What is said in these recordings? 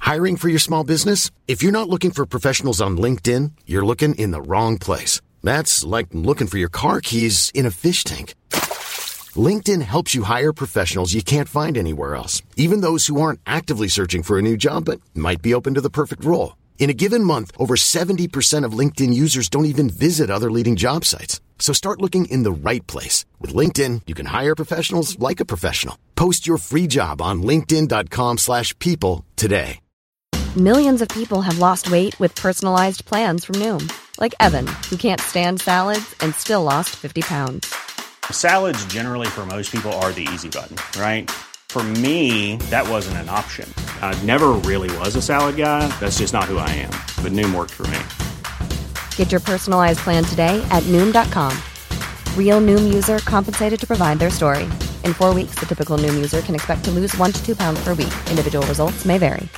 Hiring for your small business? If you're not looking for professionals on LinkedIn, you're looking in the wrong place. That's like looking for your car keys in a fish tank. LinkedIn helps you hire professionals you can't find anywhere else, even those who aren't actively searching for a new job but might be open to the perfect role. In a given month, over 70% of LinkedIn users don't even visit other leading job sites. So start looking in the right place. With LinkedIn, you can hire professionals like a professional. Post your free job on linkedin.com/people today. Millions of people have lost weight with personalized plans from Noom. Like Evan, who can't stand salads and still lost 50 pounds. Salads generally for most people are the easy button, right? For me, that wasn't an option. I never really was a salad guy. That's just not who I am. But Noom worked for me. Get your personalized plan today at Noom.com. Real Noom user compensated to provide their story. In 4 weeks, the typical Noom user can expect to lose 1 to 2 pounds per week. Individual results may vary.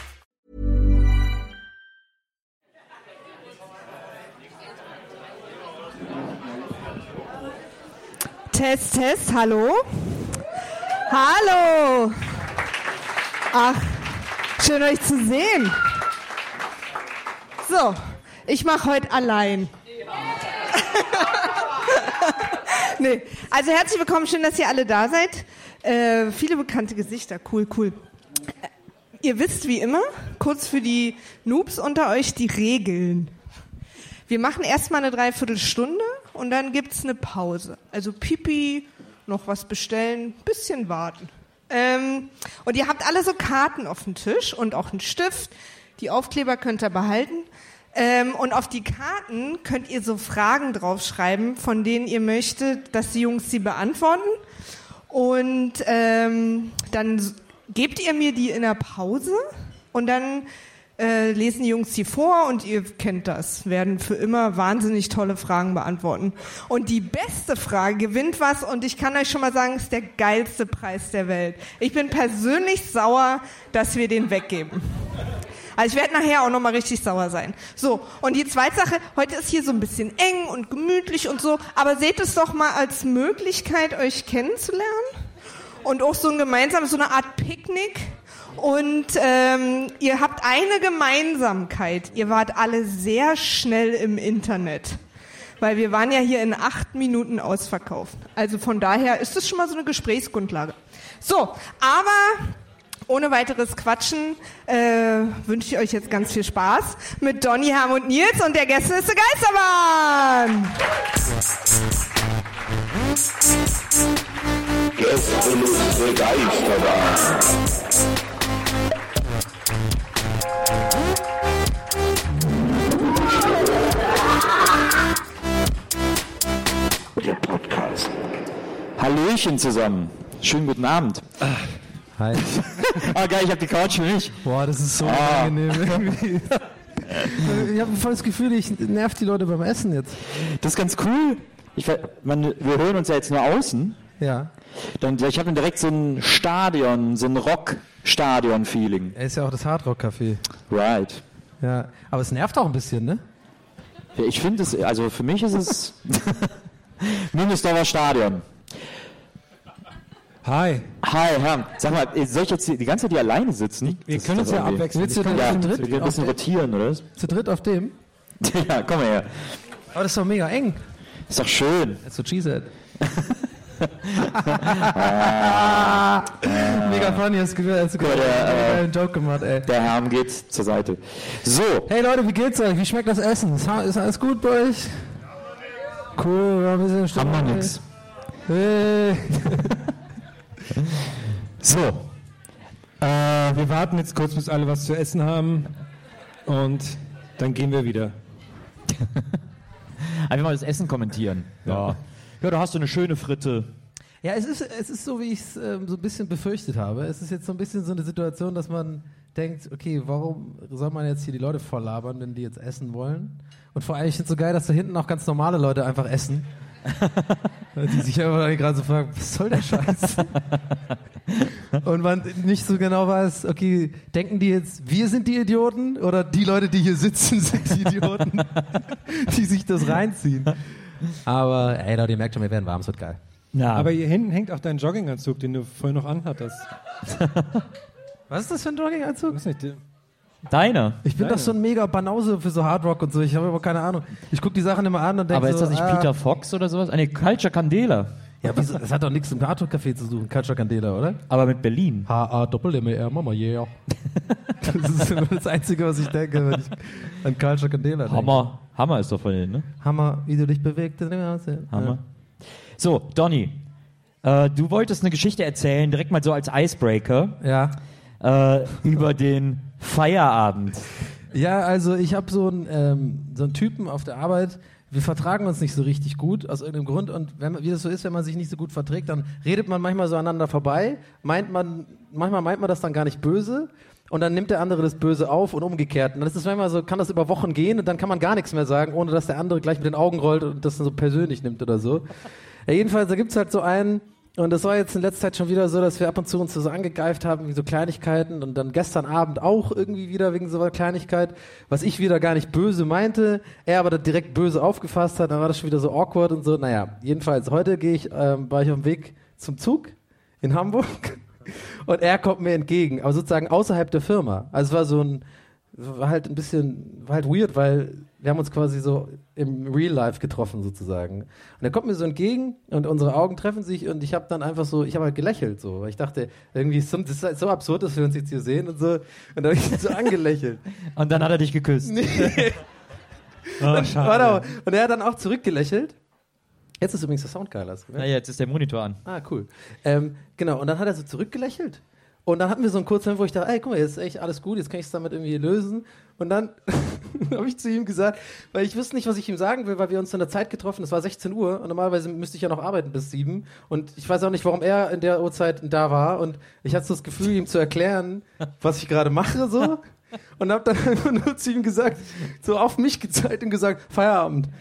Test, Test, hallo? Hallo! Ach, schön euch zu sehen. So, ich mache heute allein. Nee, also herzlich willkommen, schön, dass ihr alle da seid. Viele bekannte Gesichter, cool. Ihr wisst wie immer, kurz für die Noobs unter euch, die Regeln. Wir machen erstmal eine Dreiviertelstunde und dann gibt's eine Pause. Also Pipi, noch was bestellen, bisschen warten. Und ihr habt alle so Karten auf dem Tisch und auch einen Stift. Die Aufkleber könnt ihr behalten. Und auf die Karten könnt ihr so Fragen draufschreiben, von denen ihr möchtet, dass die Jungs sie beantworten. Und dann gebt ihr mir die in der Pause und dann lesen die Jungs die vor und ihr kennt das, werden für immer wahnsinnig tolle Fragen beantworten. Und die beste Frage gewinnt was und ich kann euch schon mal sagen, ist der geilste Preis der Welt. Ich bin persönlich sauer, dass wir den weggeben. Also ich werde nachher auch nochmal richtig sauer sein. So, und die zweite Sache, heute ist hier so ein bisschen eng und gemütlich und so, aber seht es doch mal als Möglichkeit, euch kennenzulernen und auch so ein gemeinsames, so eine Art Picknick. Und ihr habt eine Gemeinsamkeit. Ihr wart alle sehr schnell im Internet. Weil wir waren ja hier in 8 Minuten ausverkauft. Also von daher ist das schon mal so eine Gesprächsgrundlage. So, aber ohne weiteres Quatschen wünsche ich euch jetzt ganz viel Spaß mit Donny, Harm und Nils und der Gästeliste Geisterbahn. Gästeliste Geisterbahn. Der Podcast. Hallöchen zusammen. Schönen guten Abend. Hi. Geil, ich hab die Couch für mich. Boah, das ist so angenehm irgendwie. Ich habe voll das Gefühl, ich nerv die Leute beim Essen jetzt. Das ist ganz cool. Wir hören uns ja jetzt nur außen. Ja. Ich habe dann direkt so ein Stadion, so ein Rock-Stadion-Feeling. Er ist ja auch das Hardrock-Café. Right. Ja, aber es nervt auch ein bisschen, ne? Ja, ich finde es, also für mich ist es Müngersdorfer Stadion. Hi. Hi, Herr. Sag mal, soll ich jetzt die ganze Zeit hier alleine sitzen? Wir können uns ja abwechseln. Willst du denn zu dritt? Wir ein bisschen rotieren, oder? Zu dritt auf dem? Ja, komm mal her. Aber das ist doch mega eng. Ist doch schön. That's what she said. Mega funny, hast du einen Joke gemacht, ey. Der Herr geht zur Seite. So. Hey Leute, wie geht's euch? Wie schmeckt das Essen? Ist alles gut bei euch? Cool, wir haben ein bisschen Haben wir nix. Hey. So. Wir warten jetzt kurz, bis alle was zu essen haben. Und dann gehen wir wieder. Einfach mal das Essen kommentieren. Ja, da hast du eine schöne Fritte. Ja, es ist so, wie ich es so ein bisschen befürchtet habe. Es ist jetzt so ein bisschen so eine Situation, dass man denkt, okay, warum soll man jetzt hier die Leute voll labern, wenn die jetzt essen wollen? Und vor allem, ich finde es so geil, dass da hinten auch ganz normale Leute einfach essen. Die sich einfach gerade so fragen, was soll der Scheiß? Und man nicht so genau weiß, okay, denken die jetzt, wir sind die Idioten oder die Leute, die hier sitzen, sind die Idioten, die sich das reinziehen. Aber ey Leute, ihr merkt schon, wir werden warm, es wird geil. Ja. Aber hier hinten hängt auch dein Jogginganzug, den du vorhin noch anhattest. Was ist das für ein Jogginganzug? Ich weiß nicht, Deiner? Ich bin doch so ein mega Banause für so Hardrock und so. Ich habe aber keine Ahnung. Ich gucke die Sachen immer an und denke Aber ist so, das nicht Peter Fox oder sowas? Eine Culture Candela. Ja, wieso? Das hat doch nichts im Hardrock-Café zu suchen, Culture Candela, oder? Aber mit Berlin. H-A-Doppel-M-E-R, Mama, yeah. Das ist immer das Einzige, was ich denke, wenn ich an Culture Candela denke. Hammer ist doch von denen, ne? Hammer, wie du dich bewegst. Hammer. Ja. So, Donny, du wolltest eine Geschichte erzählen, direkt mal so als Icebreaker. Ja. Über den Feierabend. Ja, also ich habe so einen Typen auf der Arbeit. Wir vertragen uns nicht so richtig gut, aus irgendeinem Grund. Und wie das so ist, wenn man sich nicht so gut verträgt, dann redet man manchmal so aneinander vorbei. Manchmal meint man das dann gar nicht böse. Und dann nimmt der andere das Böse auf und umgekehrt. Und das ist manchmal so, kann das über Wochen gehen und dann kann man gar nichts mehr sagen, ohne dass der andere gleich mit den Augen rollt und das dann so persönlich nimmt oder so. Ja, jedenfalls, da gibt's halt so einen, und das war jetzt in letzter Zeit schon wieder so, dass wir ab und zu uns so angegeift haben, wie so Kleinigkeiten, und dann gestern Abend auch irgendwie wieder wegen so einer Kleinigkeit, was ich wieder gar nicht böse meinte, er aber dann direkt böse aufgefasst hat, dann war das schon wieder so awkward und so. Naja, jedenfalls, heute war ich auf dem Weg zum Zug in Hamburg und er kommt mir entgegen, aber sozusagen außerhalb der Firma. Also es war war halt weird, weil wir haben uns quasi so im Real Life getroffen sozusagen. Und er kommt mir so entgegen und unsere Augen treffen sich und ich habe dann einfach so, ich habe halt gelächelt so, weil ich dachte, irgendwie das ist halt so absurd, dass wir uns jetzt hier sehen und so. Und dann habe ich so angelächelt. Und dann hat er dich geküsst. Nee. Oh, schade. Und er hat dann auch zurückgelächelt. Jetzt ist übrigens der Sound geil. Na, jetzt ist der Monitor an. Ah, cool. Genau, und dann hat er so zurückgelächelt. Und dann hatten wir so einen kurzen Moment, wo ich dachte, ey, guck mal, jetzt ist echt alles gut, jetzt kann ich es damit irgendwie lösen. Und dann habe ich zu ihm gesagt, weil ich wusste nicht, was ich ihm sagen will, weil wir uns in der Zeit getroffen, es war 16 Uhr und normalerweise müsste ich ja noch arbeiten bis 7. Und ich weiß auch nicht, warum er in der Uhrzeit da war. Und ich hatte so das Gefühl, ihm zu erklären, was ich gerade mache, so. Und habe dann einfach nur zu ihm gesagt, so auf mich gezeigt und gesagt, Feierabend.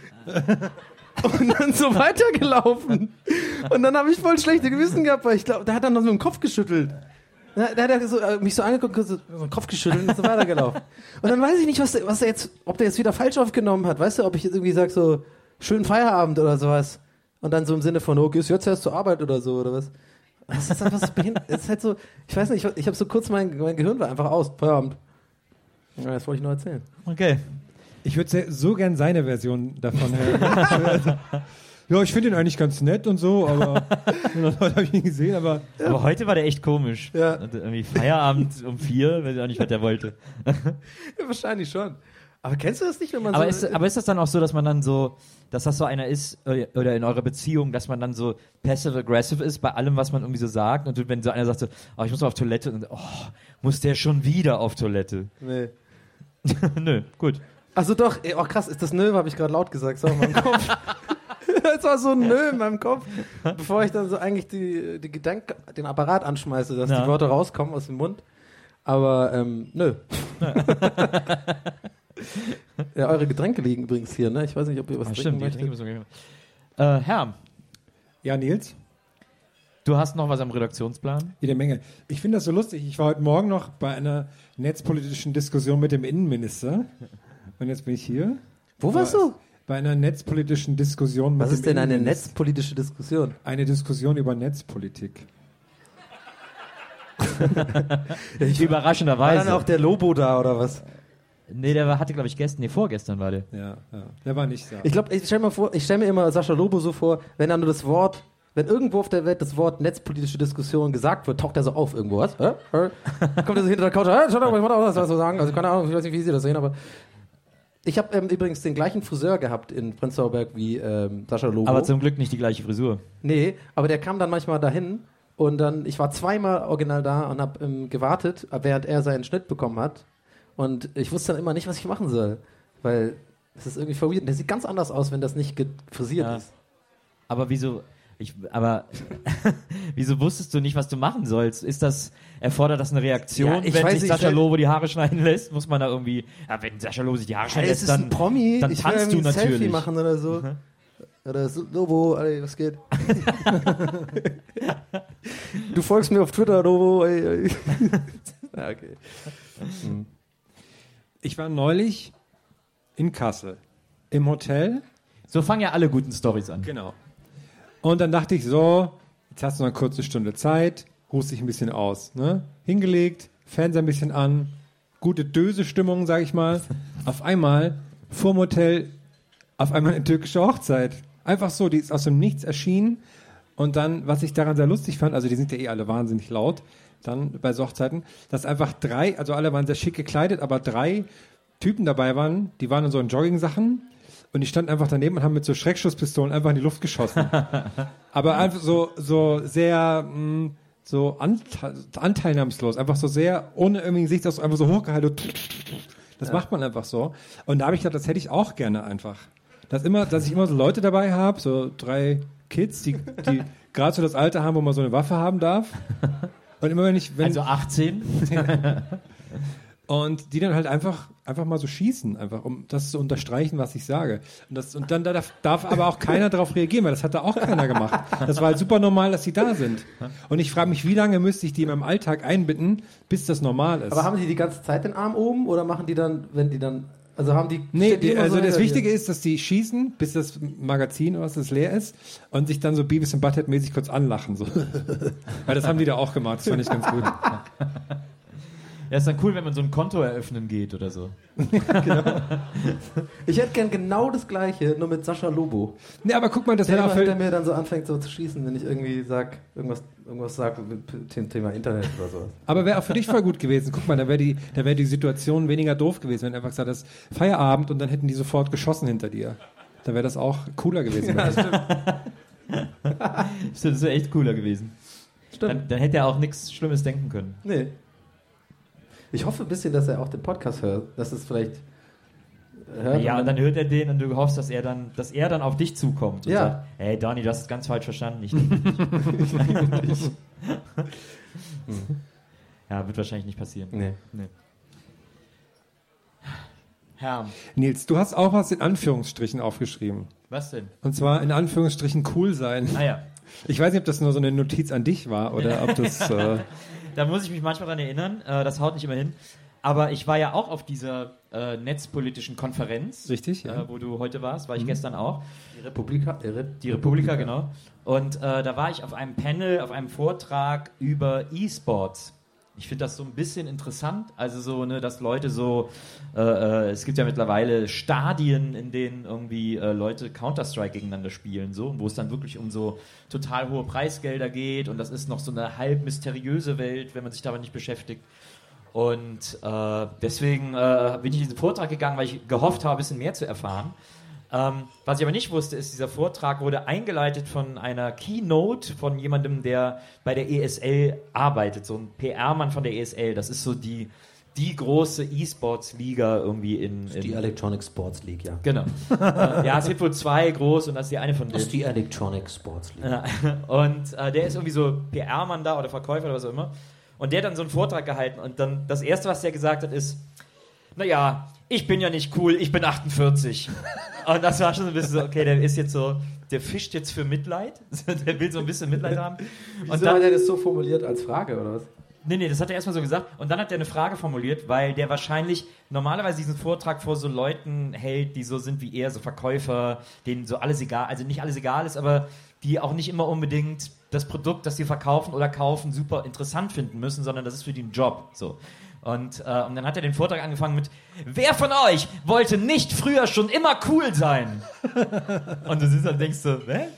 Und dann so weitergelaufen. Und dann habe ich voll schlechte Gewissen gehabt, weil ich glaube, da hat er noch so den Kopf geschüttelt. Da hat er mich so angeguckt, so den Kopf geschüttelt und ist so weitergelaufen. Und dann weiß ich nicht, ob der jetzt wieder falsch aufgenommen hat. Weißt du, ob ich jetzt irgendwie sage, so, schönen Feierabend oder sowas. Und dann so im Sinne von, oh, gehst du jetzt erst zur Arbeit oder so, oder was? Das ist einfach so behindert. Es ist halt so, ich weiß nicht, ich habe so kurz, mein Gehirn war einfach aus. Feierabend. Ja, das wollte ich nur erzählen. Okay. Ich würde so gern seine Version davon hören. Ja, ich finde ihn eigentlich ganz nett und so, aber heute habe ich ihn gesehen, aber heute war der echt komisch. Ja. Und irgendwie Feierabend um 4, weiß ich auch nicht, was der wollte. Ja, wahrscheinlich schon. Aber kennst du das nicht, wenn man aber so... Aber ist das dann auch so, dass man dann so, dass das so einer ist, oder in eurer Beziehung, dass man dann so passive-aggressive ist bei allem, was man irgendwie so sagt? Und wenn so einer sagt so, oh, ich muss mal auf Toilette, und oh, muss der schon wieder auf Toilette? Nee. Nö, gut. Achso, doch. Oh, krass, ist das Nö, habe ich gerade laut gesagt. So in meinem Kopf. Das war so ein Nö in meinem Kopf, bevor ich dann so eigentlich den Apparat anschmeiße, dass die Worte rauskommen aus dem Mund. Aber, nö. Ja, eure Getränke liegen übrigens hier, ne? Ich weiß nicht, ob ihr was trinken möchtet. Herr. Ja, Nils? Du hast noch was am Redaktionsplan? Jede Menge. Ich finde das so lustig. Ich war heute Morgen noch bei einer netzpolitischen Diskussion mit dem Innenminister. Und jetzt bin ich hier. Wo warst du? Bei einer netzpolitischen Diskussion mit dem Was ist denn eine netzpolitische Diskussion? Eine Diskussion über Netzpolitik. Überraschenderweise. War dann auch der Lobo da, oder was? Nee, der hatte, glaube ich, vorgestern war der. Ja, der war nicht da. Ich glaube, ich stell mir immer Sascha Lobo so vor, wenn irgendwo auf der Welt das Wort netzpolitische Diskussion gesagt wird, taucht er so auf irgendwo, was? Kommt er so hinter der Couch, ich muss auch was sagen, also keine Ahnung, ich weiß nicht, wie Sie das sehen, aber ich habe übrigens den gleichen Friseur gehabt in Prenzlauer Berg wie Sascha Lobo. Aber zum Glück nicht die gleiche Frisur. Nee, aber der kam dann manchmal dahin und dann, ich war zweimal original da und habe gewartet, während er seinen Schnitt bekommen hat. Und ich wusste dann immer nicht, was ich machen soll. Weil es ist irgendwie verwirrend. Der sieht ganz anders aus, wenn das nicht frisiert ist. Aber wieso wusstest du nicht, was du machen sollst? Erfordert das eine Reaktion, wenn sich Sascha Lobo die Haare schneiden lässt? Muss man da irgendwie, wenn Sascha Lobo sich die Haare schneiden lässt, dann, ein Promi. dann tanzt du ein natürlich. Selfie machen oder so. Oder so, Lobo, ey, was geht? Du folgst mir auf Twitter, Lobo, ey. Ja, okay. Ich war neulich in Kassel im Hotel. So fangen ja alle guten Storys an. Genau. Und dann dachte ich so, jetzt hast du noch eine kurze Stunde Zeit, ruhst dich ein bisschen aus. Ne? Hingelegt, Fernseher ein bisschen an, gute Döse-Stimmung, sag ich mal. Auf einmal vorm Hotel auf einmal eine türkische Hochzeit. Einfach so, die ist aus dem Nichts erschienen. Und dann, was ich daran sehr lustig fand, also die sind ja alle wahnsinnig laut, dann bei so Hochzeiten, dass einfach 3, also alle waren sehr schick gekleidet, aber 3 Typen dabei waren, die waren in so in Jogging-Sachen und die standen einfach daneben und haben mit so Schreckschusspistolen einfach in die Luft geschossen. Aber einfach so sehr so anteilnahmslos, einfach so sehr ohne irgendwie Gesicht, einfach so hochgehalten. Das macht man einfach so. Und da habe ich gedacht, das hätte ich auch gerne einfach. Dass ich immer so Leute dabei habe, so 3 Kids, die gerade so das Alter haben, wo man so eine Waffe haben darf. Und immer also 18? Und die dann halt einfach mal so schießen, einfach um das zu unterstreichen, was ich sage. Und dann darf aber auch keiner darauf reagieren, weil das hat da auch keiner gemacht. Das war halt super normal, dass die da sind. Und ich frage mich, wie lange müsste ich die in meinem Alltag einbinden, bis das normal ist. Aber haben die ganze Zeit den Arm oben oder machen die dann, wenn die dann... Also haben die... also das Wichtige ist, dass die schießen, bis das Magazin oder was das leer ist und sich dann so Beavis and Butthead mäßig kurz anlachen. So. Weil das haben die da auch gemacht, das fand ich ganz gut. Ja, ist dann cool, wenn man so ein Konto eröffnen geht oder so. Ja, genau. Ich hätte gern genau das Gleiche, nur mit Sascha Lobo. Nee, aber guck mal, das der mir dann so anfängt so zu schießen, wenn ich irgendwie irgendwas sage mit dem Thema Internet oder so. Aber wäre auch für dich voll gut gewesen. Guck mal, da wäre die Situation weniger doof gewesen, wenn du einfach gesagt hast, Feierabend und dann hätten die sofort geschossen hinter dir. Da wäre das auch cooler gewesen. Ja, stimmt. Das wäre echt cooler gewesen. Stimmt. Dann hätte er auch nichts Schlimmes denken können. Nee. Ich hoffe ein bisschen, dass er auch den Podcast hört, dass es vielleicht hört. Ja, und dann hört er den und du hoffst, dass er dann auf dich zukommt und sagt, hey Dani, du hast es ganz falsch verstanden. Ich denke nicht. Ja, wird wahrscheinlich nicht passieren. Nee. Herr. Nils, du hast auch was in Anführungsstrichen aufgeschrieben. Was denn? Und zwar in Anführungsstrichen cool sein. Ah ja. Ich weiß nicht, ob das nur so eine Notiz an dich war oder ob das... Da muss ich mich manchmal dran erinnern, das haut nicht immer hin. Aber ich war ja auch auf dieser netzpolitischen Konferenz. Richtig, ja. Wo du heute warst, war ich gestern auch. Die Republika, genau. Und da war ich auf einem Panel, auf einem Vortrag über E-Sports. Ich finde das so ein bisschen interessant, also so, ne, dass Leute so, es gibt ja mittlerweile Stadien, in denen irgendwie Leute Counter-Strike gegeneinander spielen, so, wo es dann wirklich um so total hohe Preisgelder geht und das ist noch so eine halb mysteriöse Welt, wenn man sich damit nicht beschäftigt. Und deswegen bin ich in diesen Vortrag gegangen, weil ich gehofft habe, ein bisschen mehr zu erfahren. Was ich aber nicht wusste, ist, dieser Vortrag wurde eingeleitet von einer Keynote von jemandem, der bei der ESL arbeitet, so ein PR-Mann von der ESL. Das ist so die große E-Sports-Liga irgendwie in... Die Electronic Sports League, ja. Genau. Ja, es gibt wohl 2 groß und das ist die eine von denen. Das ist die Electronic Sports League. Und der ist irgendwie so PR-Mann da oder Verkäufer oder was auch immer. Und der hat dann so einen Vortrag gehalten und dann das Erste, was der gesagt hat, ist, naja, ich bin ja nicht cool, ich bin 48. Und das war schon so ein bisschen so, okay, der fischt jetzt für Mitleid. Der will so ein bisschen Mitleid haben. Wieso hat er das so formuliert als Frage, oder was? Nee, das hat er erstmal so gesagt. Und dann hat er eine Frage formuliert, weil der wahrscheinlich normalerweise diesen Vortrag vor so Leuten hält, die so sind wie er, so Verkäufer, denen so alles egal, also nicht alles egal ist, aber die auch nicht immer unbedingt das Produkt, das sie verkaufen oder kaufen, super interessant finden müssen, sondern das ist für die ein Job. So. Und dann hat er den Vortrag angefangen mit: Wer von euch wollte nicht früher schon immer cool sein? Und du sitzt dann und denkst so, hä?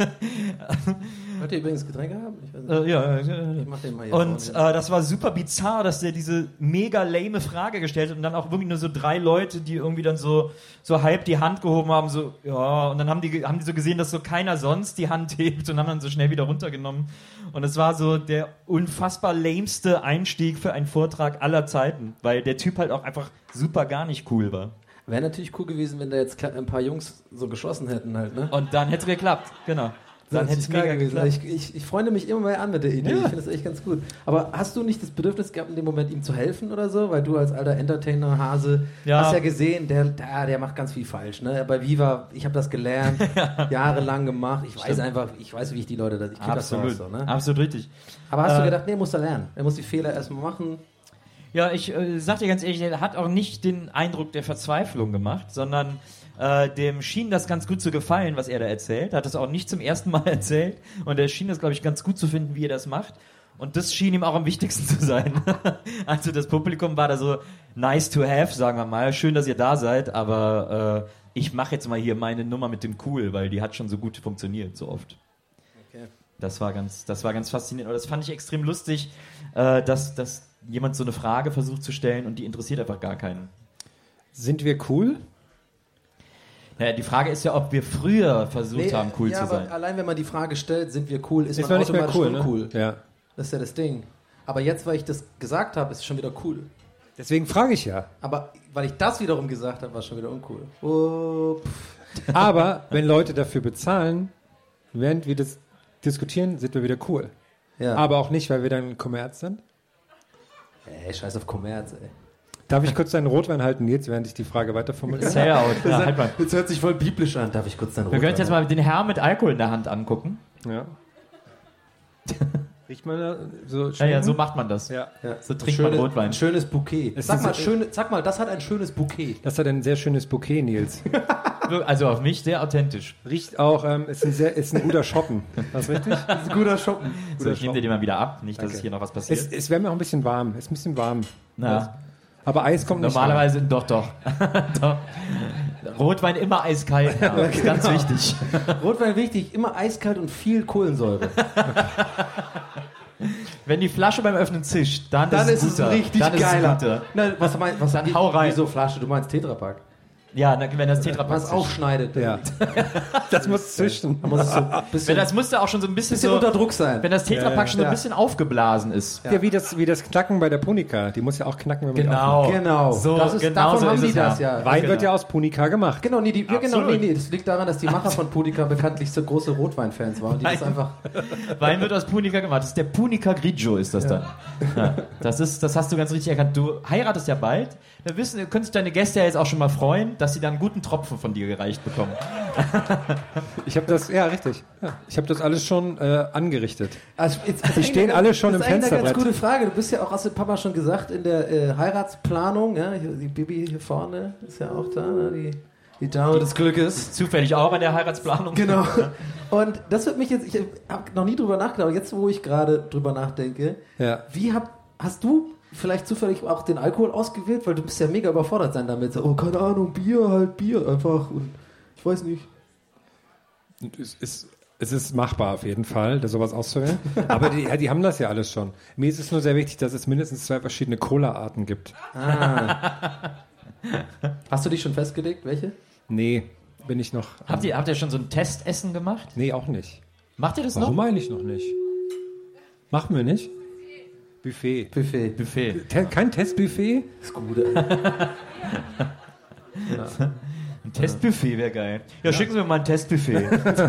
Wollt ihr übrigens Getränke haben? Ich weiß nicht. Ja. Ich mach den mal hier und das war super bizarr, dass der diese mega lame Frage gestellt hat und dann auch wirklich nur so 3 Leute, die irgendwie dann so halb die Hand gehoben haben, so, ja, und dann haben die so gesehen, dass so keiner sonst die Hand hebt und haben dann so schnell wieder runtergenommen. Und es war so der unfassbar lameste Einstieg für einen Vortrag aller Zeiten, weil der Typ halt auch einfach super gar nicht cool war. Wäre natürlich cool gewesen, wenn da jetzt ein paar Jungs so geschossen hätten halt, ne? Und dann hätte es geklappt, genau. Dann hätte es mega gewesen. Ich freunde mich immer mehr an mit der Idee. Ja. Ich finde das echt ganz gut. Aber hast du nicht das Bedürfnis gehabt, in dem Moment ihm zu helfen oder so? Weil du als alter Entertainer-Hase hast ja gesehen, der macht ganz viel falsch. Ne? Bei Viva, ich habe das gelernt, jahrelang gemacht. Ich weiß, wie ich die Leute das... Ich Absolut, das so, ne? Absolut richtig. Aber hast du gedacht, nee, muss er lernen. Er muss die Fehler erstmal machen. Ja, ich sag dir ganz ehrlich, er hat auch nicht den Eindruck der Verzweiflung gemacht, sondern dem schien das ganz gut zu gefallen, was er da erzählt. Er hat das auch nicht zum ersten Mal erzählt und er schien das, glaube ich, ganz gut zu finden, wie er das macht. Und das schien ihm auch am wichtigsten zu sein. Also das Publikum war da so nice to have, sagen wir mal. Schön, dass ihr da seid, aber ich mache jetzt mal hier meine Nummer mit dem Cool, weil die hat schon so gut funktioniert, so oft. Okay. Das war ganz faszinierend. Aber das fand ich extrem lustig, dass jemand so eine Frage versucht zu stellen und die interessiert einfach gar keinen. Sind wir cool? Naja, die Frage ist ja, ob wir früher versucht haben, cool zu sein. Aber allein wenn man die Frage stellt, sind wir cool, ist man man nicht mehr automatisch cool, uncool. Ne? Ja. Das ist ja das Ding. Aber jetzt, weil ich das gesagt habe, ist es schon wieder cool. Deswegen frage ich ja. Aber weil ich das wiederum gesagt habe, war es schon wieder uncool. Oh, aber wenn Leute dafür bezahlen, während wir das diskutieren, sind wir wieder cool. Ja. Aber auch nicht, weil wir dann Kommerz sind. Ey, scheiß auf Kommerz, ey. Darf ich kurz deinen Rotwein halten, jetzt, während ich die Frage weiterformuliere? Sellout. Ja, halt mal. Das hört sich voll biblisch an. Darf ich kurz deinen Wir Rotwein können uns jetzt mal den Herrn mit Alkohol in der Hand angucken. Ja. Riecht man da so schön? Ja, so macht man das. Ja. So trinkt man Rotwein. Ein schönes Bouquet. Sag mal, das hat ein schönes Bouquet. Das hat ein sehr schönes Bouquet, Nils. Also auf mich sehr authentisch. Riecht auch, ist ein guter Shoppen. Das ist richtig? Das ist ein guter Shoppen. So, ich nehme dir den mal wieder ab, nicht, dass es hier noch was passiert. Es wäre mir auch ein bisschen warm. Es ist ein bisschen warm. Na. Aber Eis kommt nicht normalerweise rein. Doch. Doch. Rotwein immer eiskalt. Ja, das ist ganz wichtig. Rotwein wichtig, immer eiskalt und viel Kohlensäure. Wenn die Flasche beim Öffnen zischt, dann ist es richtig geiler. Na, was dann hau rein. Wieso Flasche? Du meinst Tetrapack? Ja, wenn das Tetrapack was aufschneidet. Ja. Das muss zischen. Das musste auch schon so ein bisschen unter Druck sein. Wenn das Tetrapack schon so ein bisschen aufgeblasen ist. Ja, wie das Knacken bei der Punika. Die muss ja auch knacken, wenn man die Genau. So, davon haben die das ja. Wein wird ja aus Punika gemacht. Genau, das liegt daran, dass die Macher von Punika bekanntlich so große Rotweinfans waren. Die das einfach Wein wird aus Punika gemacht. Das ist der Punika Grigio, ist das dann. Ja. Das hast du ganz richtig erkannt. Du heiratest ja bald. Da können sich deine Gäste ja jetzt auch schon mal freuen, dass sie dann einen guten Tropfen von dir gereicht bekommen. Ich habe das, richtig. Ja, ich habe das alles schon angerichtet. Also die stehen alle schon im Fensterbrett. Das ist eine ganz gute Frage. Du bist ja auch, hast du Papa schon gesagt, in der Heiratsplanung. Ja, die Bibi hier vorne ist ja auch da, ne? Die Dame des Glückes. Zufällig auch an der Heiratsplanung. Genau. Und das wird mich jetzt, ich habe noch nie drüber nachgedacht, jetzt wo ich gerade drüber nachdenke, hast du vielleicht zufällig auch den Alkohol ausgewählt, weil du bist ja mega überfordert sein damit. So, keine Ahnung, Bier einfach und ich weiß nicht. Es ist machbar auf jeden Fall, sowas auszuwählen. Aber die haben das ja alles schon. Mir ist es nur sehr wichtig, dass es mindestens 2 verschiedene Cola-Arten gibt. Hast du dich schon festgelegt, welche? Nee, bin ich noch. Habt ihr schon so ein Testessen gemacht? Nee, auch nicht. Macht ihr das noch? Warum eigentlich noch nicht? Machen wir nicht? Buffet. Kein Testbuffet? Ist gut. Ein Testbuffet wäre geil. Ja, schicken Sie mir mal ein Testbuffet.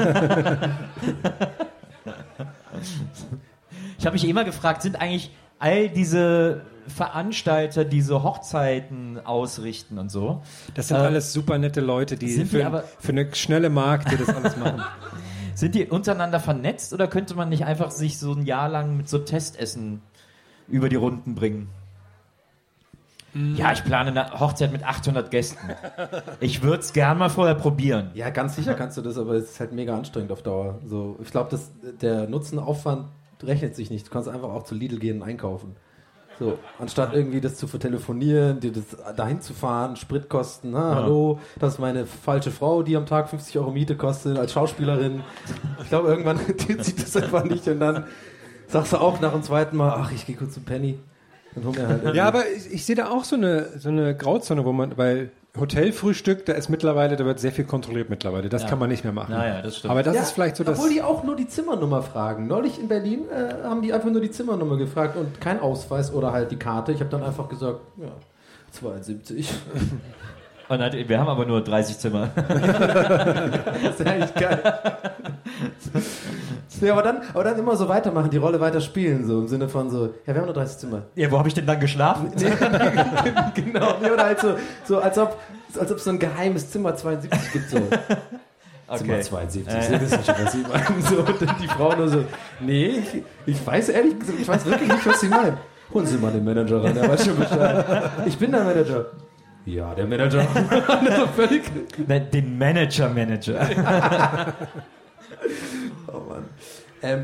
Ich habe mich immer gefragt, sind eigentlich all diese Veranstalter, die so Hochzeiten ausrichten und so. Das sind alles super nette Leute, die für eine schnelle Mark, die das alles machen. Sind die untereinander vernetzt oder könnte man nicht einfach sich so ein Jahr lang mit so Testessen über die Runden bringen? Ja, ich plane eine Hochzeit mit 800 Gästen. Ich würde es gern mal vorher probieren. Ja, ganz sicher kannst du das, aber es ist halt mega anstrengend auf Dauer. So, ich glaube, der Nutzenaufwand rechnet sich nicht. Du kannst einfach auch zu Lidl gehen und einkaufen. So, anstatt irgendwie das zu vertelefonieren, dir das dahin zu fahren, Spritkosten, hallo, das ist meine falsche Frau, die am Tag 50 € Miete kostet, als Schauspielerin. Ich glaube, irgendwann rentiert sich das einfach nicht und dann sagst du auch nach dem zweiten Mal, ach, ich gehe kurz zu Penny. Dann hol mir halt ja, aber ich sehe da auch so eine Grauzone, weil Hotelfrühstück, da wird sehr viel kontrolliert mittlerweile. Das kann man nicht mehr machen. Naja, das stimmt. Aber das ist vielleicht so das. Obwohl die auch nur die Zimmernummer fragen. Neulich in Berlin haben die einfach nur die Zimmernummer gefragt und kein Ausweis oder halt die Karte. Ich habe dann einfach gesagt, ja, 72. Und wir haben aber nur 30 Zimmer. Das ist eigentlich geil. Ja, aber dann immer so weitermachen, die Rolle weiter spielen, so im Sinne von so, ja, wir haben nur 30 Zimmer. Ja, wo habe ich denn dann geschlafen? Genau, oder halt so als ob es so ein geheimes Zimmer 72 gibt, so. Okay. Zimmer 72, Sie wissen schon, was Sie meinen. So, und dann die Frau nur so, nee, ich weiß ehrlich gesagt, ich weiß wirklich nicht, was Sie meinen. Holen Sie mal den Manager ran, der weiß schon Bescheid. Ich bin der Manager. Ja, der Manager. Völlig. Den Manager. Oh Mann.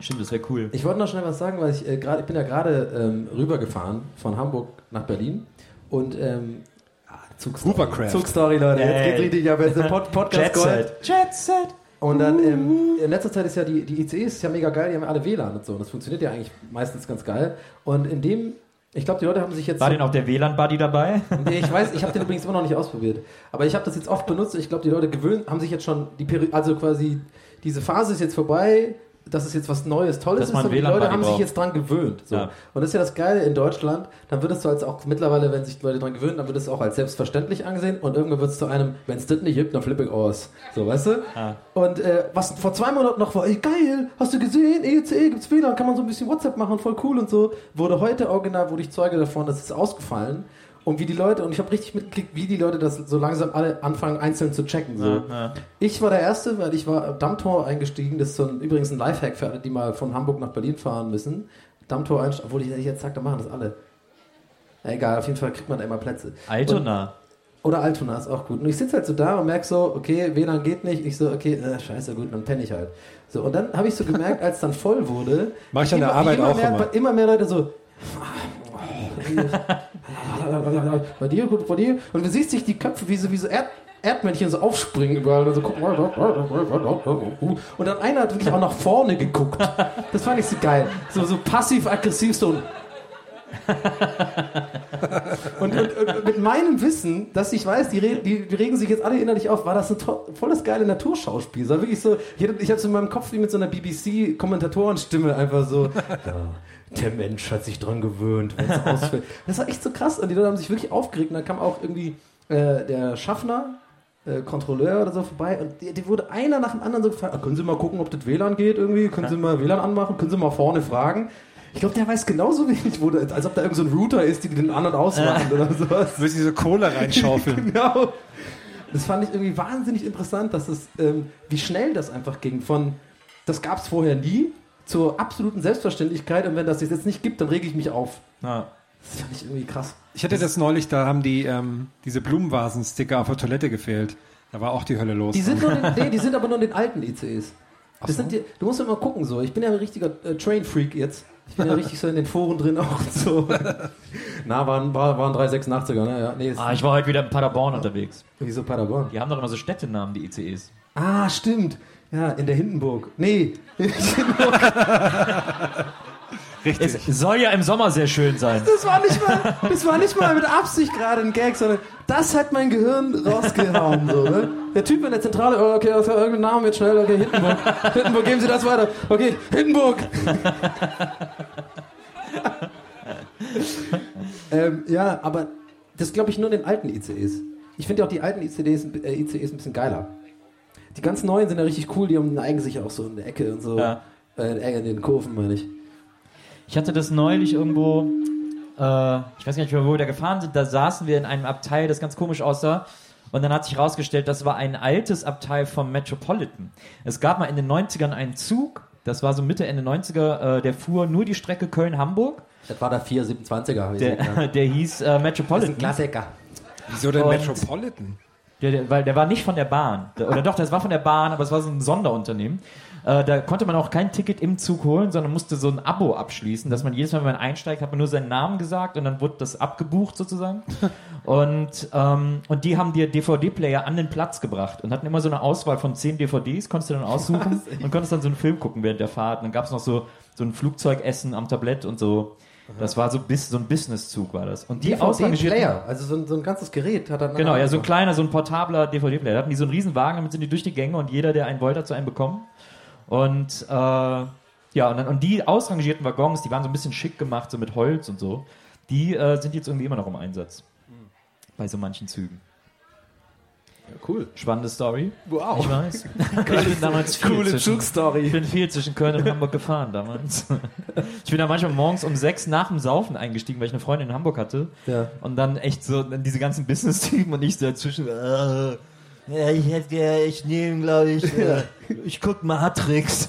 Stimmt, das wäre cool. Ich wollte noch schnell was sagen, weil ich bin ja gerade rübergefahren von Hamburg nach Berlin und Zugstory, Leute. Jetzt geht's richtig ab. Jetzt Podcast Gold. Jet Set. Und dann in letzter Zeit ist ja die ICEs ist ja mega geil, die haben ja alle WLAN und so. Und das funktioniert ja eigentlich meistens ganz geil. Und ich glaube, die Leute haben sich jetzt... War denn auch der WLAN-Buddy dabei? Nee, ich weiß, ich habe den übrigens immer noch nicht ausprobiert. Aber ich habe das jetzt oft benutzt und ich glaube, die Leute haben sich jetzt schon... Also quasi, diese Phase ist jetzt vorbei, dass es jetzt was Neues, Tolles ist und die Leute haben sich jetzt dran gewöhnt. So. Ja. Und das ist ja das Geile in Deutschland, dann wird es so als auch mittlerweile, wenn sich die Leute dran gewöhnen, dann wird es auch als selbstverständlich angesehen und irgendwann wird es zu einem, wenn es das nicht gibt, dann flippe ich aus. So, weißt du? Ah. Und was vor 2 Monaten noch war, ey, geil, hast du gesehen, ECE gibt's WLAN, kann man so ein bisschen WhatsApp machen, voll cool und so, wurde ich Zeuge davon, das ist ausgefallen. Und wie die Leute, und ich habe richtig mitgekriegt, wie die Leute das so langsam alle anfangen, einzeln zu checken. So. Ja. Ich war der Erste, weil ich war Dammtor eingestiegen. Das ist übrigens ein Lifehack für alle, die mal von Hamburg nach Berlin fahren müssen. Dammtor einsteigen, obwohl ich jetzt sage, da machen das alle. Egal, auf jeden Fall kriegt man da immer Plätze. Altona. Oder Altona ist auch gut. Und ich sitze halt so da und merke so, okay, WLAN geht nicht. Ich so, okay, scheiße, gut, dann penne ich halt. So, und dann habe ich so gemerkt, als es dann voll wurde, mach ich an der Arbeit auch immer mehr Leute so... Bei dir. Und du siehst sich die Köpfe wie so Erdmännchen so aufspringen überall und so gucken. Und dann einer hat wirklich auch nach vorne geguckt. Das fand ich so geil. So passiv-aggressiv so. Und mit meinem Wissen, dass ich weiß, die regen sich jetzt alle innerlich auf, war das ein volles geile Naturschauspiel. Es war wirklich so, ich habe es in meinem Kopf wie mit so einer BBC-Kommentatorenstimme einfach so. Ja. Der Mensch hat sich dran gewöhnt, wenn es ausfällt. Das war echt so krass. Und die Leute haben sich wirklich aufgeregt. Und dann kam auch irgendwie der Schaffner, Kontrolleur oder so vorbei. Und die wurde einer nach dem anderen so gefragt, können Sie mal gucken, ob das WLAN geht irgendwie? Können Sie mal WLAN anmachen? Können Sie mal vorne fragen? Ich glaube, der weiß genauso wenig, als ob da irgend so ein Router ist, die den anderen ausmachen oder sowas. Willst du so Kohle reinschaufeln? Genau. Das fand ich irgendwie wahnsinnig interessant, dass wie schnell das einfach ging. Das gab es vorher nie, zur absoluten Selbstverständlichkeit, und wenn das jetzt nicht gibt, dann rege ich mich auf. Ja. Das fand ich irgendwie krass. Ich hatte das neulich, da haben diese Blumenvasen-Sticker auf der Toilette gefehlt. Da war auch die Hölle los. Die sind aber nur in den alten ICEs. Du musst immer gucken so. Ich bin ja ein richtiger Train-Freak jetzt. Ich bin ja richtig so in den Foren drin auch und so. Waren 386er, ne? Ja, nee, ich war heute wieder in Paderborn unterwegs. Wieso Paderborn? Die haben doch immer so Städtenamen, die ICEs. Ah, stimmt. Ja, in der Hindenburg. Nee. Richtig. Es soll ja im Sommer sehr schön sein. Das war nicht mal mit Absicht gerade ein Gag, sondern das hat mein Gehirn rausgehauen. So, ne? Der Typ in der Zentrale, okay, für irgendeinen Namen jetzt schnell, okay, Hindenburg. Hindenburg, geben Sie das weiter. Okay, Hindenburg. Ja, aber das glaube ich nur in den alten ICEs. Ich finde auch die alten ICEs ein bisschen geiler. Die ganz neuen sind ja richtig cool, die neigen sich auch so in der Ecke und so. Ja. In den Kurven, meine ich. Ich hatte das neulich irgendwo, ich weiß gar nicht mehr, wo wir da gefahren sind, da saßen wir in einem Abteil, das ganz komisch aussah. Und dann hat sich herausgestellt, das war ein altes Abteil vom Metropolitan. Es gab mal in den 90ern einen Zug, das war so Mitte, Ende 90er, der fuhr nur die Strecke Köln-Hamburg. Das war der 427er. Der hieß Metropolitan. Das ist ein Klassiker. Wieso denn Metropolitan? Weil der war nicht von der Bahn. Oder doch, das war von der Bahn, aber es war so ein Sonderunternehmen. Da konnte man auch kein Ticket im Zug holen, sondern musste so ein Abo abschließen, dass man jedes Mal, wenn man einsteigt, hat man nur seinen Namen gesagt und dann wurde das abgebucht sozusagen. Und die haben dir DVD-Player an den Platz gebracht und hatten immer so eine Auswahl von 10 DVDs, konntest du dann aussuchen und konntest dann so einen Film gucken während der Fahrt. Und dann gab es noch so ein Flugzeugessen am Tablett und so. Das war so ein Business-Zug war das. Und die Player, also so ein ganzes Gerät hat dann... Genau, ja, so ein kleiner, so ein portabler DVD-Player. Da hatten die so einen riesen Wagen, damit sind die durch die Gänge und jeder, der einen wollte, hat so einen bekommen. Und und die ausrangierten Waggons, die waren so ein bisschen schick gemacht, so mit Holz und so, die sind jetzt irgendwie immer noch im Einsatz. Bei so manchen Zügen. Ja, cool. Spannende Story. Wow. Ich weiß. Ich bin damals coole Zugstory. Ich bin viel zwischen Köln und Hamburg gefahren damals. Ich bin da manchmal morgens um 6 nach dem Saufen eingestiegen, weil ich eine Freundin in Hamburg hatte. Ja. Und dann echt so diese ganzen Business-Typen und ich so dazwischen... Ja, ich nehme, glaube ich, ich guck Matrix.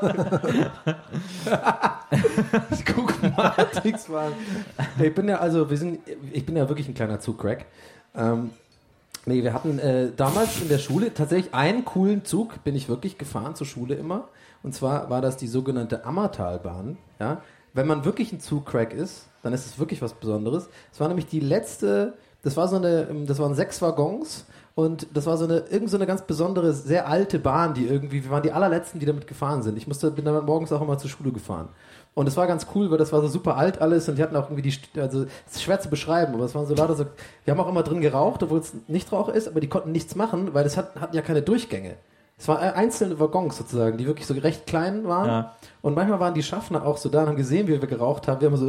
Ich guck Matrix, Mann. Ich bin ja wirklich ein kleiner Zugcrack. Nee, wir hatten damals in der Schule tatsächlich einen coolen Zug, bin ich wirklich gefahren zur Schule immer. Und zwar war das die sogenannte Ammertalbahn. Ja? Wenn man wirklich ein Zugcrack ist, dann ist es wirklich was Besonderes. Es war nämlich die letzte, das waren 6 Waggons und das war irgend so eine ganz besondere, sehr alte Bahn, wir waren die allerletzten, die damit gefahren sind. Bin dann morgens auch immer zur Schule gefahren. Und es war ganz cool, weil das war so super alt alles und die hatten auch irgendwie also es ist schwer zu beschreiben, aber es waren so lauter so, wir haben auch immer drin geraucht, obwohl es Nichtrauch ist, aber die konnten nichts machen, weil es hatten ja keine Durchgänge. Es waren einzelne Waggons sozusagen, die wirklich so recht klein waren. Ja. Und manchmal waren die Schaffner auch so da und haben gesehen, wie wir geraucht haben. Wir haben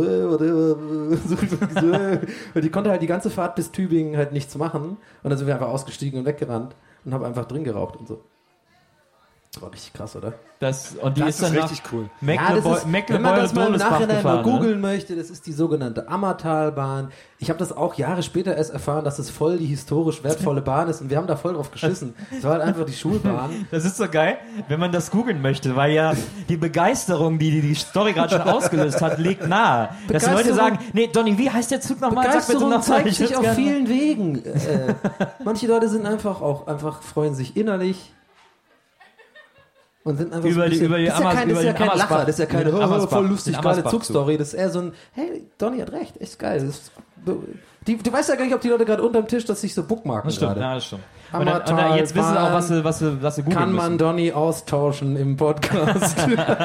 und die konnte halt die ganze Fahrt bis Tübingen halt nichts machen. Und dann sind wir einfach ausgestiegen und weggerannt und haben einfach drin geraucht und so. Das war richtig krass, oder? Und die das ist dann richtig cool. Wenn man das mal im Nachhinein mal googeln möchte, das ist die sogenannte Ammertalbahn. Ich habe das auch Jahre später erst erfahren, dass es voll die historisch wertvolle Bahn ist und wir haben da voll drauf geschissen. Es war halt einfach die Schulbahn. Das ist so geil, wenn man das googeln möchte, weil ja die Begeisterung, die Story gerade schon ausgelöst hat, liegt nahe. Dass die Leute sagen, nee, Donny, wie heißt der Zug nochmal? Begeisterung zeigt sich auf vielen Wegen. Manche Leute sind einfach freuen sich innerlich. Und sind einfach das ist ja kein Lacher, das ist ja keine voll lustig geile Zugstory, das ist eher so ein, hey, Donny hat recht, echt geil. Du weißt ja gar nicht, ob die Leute gerade unterm Tisch das sich so bookmarken gerade. Ja, das stimmt. Und jetzt wissen sie auch, was sie googeln kann man müssen. Donny austauschen im Podcast.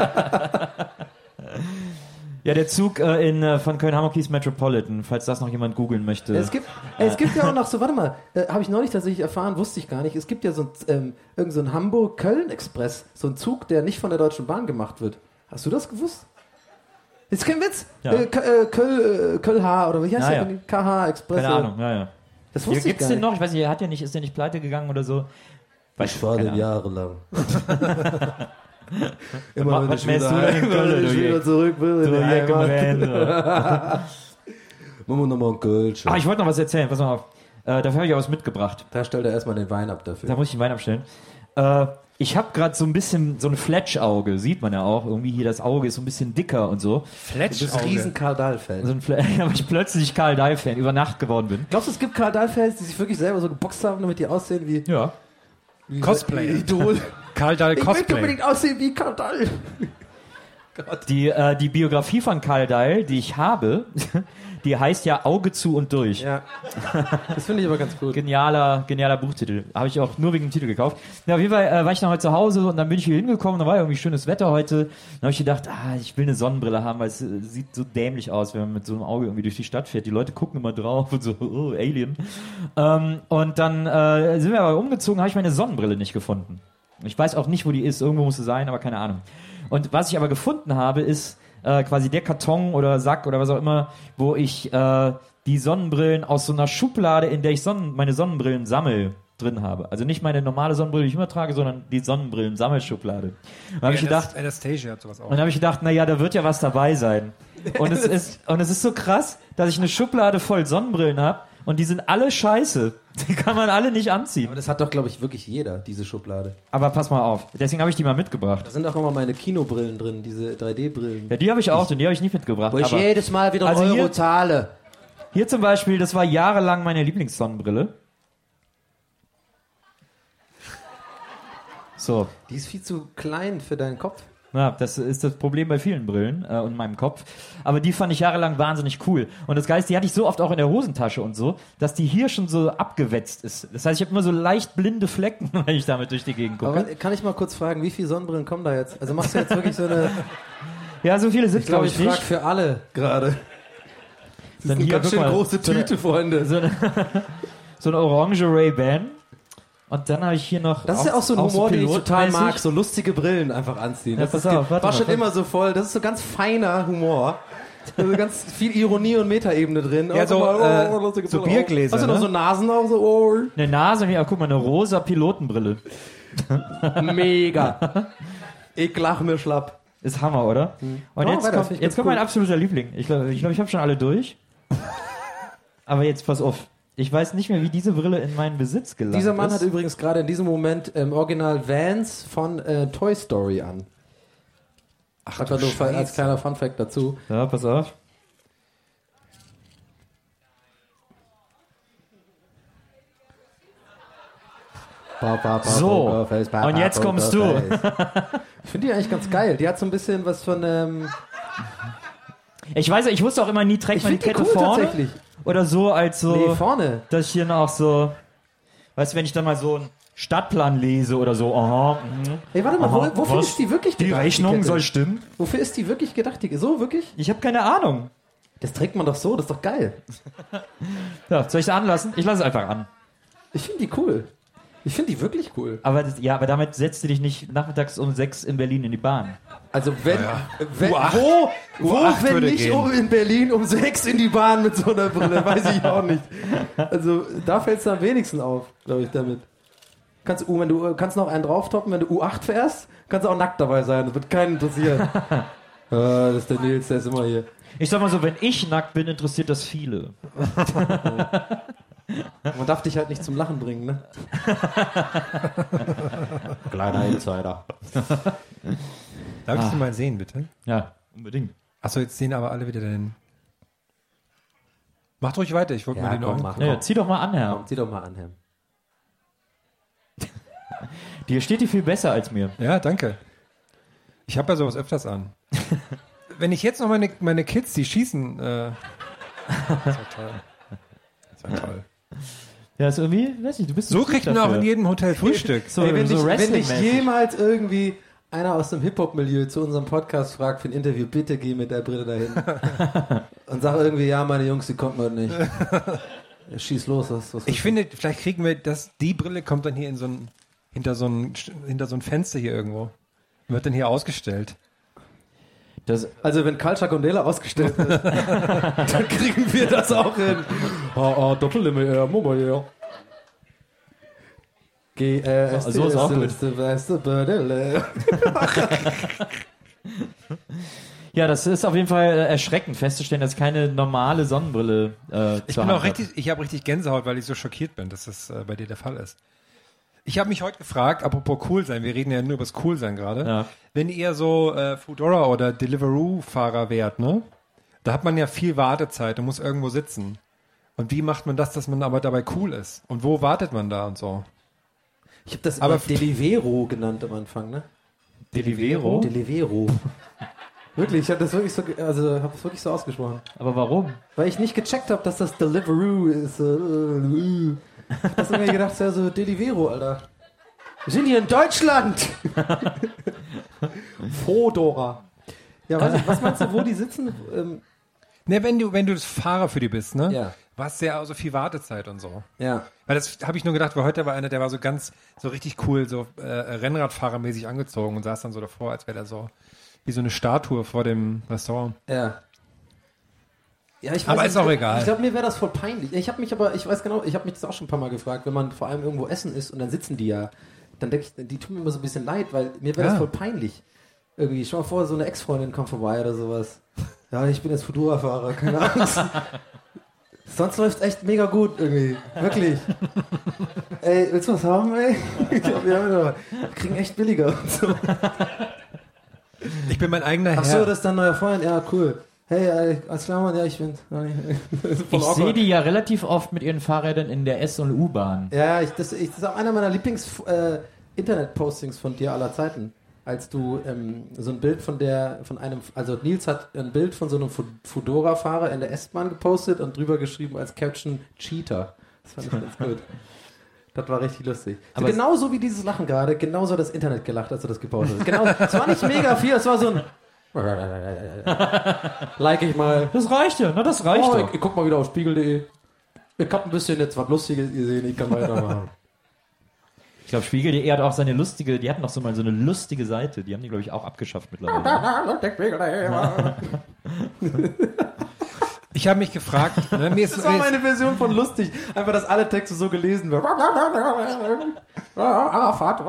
Ja, der Zug von Köln-Hamburg hieß Metropolitan, falls das noch jemand googeln möchte. Es gibt ja auch noch so, warte mal, habe ich neulich tatsächlich erfahren, wusste ich gar nicht, es gibt ja so irgend so ein Hamburg-Köln-Express, so ein Zug, der nicht von der Deutschen Bahn gemacht wird. Hast du das gewusst? Ist kein Witz. Ja. Köln-H oder wie heißt der? KH-Express. Keine Ahnung, ja. Das wusste ich gar nicht. Gibt's den noch? Ich weiß nicht, ist der nicht pleite gegangen oder so? Ich war den jahrelang. Immer wenn ich wieder zurück will. Machen wir nochmal ein Kölsch. Ich wollte noch was erzählen, pass mal auf. Dafür habe ich auch was mitgebracht. Da stellt er erstmal den Wein ab dafür. Da muss ich den Wein abstellen. Ich habe gerade so ein bisschen so ein Fletch-Auge, sieht man ja auch. Irgendwie hier das Auge ist so ein bisschen dicker und so. Fletch-Auge? Du bist riesen Karl Dahl-Fan. Aber ich plötzlich Karl Dahl-Fan über Nacht geworden bin. Glaubst du, es gibt Karl Dahl-Fans, die sich wirklich selber so geboxt haben, damit die aussehen wie... Ja. Cosplay. Idol. Karl Dahl Cosplay. Ich möchte unbedingt aussehen wie Karl Dahl. Die Biografie von Karl Dahl, die ich habe, die heißt ja Auge zu und durch. Ja. Das finde ich aber ganz gut. Genialer Buchtitel. Habe ich auch nur wegen dem Titel gekauft. Ja, auf jeden Fall war ich dann heute zu Hause und dann bin ich hier hingekommen, da war ja irgendwie schönes Wetter heute. Dann habe ich gedacht, ich will eine Sonnenbrille haben, weil es sieht so dämlich aus, wenn man mit so einem Auge irgendwie durch die Stadt fährt. Die Leute gucken immer drauf und so, oh, Alien. Und dann sind wir aber umgezogen, habe ich meine Sonnenbrille nicht gefunden. Ich weiß auch nicht, wo die ist. Irgendwo muss sie sein, aber keine Ahnung. Und was ich aber gefunden habe, ist quasi der Karton oder Sack oder was auch immer, wo ich die Sonnenbrillen aus so einer Schublade, in der ich meine Sonnenbrillen sammle, drin habe. Also nicht meine normale Sonnenbrille, die ich immer trage, sondern die Sonnenbrillen-Sammelschublade. Und habe ich gedacht, Anastasia hat sowas auch. Und dann habe ich gedacht, naja, da wird ja was dabei sein. Und es ist so krass, dass ich eine Schublade voll Sonnenbrillen habe und die sind alle scheiße. Die kann man alle nicht anziehen. Aber das hat doch, glaube ich, wirklich jeder, diese Schublade. Aber pass mal auf. Deswegen habe ich die mal mitgebracht. Da sind auch immer meine Kinobrillen drin, diese 3D-Brillen. Ja, die habe ich auch und die habe ich nicht mitgebracht. Wo ich jedes Mal wieder einen Euro zahle. Hier zum Beispiel, das war jahrelang meine Lieblingssonnenbrille. So. Die ist viel zu klein für deinen Kopf. Ja, das ist das Problem bei vielen Brillen und meinem Kopf. Aber die fand ich jahrelang wahnsinnig cool. Und das Geist, die hatte ich so oft auch in der Hosentasche und so, dass die hier schon so abgewetzt ist. Das heißt, ich habe immer so leicht blinde Flecken, wenn ich damit durch die Gegend gucke. Aber kann ich mal kurz fragen, wie viele Sonnenbrillen kommen da jetzt? Also machst du jetzt wirklich so eine... Ja, so viele sind, glaube ich, nicht. Ich frage für alle gerade. Das ist eine ganz schön große Tüte, Freunde. So eine orange Ray-Ban. Und dann habe ich hier noch... Das ist ja auch so ein Humor, den ich total mag. So lustige Brillen einfach anziehen. Ja, das war schon immer so voll. Das ist so ganz feiner Humor. Also ganz viel Ironie und Metaebene drin. Ja, so Biergläser. Hast du noch so Nasen auch so? Eine Nase, ja, guck mal, eine rosa Pilotenbrille. Mega. Ich lach mir schlapp. Ist Hammer, oder? Und jetzt kommt mein absoluter Liebling. Ich glaube, ich habe schon alle durch. Aber jetzt pass auf. Ich weiß nicht mehr, wie diese Brille in meinen Besitz gelangt ist. Dieser Mann hat übrigens gerade in diesem Moment Original Vans von Toy Story an. Ach, einfach nur als kleiner Funfact dazu. Ja, pass auf. So, und jetzt kommst du. Ich finde die eigentlich ganz geil. Die hat so ein bisschen was von... Ich weiß, ich wusste auch immer nie, trägt man die Kette vorne tatsächlich. oder so als so... Nee, vorne. Dass ich hier noch so... Weißt du, wenn ich dann mal so einen Stadtplan lese oder so, Ey, warte mal, wofür was? ist die wirklich Die gedacht? Rechnung Kette? soll stimmen? Wofür ist die wirklich gedacht? So, wirklich? Ich habe keine Ahnung. Das trägt man doch so, das ist doch geil. Ja, soll ich sie anlassen? Ich lasse es einfach an. Ich finde die cool. Ich finde die wirklich cool. Aber damit setzt du dich nicht nachmittags um 6 in Berlin in die Bahn. Also wenn U8 wenn würde nicht gehen. in Berlin um 6 in die Bahn mit so einer Brille, weiß ich auch nicht. Also da fällt es am wenigsten auf, glaube ich, damit. Wenn du kannst noch einen drauftoppen, wenn du U8 fährst, kannst du auch nackt dabei sein, das wird keinen interessieren. Das ist der Nils, der ist immer hier. Ich sag mal so, wenn ich nackt bin, interessiert das viele. Man darf dich halt nicht zum Lachen bringen, ne? Kleiner Insider. Darf ich sie mal sehen, bitte? Ja, unbedingt. Achso, jetzt sehen aber alle wieder den... Macht ruhig weiter, ich wollte Ja, mal den komm, Augen... mach. Ja, zieh doch mal an, Herr. Komm, zieh doch mal an, Herr. Dir steht die viel besser als mir. Ja, danke. Ich habe ja sowas öfters an. Wenn ich jetzt noch meine Kids, die schießen... das war toll. Das war toll. Ja, ist irgendwie, weiß nicht, du bist So kriegt man auch in jedem Hotel Frühstück. so, Ey, wenn so dich Wrestling-mäßig. jemals irgendwie einer aus dem Hip-Hop-Milieu zu unserem Podcast fragt für ein Interview, bitte geh mit der Brille dahin. Und sag irgendwie, ja, meine Jungs, die kommt heute nicht. Ja, schieß los. Was Ich finde, vielleicht kriegen wir das, die Brille kommt dann hier in hinter so ein Fenster hier irgendwo. Wird dann hier ausgestellt. Also wenn Karl Chacondela ausgestellt wird, dann kriegen wir das auch hin. Doppel-Limme, Mama, ja. So ist auch gut. Ja, das ist auf jeden Fall erschreckend festzustellen, dass keine normale Sonnenbrille Ich habe richtig Gänsehaut, weil ich so schockiert bin, dass das bei dir der Fall ist. Ich habe mich heute gefragt, apropos cool sein, wir reden ja nur über das Coolsein gerade, Ja. wenn ihr so Foodora oder Deliveroo-Fahrer wärt, ne? Da hat man ja viel Wartezeit und muss irgendwo sitzen. Und wie macht man das, dass man aber dabei cool ist? Und wo wartet man da und so? Ich habe das Aber aber Delivero genannt am Anfang, ne? Delivero? Delivero. Wirklich, ich habe das wirklich wirklich so ausgesprochen. Aber warum? Weil ich nicht gecheckt habe, dass das Deliveroo ist. Ich hab mir gedacht, ja so Delivero, Alter. Wir sind hier in Deutschland. Fodora. Ja, was meinst du, wo die sitzen? Ne, wenn du das Fahrer für die bist, ne? Ja. Was ja so viel Wartezeit und so. Ja. Weil das habe ich nur gedacht, weil heute war einer, der war so richtig cool, so Rennradfahrermäßig angezogen und saß dann so davor, als wäre der so wie so eine Statue vor dem Restaurant. Ja. Ja, ich weiß Aber nicht, ist auch egal. Ich glaube, mir wäre das voll peinlich. Ich habe mich das auch schon ein paar Mal gefragt, wenn man vor allem irgendwo essen ist und dann sitzen die ja, dann denke ich, die tun mir immer so ein bisschen leid, weil mir wäre das voll peinlich. Irgendwie, stell mal vor, so eine Ex-Freundin kommt vorbei oder sowas. Ja, ich bin jetzt Foodora-Fahrer, keine Angst. Sonst läuft echt mega gut irgendwie. Wirklich. Ey, willst du was haben, ey? Ich glaub, wir kriegen echt billiger und so. Ich bin mein eigener Herr. Ach so, das ist dein neuer Freund? Ja, cool. Hey, alles klar, Mann, ja, ich bin... Ich sehe die ja relativ oft mit ihren Fahrrädern in der S- und U-Bahn. Ja, das ist auch einer meiner Lieblings-Internet-Postings von dir aller Zeiten. Als du so ein Bild also Nils hat ein Bild von so einem Foodora-Fahrer in der S-Bahn gepostet und drüber geschrieben als Caption Cheater. Das fand ich ganz gut. Das war richtig lustig. Aber genauso wie dieses Lachen gerade, genauso hat das Internet gelacht, als du das gepostet hast. Genau, es war nicht mega viel, es war so ein like ich mal. Das reicht ja, das reicht doch. Ich guck mal wieder auf spiegel.de. Ich hab ein bisschen jetzt was Lustiges gesehen, ich kann weitermachen. Ich glaube, Spiegel.de hat auch die hatten noch so mal so eine lustige Seite, die haben die, glaube ich, auch abgeschafft mittlerweile. Ich habe mich gefragt, ne, das war meine Version von lustig. Einfach, dass alle Texte so gelesen werden. Arafat.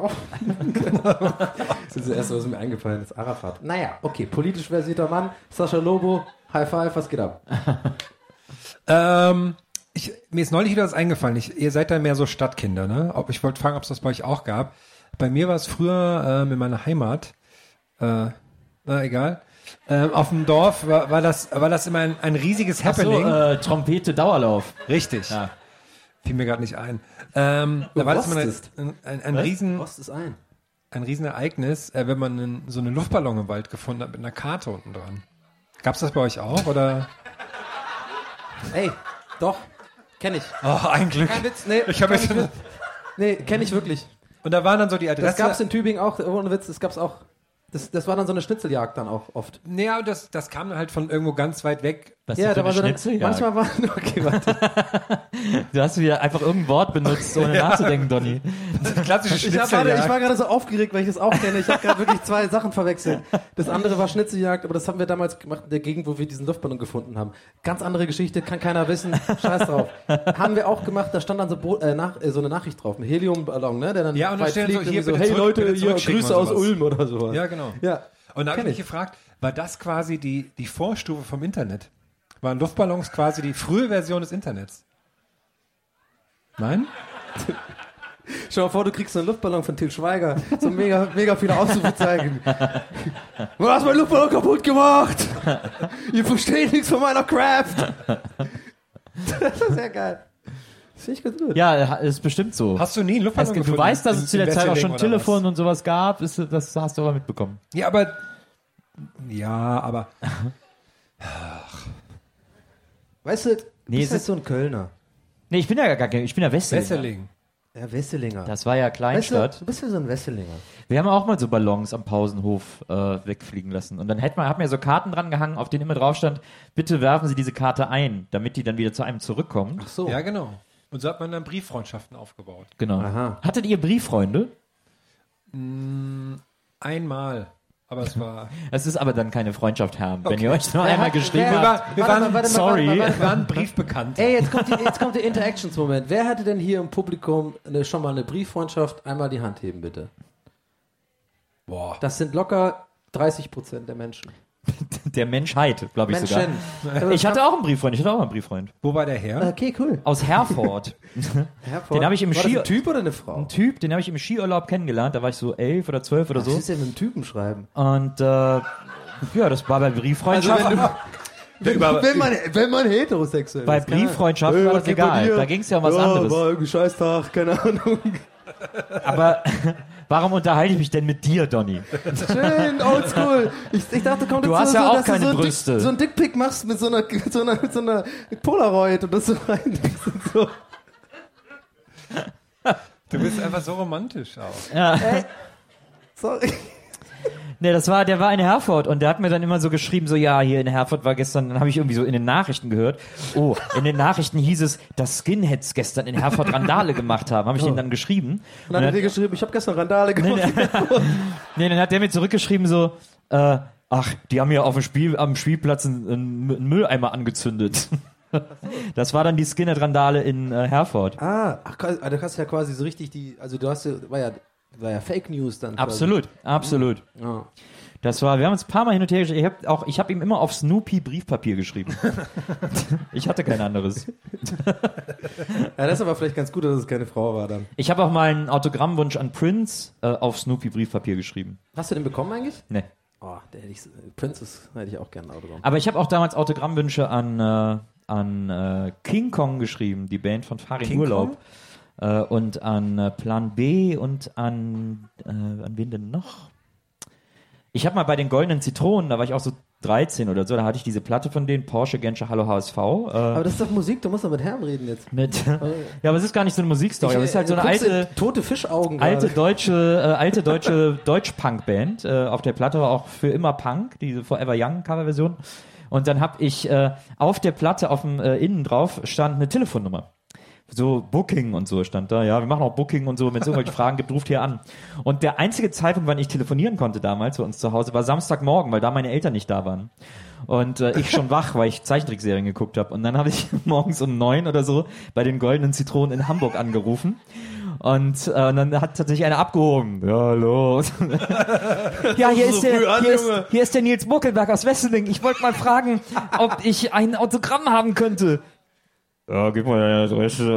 Das ist das Erste, was mir eingefallen ist. Arafat. Naja, okay. Politisch versierter Mann. Sascha Lobo. High five, was geht ab? Mir ist neulich wieder was eingefallen. Ihr seid da mehr so Stadtkinder, ne? Ich wollte fragen, ob es das bei euch auch gab. Bei mir war es früher in meiner Heimat, egal. Auf dem Dorf war das immer ein riesiges Happening. Ach so, Trompete Dauerlauf. Richtig. Ja. Fiel mir gerade nicht ein. Da war das mal ein riesen... Rost ist ein. Ein Riesenereignis, wenn man so eine Luftballon im Wald gefunden hat mit einer Karte unten dran. Gab's das bei euch auch, oder? Ey, doch. Kenn ich. Oh, ein Glück. Kein Witz, nee. Nee, kenn ich wirklich. Und da waren dann so die Adresse... Das gab's in Tübingen auch, ohne Witz, das gab's auch. Das war dann so eine Schnitzeljagd dann auch oft. Naja, das kam dann halt von irgendwo ganz weit weg. Was Ja, ist da war so eine, Schnitzeljagd? manchmal war... Okay, warte. Du hast wieder einfach irgendein Wort benutzt, ohne nachzudenken, Donny. Klassische Ich Schnitzeljagd. war gerade so aufgeregt, weil ich das auch kenne. Ich habe gerade wirklich 2 Sachen verwechselt. Das andere war Schnitzeljagd, aber das haben wir damals gemacht in der Gegend, wo wir diesen Luftballon gefunden haben. Ganz andere Geschichte, kann keiner wissen. Scheiß drauf. Haben wir auch gemacht, da stand dann so eine Nachricht drauf, ein Heliumballon, ne? Der dann Ja, und da weit stehen fliegt so, hier, und bitte hey zurück, Leute, bitte hier, zurückschicken Grüße oder aus sowas. Ulm oder so. Ja, genau. Ja. Und da habe ich mich gefragt, war das quasi die Vorstufe vom Internet? Waren Luftballons quasi die frühe Version des Internets? Nein? Schau mal vor, du kriegst so einen Luftballon von Til Schweiger. So mega viele Ausrufezeichen. Du hast meinen Luftballon kaputt gemacht! Ihr versteht nichts von meiner Craft! Das ist ja geil. Das finde ich ganz gut. Ja, ist bestimmt so. Hast du nie einen Luftballon Du gefunden? weißt, dass es zu der Zeit auch schon Wesseling oder Telefon was? und sowas gab. Das hast du aber mitbekommen. Ja, aber... Weißt du, du Nee, bist es halt ist- so ein Kölner. Nee, ich bin ja gar kein, ich bin ja Wesselinger. Wesseling. Ja, Wesselinger. Das war ja Weißt Kleinstadt. du bist ja so ein Wesselinger. Wir haben auch mal so Ballons am Pausenhof wegfliegen lassen. Und dann hat man ja so Karten dran gehangen, auf denen immer drauf stand, bitte werfen Sie diese Karte ein, damit die dann wieder zu einem zurückkommt. Ach so. Ja, genau. Und so hat man dann Brieffreundschaften aufgebaut. Genau. Aha. Hattet ihr Brieffreunde? Einmal. Aber es war... Es ist aber dann keine Freundschaft, Herr. Wenn Okay. ihr euch nur einmal geschrieben habt. Wir Warte mal, waren sorry. wir waren briefbekannt. Ey, jetzt kommt der Interactions-Moment. Wer hatte denn hier im Publikum schon mal eine Brieffreundschaft? Einmal die Hand heben, bitte. Boah. Das sind locker 30% der Menschen. Der Menschheit, glaube ich Menschen. sogar. Ich hatte auch einen Brieffreund. Wo war der her? Okay, cool. Aus Herford. Herford. Den habe ich im War das Ski... ein Typ oder eine Frau? Ein Typ, den habe ich im Skiurlaub kennengelernt. Da war ich so 11 oder 12 oder Was so. ist denn mit einem Typen schreiben? Und ja, das war bei Brieffreundschaften. Wenn man heterosexuell Bei ist. keine Brieffreundschaften war was das geht bei egal. dir? Da ging es ja um was anderes. War irgendwie Scheißtag, keine Ahnung. Aber warum unterhalte ich mich denn mit dir, Donny? Schön, oldschool. Ich dachte, kommt Du jetzt hast so, ja auch dass du keine so Brüste. So ein Dickpick machst mit so einer Polaroid und das so rein. So. Du bist einfach so romantisch auch. Ja. Sorry. Nee, der war in Herford und der hat mir dann immer so geschrieben, so, ja, hier in Herford war gestern, dann habe ich irgendwie so in den Nachrichten gehört, oh, in den Nachrichten hieß es, dass Skinheads gestern in Herford Randale gemacht haben. Habe ich denen dann geschrieben. Und dann hat er dir geschrieben, ich habe gestern Randale gemacht. Nee, dann hat der mir zurückgeschrieben so, ach, die haben ja auf dem am Spielplatz einen Mülleimer angezündet. Das war dann die Skinhead-Randale in Herford. Ach, du hast ja quasi so richtig war ja Fake News dann. Absolut. Ja. Wir haben uns ein paar Mal hin und her geschrieben. Ich habe ihm immer auf Snoopy Briefpapier geschrieben. Ich hatte kein anderes. Ja, das ist aber vielleicht ganz gut, dass es keine Frau war dann. Ich habe auch mal einen Autogrammwunsch an Prince auf Snoopy Briefpapier geschrieben. Hast du den bekommen eigentlich? Nee. Oh, Princess hätte ich auch gerne ein Autogramm. Aber ich habe auch damals Autogrammwünsche an King Kong geschrieben, die Band von Farin Urlaub. Und an Plan B und an wen denn noch? Ich habe mal bei den Goldenen Zitronen, da war ich auch so 13 oder so, da hatte ich diese Platte von denen, Porsche, Genscher, Hallo HSV. Aber das ist doch Musik, du musst doch mit Herrn reden jetzt. Ja, aber es ist gar nicht so eine Musikstory, aber es ist halt so eine alte... Tote Fischaugen alte deutsche Deutsch-Punk-Band. Auf der Platte war auch für immer Punk, diese Forever Young Coverversion. Und dann habe ich auf der Platte auf dem innen drauf stand eine Telefonnummer. So Booking und so stand da, ja, wir machen auch Booking und so, wenn es irgendwelche Fragen gibt, ruft hier an. Und der einzige Zeitpunkt, wann ich telefonieren konnte damals bei uns zu Hause, war Samstagmorgen, weil da meine Eltern nicht da waren. Und ich schon wach, weil ich Zeichentrickserien geguckt habe. Und dann habe ich morgens um 9 oder so bei den Goldenen Zitronen in Hamburg angerufen. Und dann hat tatsächlich einer abgehoben. Ja, hallo. Ja, hier ist der Nils Buckelberg aus Wesseling. Ich wollte mal fragen, ob ich ein Autogramm haben könnte. Ja, gib mal deine Adresse.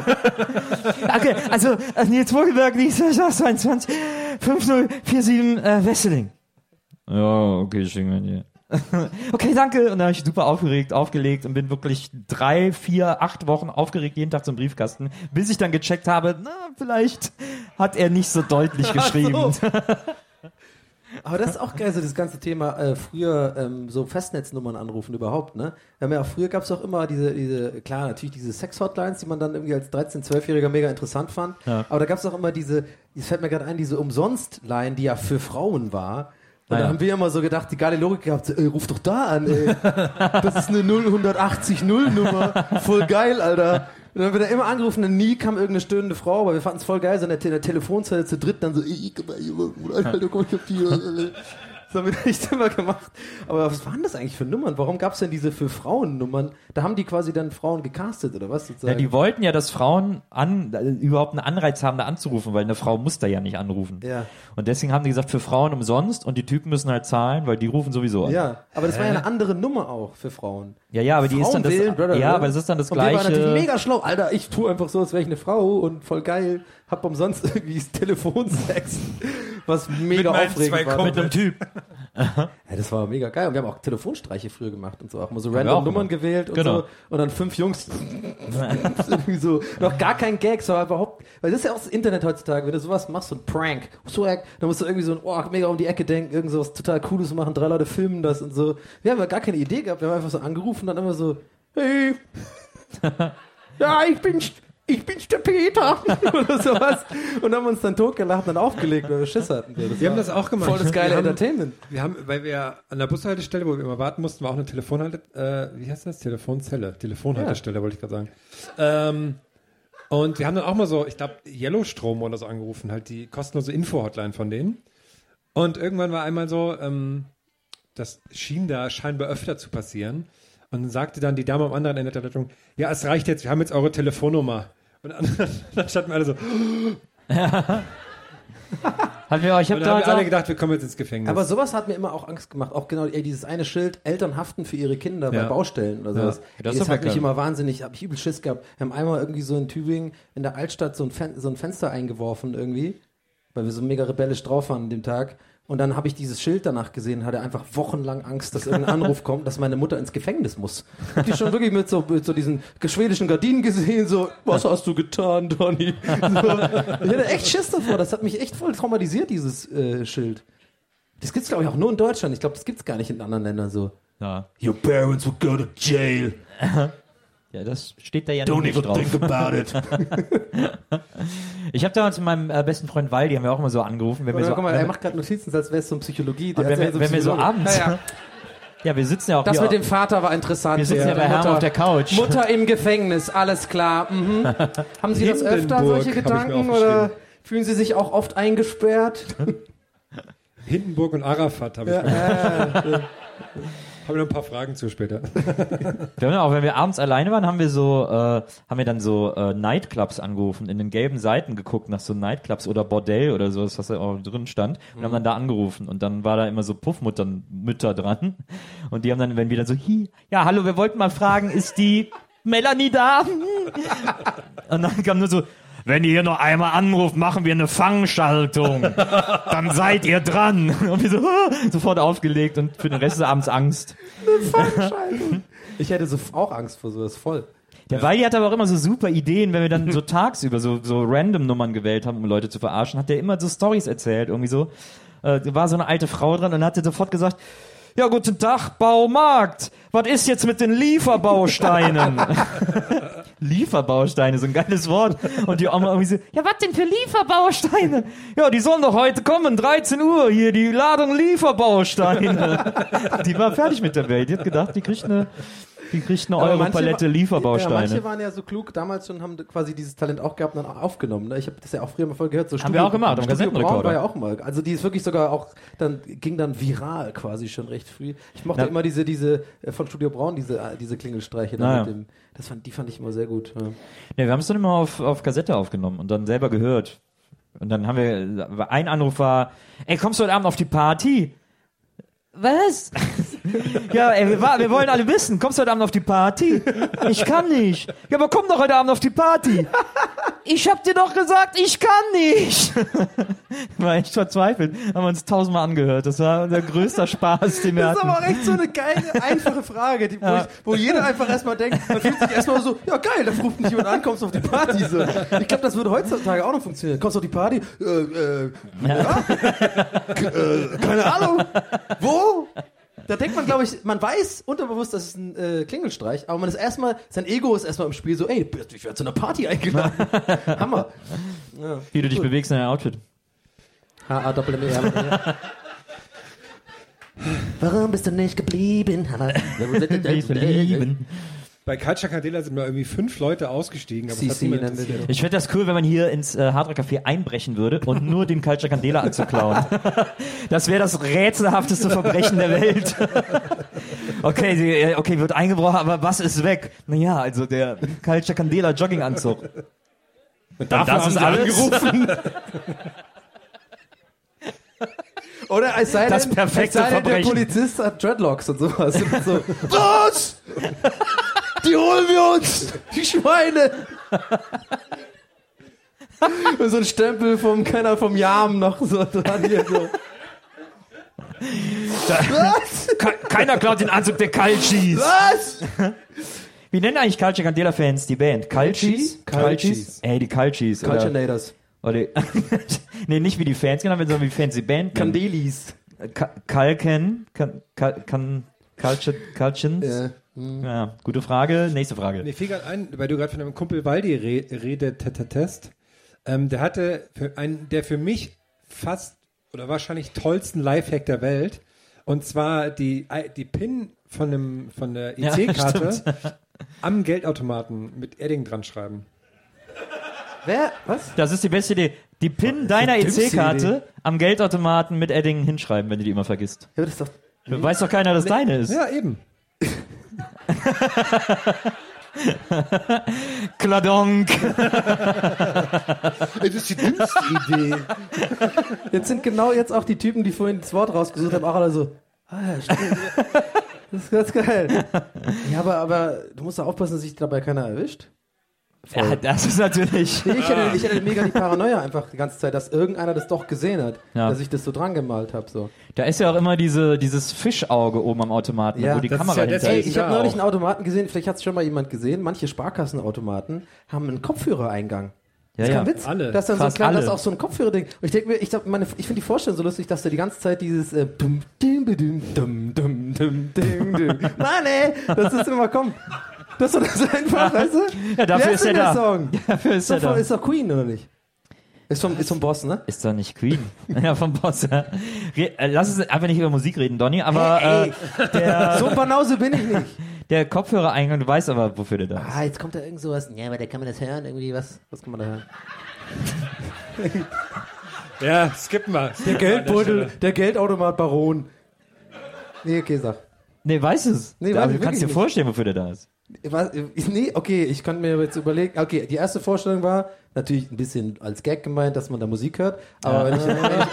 Okay, also Nils Buckelberg, 22 5047 Wesseling. Ja, okay, schicken wir dir. Okay, danke. Und dann habe ich super aufgelegt und bin wirklich 3, 4, 8 Wochen aufgeregt jeden Tag zum Briefkasten, bis ich dann gecheckt habe, na, vielleicht hat er nicht so deutlich geschrieben. So. Aber das ist auch geil, so das ganze Thema früher so Festnetznummern anrufen überhaupt, ne? Früher gab es auch immer klar, natürlich diese Sex-Hotlines, die man dann irgendwie als 13-, 12-Jähriger mega interessant fand. Ja. Aber da gab es auch immer das fällt mir gerade ein, diese Umsonst-Line, die ja für Frauen war. Und da haben wir immer so gedacht, die geile Logik gehabt, so, ruf doch da an, ey. Das ist eine 0180-Nummer. Voll geil, Alter. Und dann haben wir da immer angerufen und nie kam irgendeine stöhnende Frau, aber wir fanden es voll geil, so in der Telefonzelle zu dritt dann so, Alter, komm, ich hab die... Das haben wir echt immer gemacht. Aber was waren das eigentlich für Nummern? Warum gab es denn diese für Frauen-Nummern? Da haben die quasi dann Frauen gecastet, oder was? Sozusagen? Ja, die wollten ja, dass Frauen überhaupt einen Anreiz haben, da anzurufen, weil eine Frau muss da ja nicht anrufen. Ja. Und deswegen haben die gesagt, für Frauen umsonst und die Typen müssen halt zahlen, weil die rufen sowieso an. Ja, aber das war ja eine andere Nummer auch für Frauen. Ja, aber die ist dann das, aber das ist dann das Gleiche. Und wir waren natürlich mega schlau. Alter, ich tue einfach so, als wäre ich eine Frau und voll geil. Hab umsonst irgendwie Telefonsex, was mega aufregend war. Mit einem Typ. Ja, das war mega geil. Und wir haben auch Telefonstreiche früher gemacht und so. Auch mal so random Nummern gewählt und so. Und dann 5 Jungs. Irgendwie so. Noch gar kein Gag, so überhaupt. Weil das ist ja auch das Internet heutzutage. Wenn du sowas machst, so ein Prank, dann musst du irgendwie so mega um die Ecke denken, irgend so was total Cooles machen, 3 Leute filmen das und so. Wir haben ja gar keine Idee gehabt. Wir haben einfach so angerufen und dann immer so, hey, ja, ich bin's der Peter oder sowas und haben uns dann totgelacht und dann aufgelegt, weil wir Schiss hatten. Wir haben das auch gemacht. Voll das geile Entertainment. Weil wir an der Bushaltestelle, wo wir immer warten mussten, war auch eine Telefonhaltestelle, wollte ich gerade sagen. Und wir haben dann auch mal so, ich glaube, Yellowstrom oder so angerufen, halt die kostenlose Info-Hotline von denen. Und irgendwann war einmal so, das schien da scheinbar öfter zu passieren. Und dann sagte dann die Dame am anderen Ende der Leitung, ja, es reicht jetzt, wir haben jetzt eure Telefonnummer. Und dann standen wir alle so. Ich habe alle gedacht, wir kommen jetzt ins Gefängnis. Aber sowas hat mir immer auch Angst gemacht. Auch genau dieses eine Schild, Eltern haften für ihre Kinder bei Baustellen oder sowas. Ja, das hat mich immer wahnsinnig, hab ich übel Schiss gehabt. Wir haben einmal irgendwie so in Tübingen in der Altstadt so ein Fenster eingeworfen irgendwie, weil wir so mega rebellisch drauf waren an dem Tag. Und dann habe ich dieses Schild danach gesehen, hatte einfach wochenlang Angst, dass irgendein Anruf kommt, dass meine Mutter ins Gefängnis muss. Ich hab die schon wirklich mit so diesen schwedischen Gardinen gesehen, so, was hast du getan, Donny? So. Ich hatte echt Schiss davor, das hat mich echt voll traumatisiert, dieses Schild. Das gibt's, glaube ich, auch nur in Deutschland. Ich glaube, das gibt's gar nicht in anderen Ländern so. Ja. Your parents will go to jail. Ja, das steht da ja Don't nicht even drauf. think about it. Ich habe damals mit meinem besten Freund Waldi, haben wir auch immer so angerufen. Guck mal, er macht gerade Notizen, als wäre es so eine Psychologie. Wenn wir so abends... Ja, wir sitzen ja auch das hier. Das mit dem Vater war interessant. Wir sitzen ja bei Herrn auf der Couch. Mutter im Gefängnis, alles klar. Mhm. Haben Sie das öfter, solche Gedanken? Oder fühlen Sie sich auch oft eingesperrt? Hindenburg und Arafat habe ich mir Haben wir noch ein paar Fragen zu später. Wir haben auch, wenn wir abends alleine waren, haben wir dann so Nightclubs angerufen, in den gelben Seiten geguckt nach so Nightclubs oder Bordell oder so, was da auch drin stand, und haben dann da angerufen und dann war da immer so Puffmütter dran und die haben dann, wenn wir dann so, ja, hallo, wir wollten mal fragen, ist die Melanie da? Und dann kam nur so, wenn ihr hier noch einmal anruft, machen wir eine Fangschaltung. Dann seid ihr dran. Und wir so sofort aufgelegt und für den Rest des Abends Angst. Eine Fangschaltung. Ich hätte auch Angst vor sowas, voll. Der Waldi hat aber auch immer so super Ideen, wenn wir dann so tagsüber so random Nummern gewählt haben, um Leute zu verarschen, hat der immer so Storys erzählt, irgendwie so. Da war so eine alte Frau dran und hat sofort gesagt, ja, guten Tag, Baumarkt. Was ist jetzt mit den Lieferbausteinen? Lieferbausteine, so ein geiles Wort. Und die Oma irgendwie so, ja, was denn für Lieferbausteine? Ja, die sollen doch heute kommen, 13 Uhr hier, die Ladung Lieferbausteine. Die war fertig mit der Welt. Die hat gedacht, die kriegt eine Euro-Palette Lieferbausteine. Ja, manche waren ja so klug damals schon, haben quasi dieses Talent auch gehabt und dann aufgenommen. Ne? Ich habe das ja auch früher mal voll gehört. So haben wir auch gemacht, am Kassettenrekorder. War ja auch mal. Also die ist wirklich sogar auch, ging dann viral quasi schon recht früh. Ich mochte immer diese von Studio Braun, diese Klingelstreiche. Die fand ich immer sehr gut. Ja, wir haben es dann immer auf Kassette aufgenommen und dann selber gehört. Und dann haben wir, ein Anruf war, ey, kommst du heute Abend auf die Party? Was? Ja, ey, wir wollen alle wissen, kommst du heute Abend auf die Party? Ich kann nicht. Ja, aber komm doch heute Abend auf die Party. Ich hab dir doch gesagt, ich kann nicht. war echt verzweifelt. Haben wir uns 1000-mal angehört. Das war unser größter Spaß, den wir Das ist hatten. aber auch echt so eine geile, einfache Frage, wo jeder einfach erstmal denkt, man fühlt sich erstmal so, ja geil, da ruft nicht jemand an, kommst auf die Party. So. Ich glaube, das würde heutzutage auch noch funktionieren. Kommst du auf die Party? Keine Ahnung. Wo? Da denkt man, glaube ich, man weiß unterbewusst, das ist ein Klingelstreich, aber man ist erstmal, sein Ego ist erstmal im Spiel so, ey, ich werde zu einer Party eingeladen. Hammer. Ja, wie du dich bewegst in deinem Outfit. H-A-Doppel-M-E-R. Warum bist du nicht geblieben? Bei Culture Candela sind mal irgendwie 5 Leute ausgestiegen. Aber es hat niemand interessiert. Ich fände das cool, wenn man hier ins Hard Rock Café einbrechen würde und nur den Culture Candela anzuklauen. Das wäre das rätselhafteste Verbrechen der Welt. Okay, wird eingebrochen, aber was ist weg? Naja, also der Culture Candela Jogginganzug. Und dafür haben sie angerufen. Oder es sei Das denn, perfekte der Verbrechen. Polizist hat Dreadlocks und sowas. Und so, was? Die holen wir uns! Die Schweine! Und so ein Stempel vom Yam noch so dran hier so. Was? Keiner klaut den Anzug der Culchies. Was? Wie nennen eigentlich Culture Candela Fans die Band? Culchies? Culchies. Ey, die Culchies. Culturenators. Oder nee, nicht wie die Fans genannt werden, sondern wie Fans die Band nennen. Candelis. Culchins? Ja, gute Frage. Nächste Frage. Mir fiel gerade ein, weil du gerade von einem Kumpel Waldi redetest. Der hatte der für mich fast oder wahrscheinlich tollsten Lifehack der Welt. Und zwar die PIN von der EC-Karte am Geldautomaten mit Edding dran schreiben. Wer? Was? Das ist die beste Idee. Die PIN deiner EC-Karte am Geldautomaten mit Edding hinschreiben, wenn du die immer vergisst. Ja, das ist doch... Weiß doch keiner, dass deine ist. Ja, eben. Kladonk. Das ist die dümmste Idee. Jetzt sind genau jetzt auch die Typen, die vorhin das Wort rausgesucht haben, auch alle so, ja, stimmt. Das ist ganz geil. Ja, aber du musst doch aufpassen, dass sich dabei keiner erwischt. Ja, das ist natürlich... Ich hätte mega die Paranoia einfach die ganze Zeit, dass irgendeiner das doch gesehen hat, dass ich das so dran gemalt habe. So. Da ist ja auch immer dieses Fischauge oben am Automaten, wo die Kamera hinter ist. Ich habe neulich einen Automaten gesehen, vielleicht hat es schon mal jemand gesehen, manche Sparkassenautomaten haben einen Kopfhörereingang. Das ist kein Witz. Alle. Das ist dann so das ist auch so ein Kopfhörerding. Und ich denke mir, ich finde die Vorstellung so lustig, dass da die ganze Zeit dieses Mann, ey, das ist immer kommt. Das ist doch einfach, weißt du? Ja, dafür ist er da. Song? Dafür ist er da. Ist doch Queen, oder nicht? Ist vom Boss, ne? Ist doch nicht Queen. Ja, vom Boss. Ja. Lass uns einfach nicht über Musik reden, Donny, aber so Banause bin ich nicht. Der Kopfhörereingang, du weißt aber, wofür der da ist. Jetzt kommt da irgend sowas. Ja, aber da kann man das hören, irgendwie, was kann man da hören? Ja, skippen wir. Der Geldbeutel, der Geldautomat Baron. Nee, okay, sag. Nee, weißt es. Nee, aber du kannst dir vorstellen, wofür der da ist. Nee, okay, ich konnte mir jetzt überlegen, okay, die erste Vorstellung war natürlich ein bisschen als Gag gemeint, dass man da Musik hört, aber wenn ich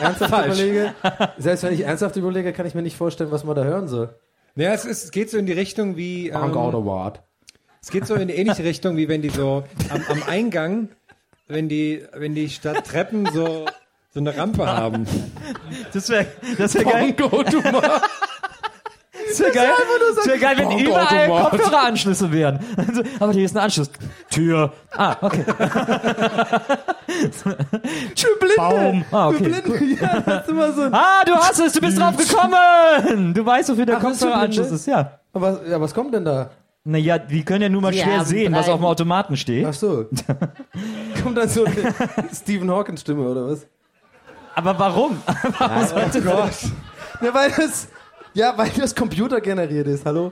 ernsthaft überlege, kann ich mir nicht vorstellen, was man da hören soll. Ja, es geht so in die Richtung wie... Bankautomat. Es geht so in die ähnliche Richtung, wie wenn die so am Eingang, wenn die statt Treppen so eine Rampe haben. Das wäre geil. Das wäre geil, wenn überall Kopfhöreranschlüsse wären. Also, aber hier ist ein Anschluss. Tür. Ah, okay. Für Blinde. Baum. Ah, okay. Für Blinde. Ja, das ist immer so du hast es, du bist drauf gekommen. Du weißt, wofür der Kopfhöreranschluss ist, ja. Aber was kommt denn da? Naja, wir können ja nur mal schwer sehen, was auf dem Automaten steht. Ach so. Kommt dann so eine Stephen Hawking Stimme, oder was? Aber warum? Warum sollte das? Weil das Computer generiert ist, hallo?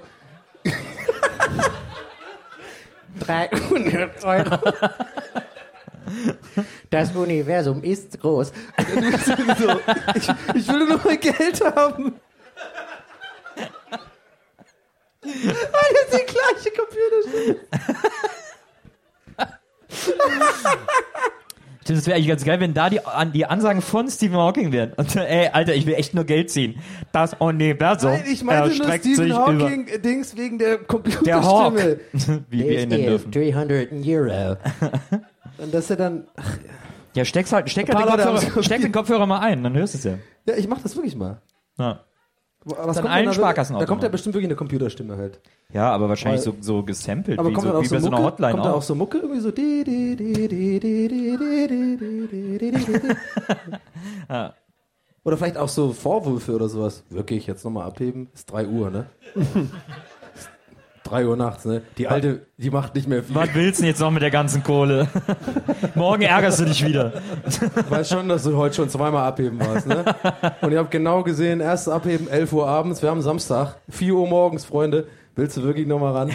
300 Euro. Das Universum ist groß. Ich will nur noch mein Geld haben. Weil jetzt die gleiche Computerstimme. Das wäre eigentlich ganz geil, wenn da die Ansagen von Stephen Hawking wären. Und, Alter, ich will echt nur Geld ziehen. Das Universum. Nein, ich meinte nur Stephen Hawking-Dings wegen der Computerstimme. Der Hawk, wie wir ihn nennen dürfen. 300 Euro. Und dass er dann... Ja, steck paar Leute haben- den Kopfhörer mal ein, dann hörst du es ja. Ja, ich mach das wirklich mal. Ja. Was Dann kommt allen denn Sparkassen Da kommt ja bestimmt wirklich eine Computerstimme halt. Ja, aber wahrscheinlich Weil- so gesampelt, Aber wie, kommt so, dann auch wie so bei so einer Mucke? Hotline Kommt da auch. auch so Mucke irgendwie so Ja. Oder vielleicht auch so Vorwürfe oder sowas. Wirklich, jetzt nochmal abheben. Ist 3 Uhr, ne? 3 Uhr nachts, ne? Die Alte, die macht nicht mehr viel. Was willst du denn jetzt noch mit der ganzen Kohle? Morgen ärgerst du dich wieder. Ich weiß schon, dass du heute schon zweimal abheben warst, ne? Und ihr habt genau gesehen, erstes Abheben, 11 Uhr abends, wir haben Samstag, 4 Uhr morgens, Freunde. Willst du wirklich nochmal ran?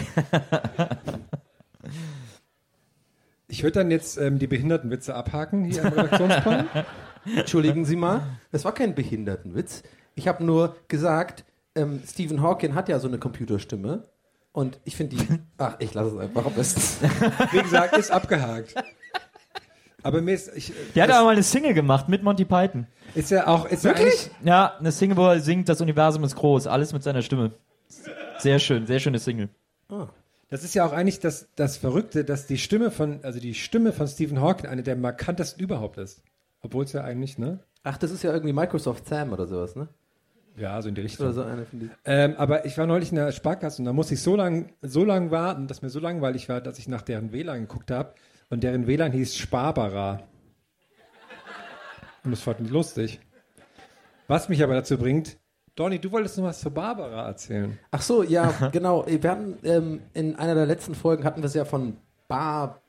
Ich würde dann jetzt die Behindertenwitze abhaken hier am Redaktionsplan. Entschuldigen Sie mal, das war kein Behindertenwitz. Ich habe nur gesagt, Stephen Hawking hat ja so eine Computerstimme. Und ich finde die... Ach, ich lasse es einfach am besten. Wie gesagt, ist abgehakt. Aber mir ist... Der hat aber mal eine Single gemacht mit Monty Python. Ist ja auch... Ist ja Wirklich? eigentlich, Ja, eine Single, wo er singt, das Universum ist groß, alles mit seiner Stimme. Sehr schöne Single. das ist ja auch eigentlich das Verrückte, dass die Stimme von Stephen Hawking eine der markantesten überhaupt ist. Obwohl es ja eigentlich, ne? Ach, das ist ja irgendwie Microsoft Sam oder sowas, ne? Ja, so in die Richtung. Oder so eine von die. Aber ich war neulich in der Sparkasse und da musste ich so lang warten, dass mir so langweilig war, dass ich nach deren WLAN geguckt habe. Und deren WLAN hieß Sparbara. Und das fand ich lustig. Was mich aber dazu bringt, Donny, du wolltest noch was zu Barbara erzählen. Ach so, ja, genau. Wir hatten in einer der letzten Folgen hatten wir es ja von Barbara.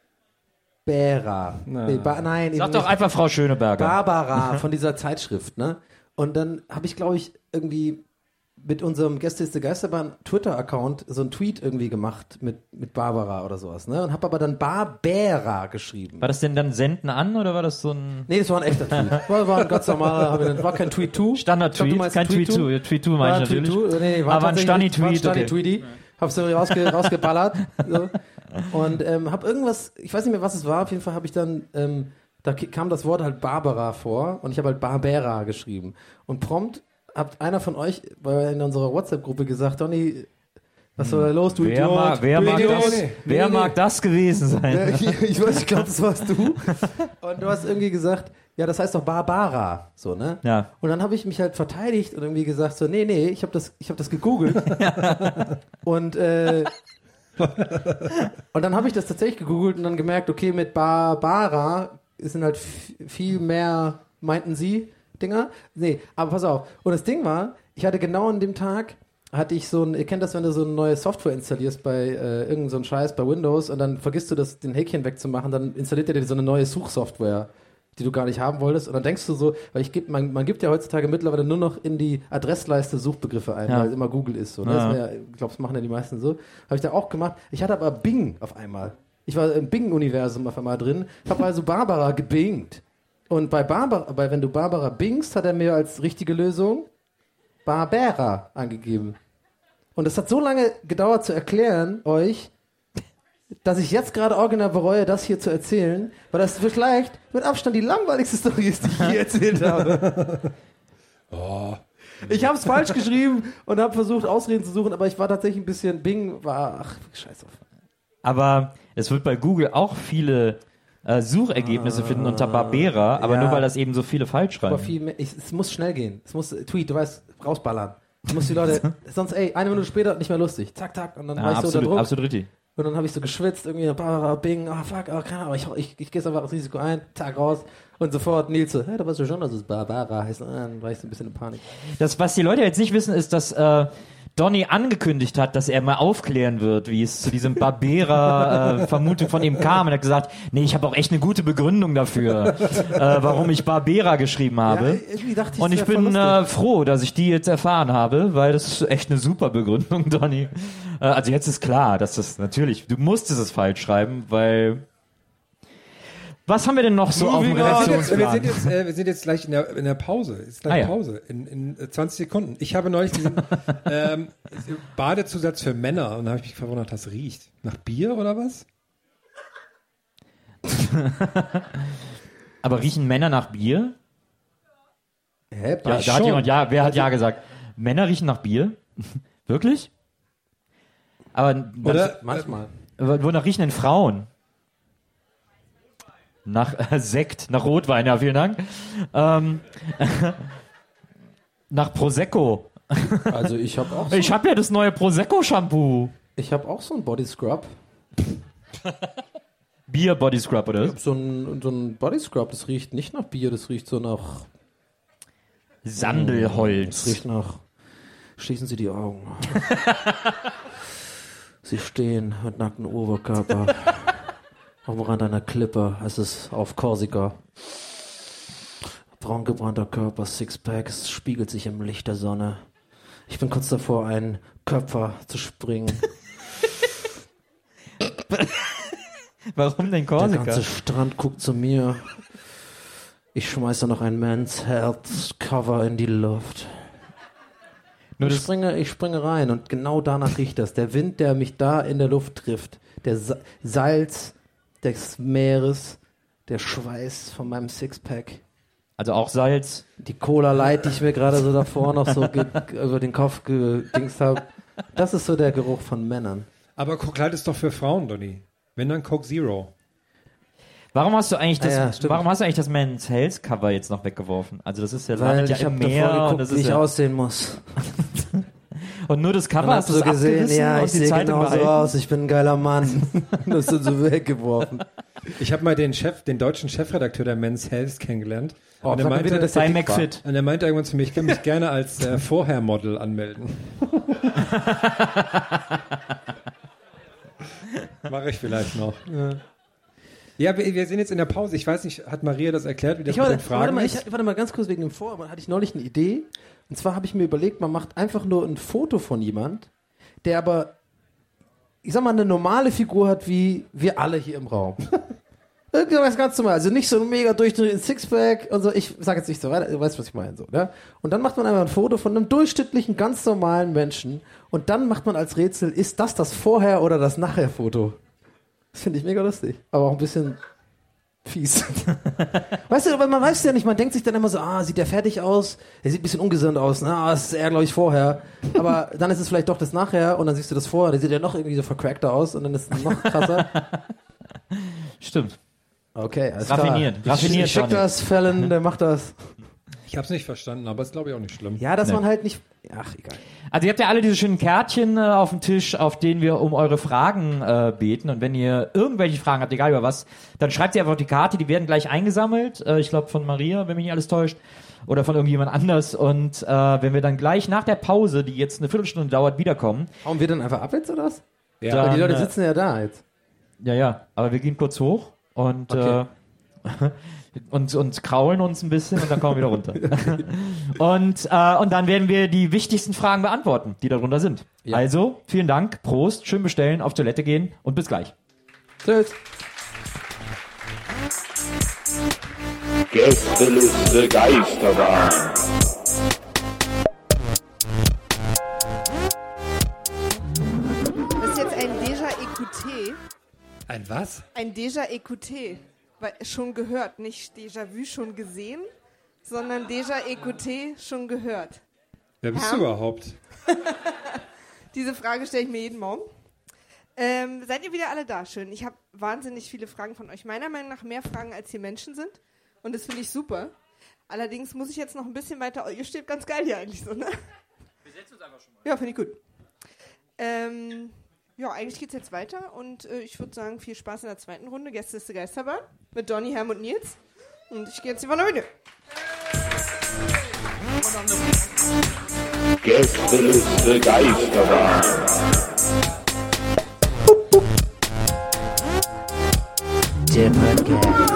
Nein, Sag doch einfach Frau Schöneberger. Barbara von dieser Zeitschrift, ne? Und dann habe ich, glaube ich, irgendwie mit unserem Gäste ist der Geisterbahn Twitter-Account so einen Tweet irgendwie gemacht mit Barbara oder sowas, ne? Und habe aber dann Barbera geschrieben. War das denn dann Senden an oder war das so ein... Nee, das war ein echter Tweet. War ein ganz normaler, war kein Tweet-2. Standard-Tweet, kein Tweet-2. Tweet-2 meine ich natürlich. Nee, aber ein Stani-Tweet. Stani-Tweety. Hab's so rausgeballert. So. Und hab irgendwas, ich weiß nicht mehr, was es war, auf jeden Fall habe ich dann, da kam das Wort halt Barbara vor und ich habe halt Barbera geschrieben. Und prompt hat einer von euch in unserer WhatsApp-Gruppe gesagt, Donny, was soll da los, du Idiot? Wer mag das gewesen sein? Ich weiß, ich glaube, das warst du. Und du hast irgendwie gesagt, ja, das heißt doch Barbara, so, ne? Ja. Und dann habe ich mich halt verteidigt und irgendwie gesagt so, nee, ich habe das gegoogelt. Und dann habe ich das tatsächlich gegoogelt und dann gemerkt, okay, mit Barbara sind halt viel mehr, meinten sie, Dinger. Nee, aber pass auf. Und das Ding war, ich hatte genau an dem Tag, hatte ich so ein, ihr kennt das, wenn du so eine neue Software installierst bei irgendeinem so ein Scheiß bei Windows und dann vergisst du das, den Häkchen wegzumachen, dann installiert er dir so eine neue Suchsoftware, die du gar nicht haben wolltest. Und dann denkst du so, weil man gibt ja heutzutage mittlerweile nur noch in die Adressleiste Suchbegriffe ein, weil immer Google ist so. Ne? Das ich glaube, das machen ja die meisten so. Habe ich da auch gemacht. Ich hatte aber Bing auf einmal. Ich war im Bing-Universum auf einmal drin, habe also Barbara gebingt. Und wenn du Barbara bingst, hat er mir als richtige Lösung Barbera angegeben. Und es hat so lange gedauert zu erklären euch, dass ich jetzt gerade original bereue, das hier zu erzählen, weil das vielleicht mit Abstand die langweiligste Story ist, die ich je erzählt habe. Ich habe es falsch geschrieben und habe versucht, Ausreden zu suchen, aber ich war tatsächlich ein bisschen, scheiß auf. Aber es wird bei Google auch viele Suchergebnisse finden unter Barbera, aber nur weil das eben so viele falsch schreiben. Aber viel mehr, es muss schnell gehen. Es muss Tweet, du weißt, rausballern. Du musst die Leute, sonst, eine Minute später nicht mehr lustig. Zack, zack. Und dann war ich so unter Druck. Absolut richtig. Und dann habe ich so geschwitzt, irgendwie, Barbara, Bing, keine Ahnung, ich gehe jetzt einfach das Risiko ein, Tag raus. Und sofort Nils so, hey, da weißt du schon, dass es Barbara heißt. Und dann war ich so ein bisschen in Panik. Das, was die Leute jetzt nicht wissen, ist, dass Donny angekündigt hat, dass er mal aufklären wird, wie es zu diesem Barbera-Vermutung von ihm kam. Und er hat gesagt, nee, ich habe auch echt eine gute Begründung dafür, warum ich Barbera geschrieben habe. Ja, und ich bin froh, dass ich die jetzt erfahren habe, weil das ist echt eine super Begründung, Donny. Also jetzt ist klar, dass das natürlich, du musstest es falsch schreiben, weil... Was haben wir denn noch so auf dem Redaktionsplan? Wir sind jetzt gleich in der Pause. Ist gleich Pause. In 20 Sekunden. Ich habe neulich diesen Badezusatz für Männer und da habe ich mich verwundert, das riecht. Nach Bier oder was? Aber riechen Männer nach Bier? Hä? Ja, da hat jemand wer hat ja gesagt? Männer riechen nach Bier? Wirklich? Aber oder manchmal. Wonach riechen denn Frauen? Nach Sekt, nach Rotwein, ja, vielen Dank. Nach Prosecco. Also ich habe auch Ich habe ja das neue Prosecco-Shampoo. Ich habe auch so ein Body Scrub. Bier Body Scrub, oder? Ich habe so ein Body Scrub, das riecht nicht nach Bier, das riecht so nach Sandelholz. Das riecht nach... Schließen Sie die Augen. Sie stehen mit nacktem Oberkörper am Rand einer Klippe. Es ist auf Korsika. Braun gebrannter Körper, Sixpack, es spiegelt sich im Licht der Sonne. Ich bin kurz davor, einen Köpfer zu springen. Warum denn Korsika? Der ganze Strand guckt zu mir. Ich schmeiße noch ein Men's Health Cover in die Luft. Ich springe rein und genau danach riecht das. Der Wind, der mich da in der Luft trifft. Der Salz des Meeres. Der Schweiß von meinem Sixpack. Also auch Salz. Die Cola Light, die ich mir gerade so davor noch so über den Kopf gedingst habe. Das ist so der Geruch von Männern. Aber Coke Light ist doch für Frauen, Donny. Wenn dann Coke Zero. Warum hast du eigentlich das Men's Health Cover jetzt noch weggeworfen? Also das ist ja Weil ja ich habe im davor Meer geguckt, und das wie ist ich aussehen muss. Und nur das Cover Dann hast hast du du gesehen, abgerissen ja, und ich die sehe Zeitung genau so behalten? aus, ich bin ein geiler Mann. Das ist so weggeworfen. Ich habe mal den deutschen Chefredakteur der Men's Health kennengelernt. Oh, und er sag mal meinte, bitte, dass der bei dick war. McFit. Und er meinte irgendwann zu mir, ich kann mich gerne als Vorher-Model anmelden. Mache ich vielleicht noch. Ja, wir sind jetzt in der Pause. Ich weiß nicht, hat Maria das erklärt, wie das mit den Fragen ist? Warte mal ganz kurz wegen dem Vorhaben. Hatte ich neulich eine Idee. Und zwar habe ich mir überlegt, man macht einfach nur ein Foto von jemand, der aber, ich sag mal, eine normale Figur hat wie wir alle hier im Raum. Irgendwas ganz normal. Also nicht so ein mega durchdrehenden Sixpack und so. Ich sag jetzt nicht so weiter. Du weißt, was ich meine. So, ne? Und dann macht man einfach ein Foto von einem durchschnittlichen, ganz normalen Menschen. Und dann macht man als Rätsel, ist das Vorher- oder das Nachher-Foto? Das finde ich mega lustig. Aber auch ein bisschen fies. Weißt du, aber man weiß ja nicht. Man denkt sich dann immer so, sieht der fertig aus? Er sieht ein bisschen ungesund aus. Das ist eher, glaube ich, vorher. Aber dann ist es vielleicht doch das Nachher und dann siehst du das vorher. Der sieht ja noch irgendwie so vercrackter aus und dann ist es noch krasser. Stimmt. Okay, alles Raffiniert. klar. Ich schick das, Fallon, der macht das. Ich habe es nicht verstanden, aber ist, glaube ich, auch nicht schlimm. Ja, dass man halt nicht... Ach, egal. Also ihr habt ja alle diese schönen Kärtchen auf dem Tisch, auf denen wir um eure Fragen beten. Und wenn ihr irgendwelche Fragen habt, egal über was, dann schreibt sie einfach auf die Karte. Die werden gleich eingesammelt. Ich glaube von Maria, wenn mich nicht alles täuscht. Oder von irgendjemand anders. Und wenn wir dann gleich nach der Pause, die jetzt eine Viertelstunde dauert, wiederkommen. Hauen wir dann einfach ab jetzt, oder was? Ja. Weil Dann, die Leute sitzen ja da jetzt. Ja. Aber wir gehen kurz hoch und... Okay. Und kraulen uns ein bisschen und dann kommen wir wieder runter. Und dann werden wir die wichtigsten Fragen beantworten, die darunter sind. Ja. Also, vielen Dank, Prost, schön bestellen, auf Toilette gehen und bis gleich. Tschüss. Gästeliste Geisterbahn. Das ist jetzt ein Déjà-écouté. Ein was? Ein Déjà-écouté. Schon gehört, nicht Déjà-vu schon gesehen, sondern Déjà-écouté schon gehört. Wer bist du überhaupt? Diese Frage stelle ich mir jeden Morgen. Seid ihr wieder alle da? Schön. Ich habe wahnsinnig viele Fragen von euch. Meiner Meinung nach mehr Fragen, als hier Menschen sind. Und das finde ich super. Allerdings muss ich jetzt noch ein bisschen weiter... Ihr steht ganz geil hier eigentlich so, ne? Wir setzen uns einfach schon mal. Ja, finde ich gut. Ja, eigentlich geht's jetzt weiter und ich würde sagen, viel Spaß in der zweiten Runde. Gästeliste Geisterbahn mit Donny, Herm und Nils. Und ich gehe jetzt über eine Bühne. Gästeliste Geisterbahn. Der Podcast.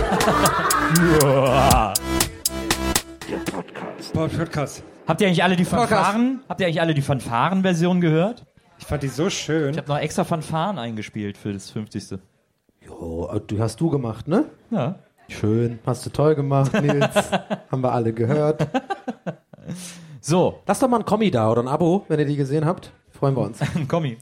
Der Podcast. Podcast. Habt ihr eigentlich alle die Fanfaren-Version gehört? Ich fand die so schön. Ich habe noch extra Fanfaren eingespielt für das 50. Jo, hast du gemacht, ne? Ja. Schön. Hast du toll gemacht, Nils. Haben wir alle gehört. So. Lasst doch mal ein Kommi da oder ein Abo, wenn ihr die gesehen habt. Freuen wir uns. Ein Kommi.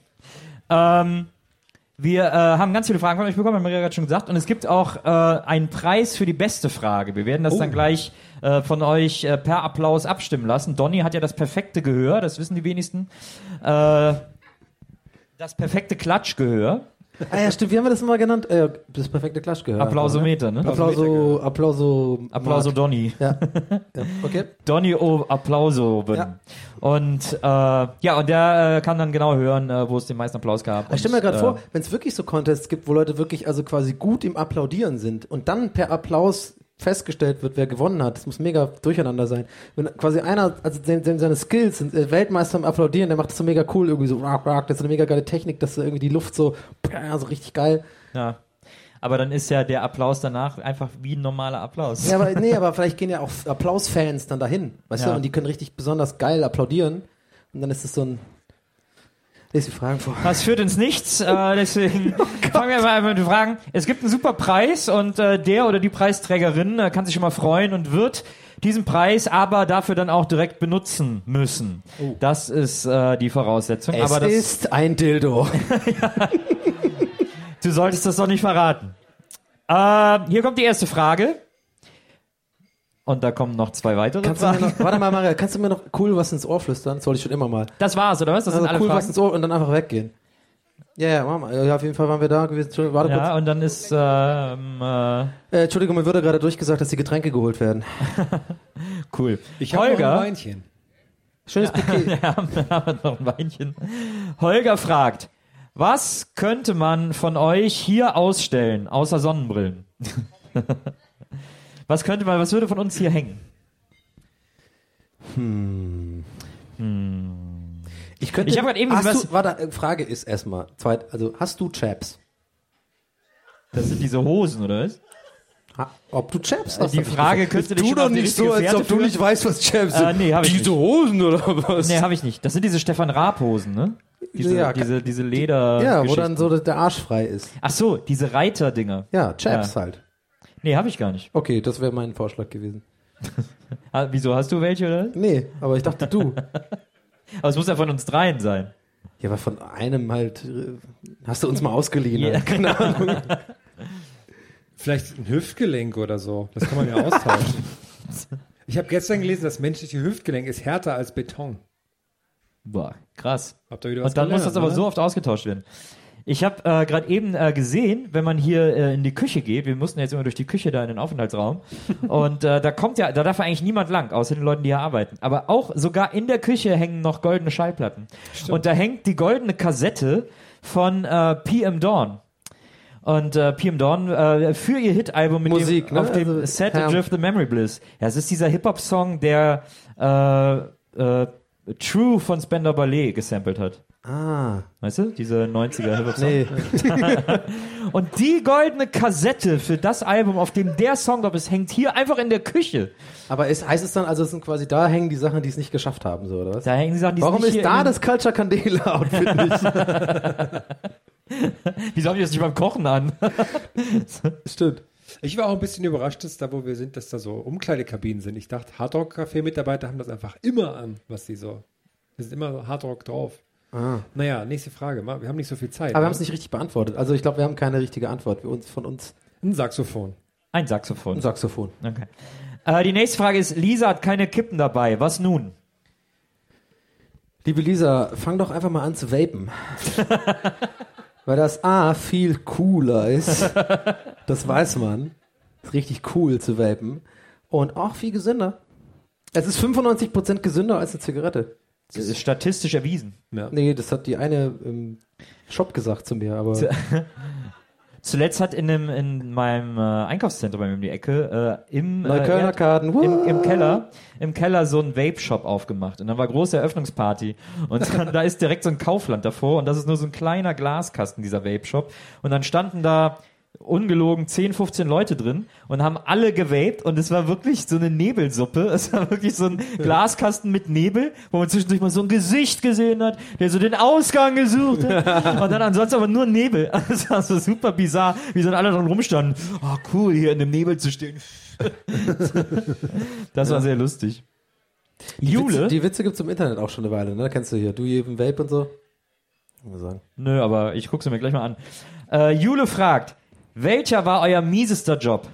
Wir haben ganz viele Fragen von euch bekommen, haben Maria gerade schon gesagt. Und es gibt auch einen Preis für die beste Frage. Wir werden das dann gleich von euch per Applaus abstimmen lassen. Donny hat ja das perfekte Gehör, das wissen die wenigsten. Das perfekte Klatschgehör. Ah ja, stimmt, wie haben wir das immer genannt? Das perfekte Klatschgehör. Applausometer, ne? Applauso Donny. Ja. Okay. Donny Applauso. Ja. Und und der kann dann genau hören, wo es den meisten Applaus gab. Ich stelle mir gerade vor, wenn es wirklich so Contests gibt, wo Leute wirklich also quasi gut im Applaudieren sind und dann per Applaus festgestellt wird, wer gewonnen hat. Das muss mega durcheinander sein. Wenn quasi einer, also seine Skills sind Weltmeister im Applaudieren, der macht das so mega cool, irgendwie so das ist eine mega geile Technik, dass irgendwie die Luft so richtig geil. Ja. Aber dann ist ja der Applaus danach einfach wie ein normaler Applaus. Ja, aber vielleicht gehen ja auch Applausfans dann dahin, weißt du, und die können richtig besonders geil applaudieren und dann ist es so ein Lest die Fragen vor. Das führt ins Nichts, deswegen fangen wir mal mit den Fragen. Es gibt einen super Preis und der oder die Preisträgerin kann sich schon mal freuen und wird diesen Preis aber dafür dann auch direkt benutzen müssen. Oh. Das ist die Voraussetzung. Es ist ein Dildo. Ja. Du solltest das doch nicht verraten. Hier kommt die erste Frage. Und da kommen noch 2 weitere Fragen. Warte mal, Maria, kannst du mir noch cool was ins Ohr flüstern? Das wollte ich schon immer mal. Das war's, oder was? Das sind alle cool Fragen? Was ins Ohr und dann einfach weggehen. Ja, mach mal. Ja, auf jeden Fall waren wir da gewesen. Warte kurz. Ja, und dann ist... Entschuldigung, mir wurde gerade durchgesagt, dass die Getränke geholt werden. Cool. Ich habe noch ein Weinchen. Schönes Bouquet. Wir haben noch ein Weinchen. Holger fragt, was könnte man von euch hier ausstellen, außer Sonnenbrillen? Was würde von uns hier hängen? Ich habe gerade eben Frage ist erstmal, hast du Chaps? Das sind diese Hosen, oder was? Ob du Chaps hast? Die Frage könnte dich schon doch nicht so, als ob du nicht weißt, was Chaps sind. Nee, habe ich diese nicht. Hosen oder was? Nee, habe ich nicht. Das sind diese Stefan Raab-Hosen, ne? Diese Leder. Ja, wo dann so der Arsch frei ist. Ach so, diese Reiter-Dinger. Ja, Chaps halt. Nee, habe ich gar nicht. Okay, das wäre mein Vorschlag gewesen. Wieso, hast du welche, oder? Nee, aber ich dachte du. Aber es muss ja von uns dreien sein. Ja, aber von einem halt, hast du uns mal ausgeliehen. Ja. Keine Ahnung. Vielleicht ein Hüftgelenk oder so. Das kann man ja austauschen. Ich habe gestern gelesen, das menschliche Hüftgelenk ist härter als Beton. Boah, krass. Habt ihr wieder was Und dann gelernt, muss das aber oder? so oft ausgetauscht werden. Ich habe gerade eben gesehen, wenn man hier in die Küche geht, wir mussten jetzt immer durch die Küche da in den Aufenthaltsraum und da darf ja eigentlich niemand lang, außer den Leuten, die hier arbeiten. Aber auch sogar in der Küche hängen noch goldene Schallplatten. Stimmt. Und da hängt die goldene Kassette von PM Dawn. Und PM Dawn für ihr Hit-Album mit Musik, dem, auf dem also, Set Adrift the Memory Bliss. Ja, es ist dieser Hip-Hop-Song, der True von Spender Ballet gesampelt hat. Ah. Weißt du? Diese 90er Hip-Hop-Song. Nee. Und die goldene Kassette für das Album, auf dem der Song drauf ist, hängt hier einfach in der Küche. Aber heißt es dann, also es sind quasi, da hängen die Sachen, die es nicht geschafft haben, so, oder was? Da hängen die Sachen, die Warum es nicht ist da das Culture Candela-Outfit nicht? Wieso haben die das nicht beim Kochen an? Stimmt. Ich war auch ein bisschen überrascht, dass da, wo wir sind, dass da so Umkleidekabinen sind. Ich dachte, Hardrock-Café-Mitarbeiter haben das einfach immer an, was die so. Da ist immer Hardrock drauf. Ah. Naja, nächste Frage. Wir haben nicht so viel Zeit. Aber wir haben es nicht richtig beantwortet. Also ich glaube, wir haben keine richtige Antwort von uns. Ein Saxophon. Ein Saxophon. Ein Saxophon. Okay. Die nächste Frage ist, Lisa hat keine Kippen dabei. Was nun? Liebe Lisa, fang doch einfach mal an zu vapen. Weil das viel cooler ist. Das weiß man. Ist richtig cool zu vapen. Und auch viel gesünder. Es ist 95% gesünder als eine Zigarette. Das ist statistisch erwiesen. Ja. Nee, das hat die eine im Shop gesagt zu mir, aber... Zuletzt hat in meinem Einkaufszentrum bei mir um die Ecke im Neuköllner Karten, im Keller so ein Vape-Shop aufgemacht. Und dann war große Eröffnungsparty. Und dann, da ist direkt so ein Kaufland davor. Und das ist nur so ein kleiner Glaskasten, dieser Vape-Shop. Und dann standen da ungelogen 10, 15 Leute drin und haben alle gewaped und es war wirklich so eine Nebelsuppe. Es war wirklich so ein Glaskasten mit Nebel, wo man zwischendurch mal so ein Gesicht gesehen hat, der so den Ausgang gesucht hat und dann ansonsten aber nur Nebel. Es war so super bizarr, wie so alle dran rumstanden. Oh cool, hier in dem Nebel zu stehen. Das war sehr lustig. Jule? Die Witze gibt's im Internet auch schon eine Weile, ne? Kennst du hier, du jedem Vape und so? Sagen. Nö, aber ich guck's mir gleich mal an. Jule fragt, welcher war euer miesester Job?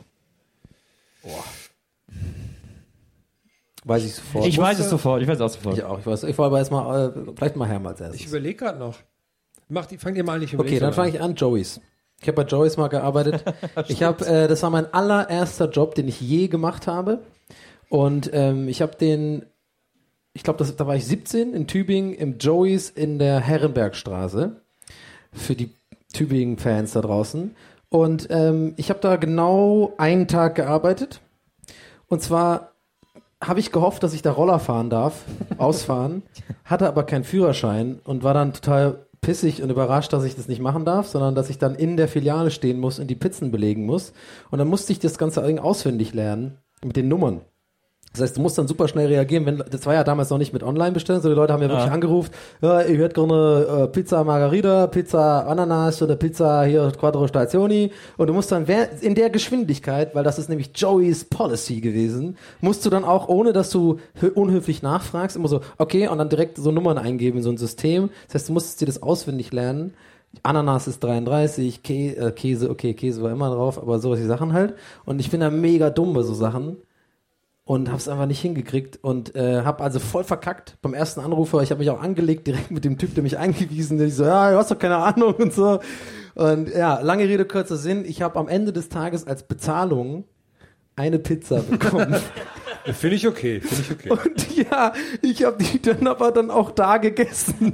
Weiß ich sofort. Ich weiß es sofort. Ich weiß auch sofort. Ich auch. Ich wollte aber erstmal, vielleicht mal Herm als erstes. Ich überlege gerade noch. Fangt ihr mal nicht Okay, dann fange ich an, Joey's. Ich habe bei Joey's mal gearbeitet. Das war mein allererster Job, den ich je gemacht habe. Und ich habe da war ich 17 in Tübingen im Joey's in der Herrenbergstraße. Für die Tübingen-Fans da draußen. Und ich habe da genau einen Tag gearbeitet. Und zwar habe ich gehofft, dass ich da Roller fahren darf, ausfahren, hatte aber keinen Führerschein und war dann total pissig und überrascht, dass ich das nicht machen darf, sondern dass ich dann in der Filiale stehen muss und die Pizzen belegen muss. Und dann musste ich das ganze Ding auswendig lernen mit den Nummern. Das heißt, du musst dann super schnell reagieren. Das war ja damals noch nicht mit Online-Bestellen, so die Leute haben ja wirklich angerufen, ja, ich hätte gerne Pizza Margarita, Pizza Ananas oder Pizza hier Quattro Stazioni. Und du musst dann in der Geschwindigkeit, weil das ist nämlich Joey's Policy gewesen, musst du dann auch, ohne dass du unhöflich nachfragst, immer so, okay, und dann direkt so Nummern eingeben in so ein System. Das heißt, du musstest dir das auswendig lernen. Ananas ist 33, Käse, okay, Käse war immer drauf, aber sowas die Sachen halt. Und ich bin da mega dumm bei so Sachen. Und hab's einfach nicht hingekriegt und hab also voll verkackt beim ersten Anrufer. Ich habe mich auch angelegt direkt mit dem Typ, der mich eingewiesen hat. Ich so, ja, du hast doch keine Ahnung und so. Und ja, lange Rede, kurzer Sinn. Ich habe am Ende des Tages als Bezahlung eine Pizza bekommen. Finde ich okay. Und ja, ich habe die dann aber dann auch da gegessen.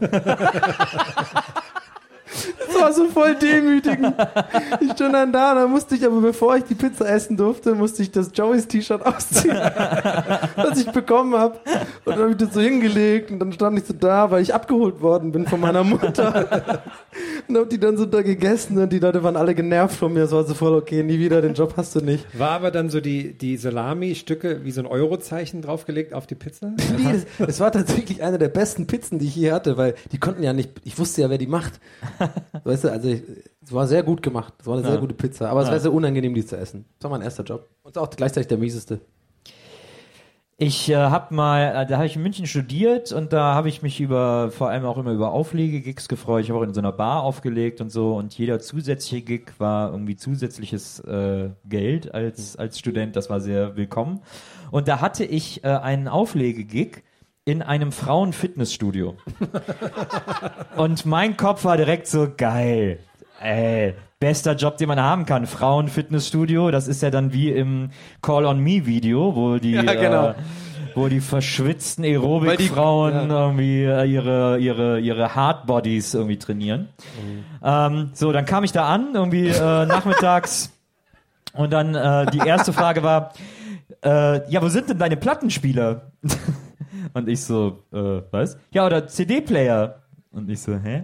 Das war so voll demütigend. Ich stand dann da, und dann musste ich aber, bevor ich die Pizza essen durfte, musste ich das Joey's T-Shirt ausziehen, das ich bekommen habe. Und dann habe ich das so hingelegt und dann stand ich so da, weil ich abgeholt worden bin von meiner Mutter. Und habe die dann so da gegessen und die Leute waren alle genervt von mir. Es war so voll, okay, nie wieder, den Job hast du nicht. War aber dann so die Salami-Stücke wie so ein Eurozeichen draufgelegt auf die Pizza? Nee, es war tatsächlich eine der besten Pizzen, die ich je hatte, weil die konnten ja nicht, ich wusste ja, wer die macht. Weißt du, also es war sehr gut gemacht. Es war eine sehr gute Pizza, aber es war sehr unangenehm, die zu essen. Das war mein erster Job. Und auch gleichzeitig der mieseste. Ich habe ich in München studiert und da habe ich mich vor allem auch immer über Auflegegigs gefreut. Ich habe auch in so einer Bar aufgelegt und so und jeder zusätzliche Gig war irgendwie zusätzliches Geld als Student. Das war sehr willkommen. Und da hatte ich einen Auflegegig in einem Frauen-Fitnessstudio. Und mein Kopf war direkt so, geil, bester Job, den man haben kann. Frauen-Fitnessstudio, das ist ja dann wie im Call-on-Me-Video, wo die verschwitzten Aerobic-Frauen irgendwie ihre Hardbodies irgendwie trainieren. So, dann kam ich da an, irgendwie nachmittags und dann die erste Frage war, ja, wo sind denn deine Plattenspieler? Und ich so, was? Ja, oder CD-Player. Und ich so, hä?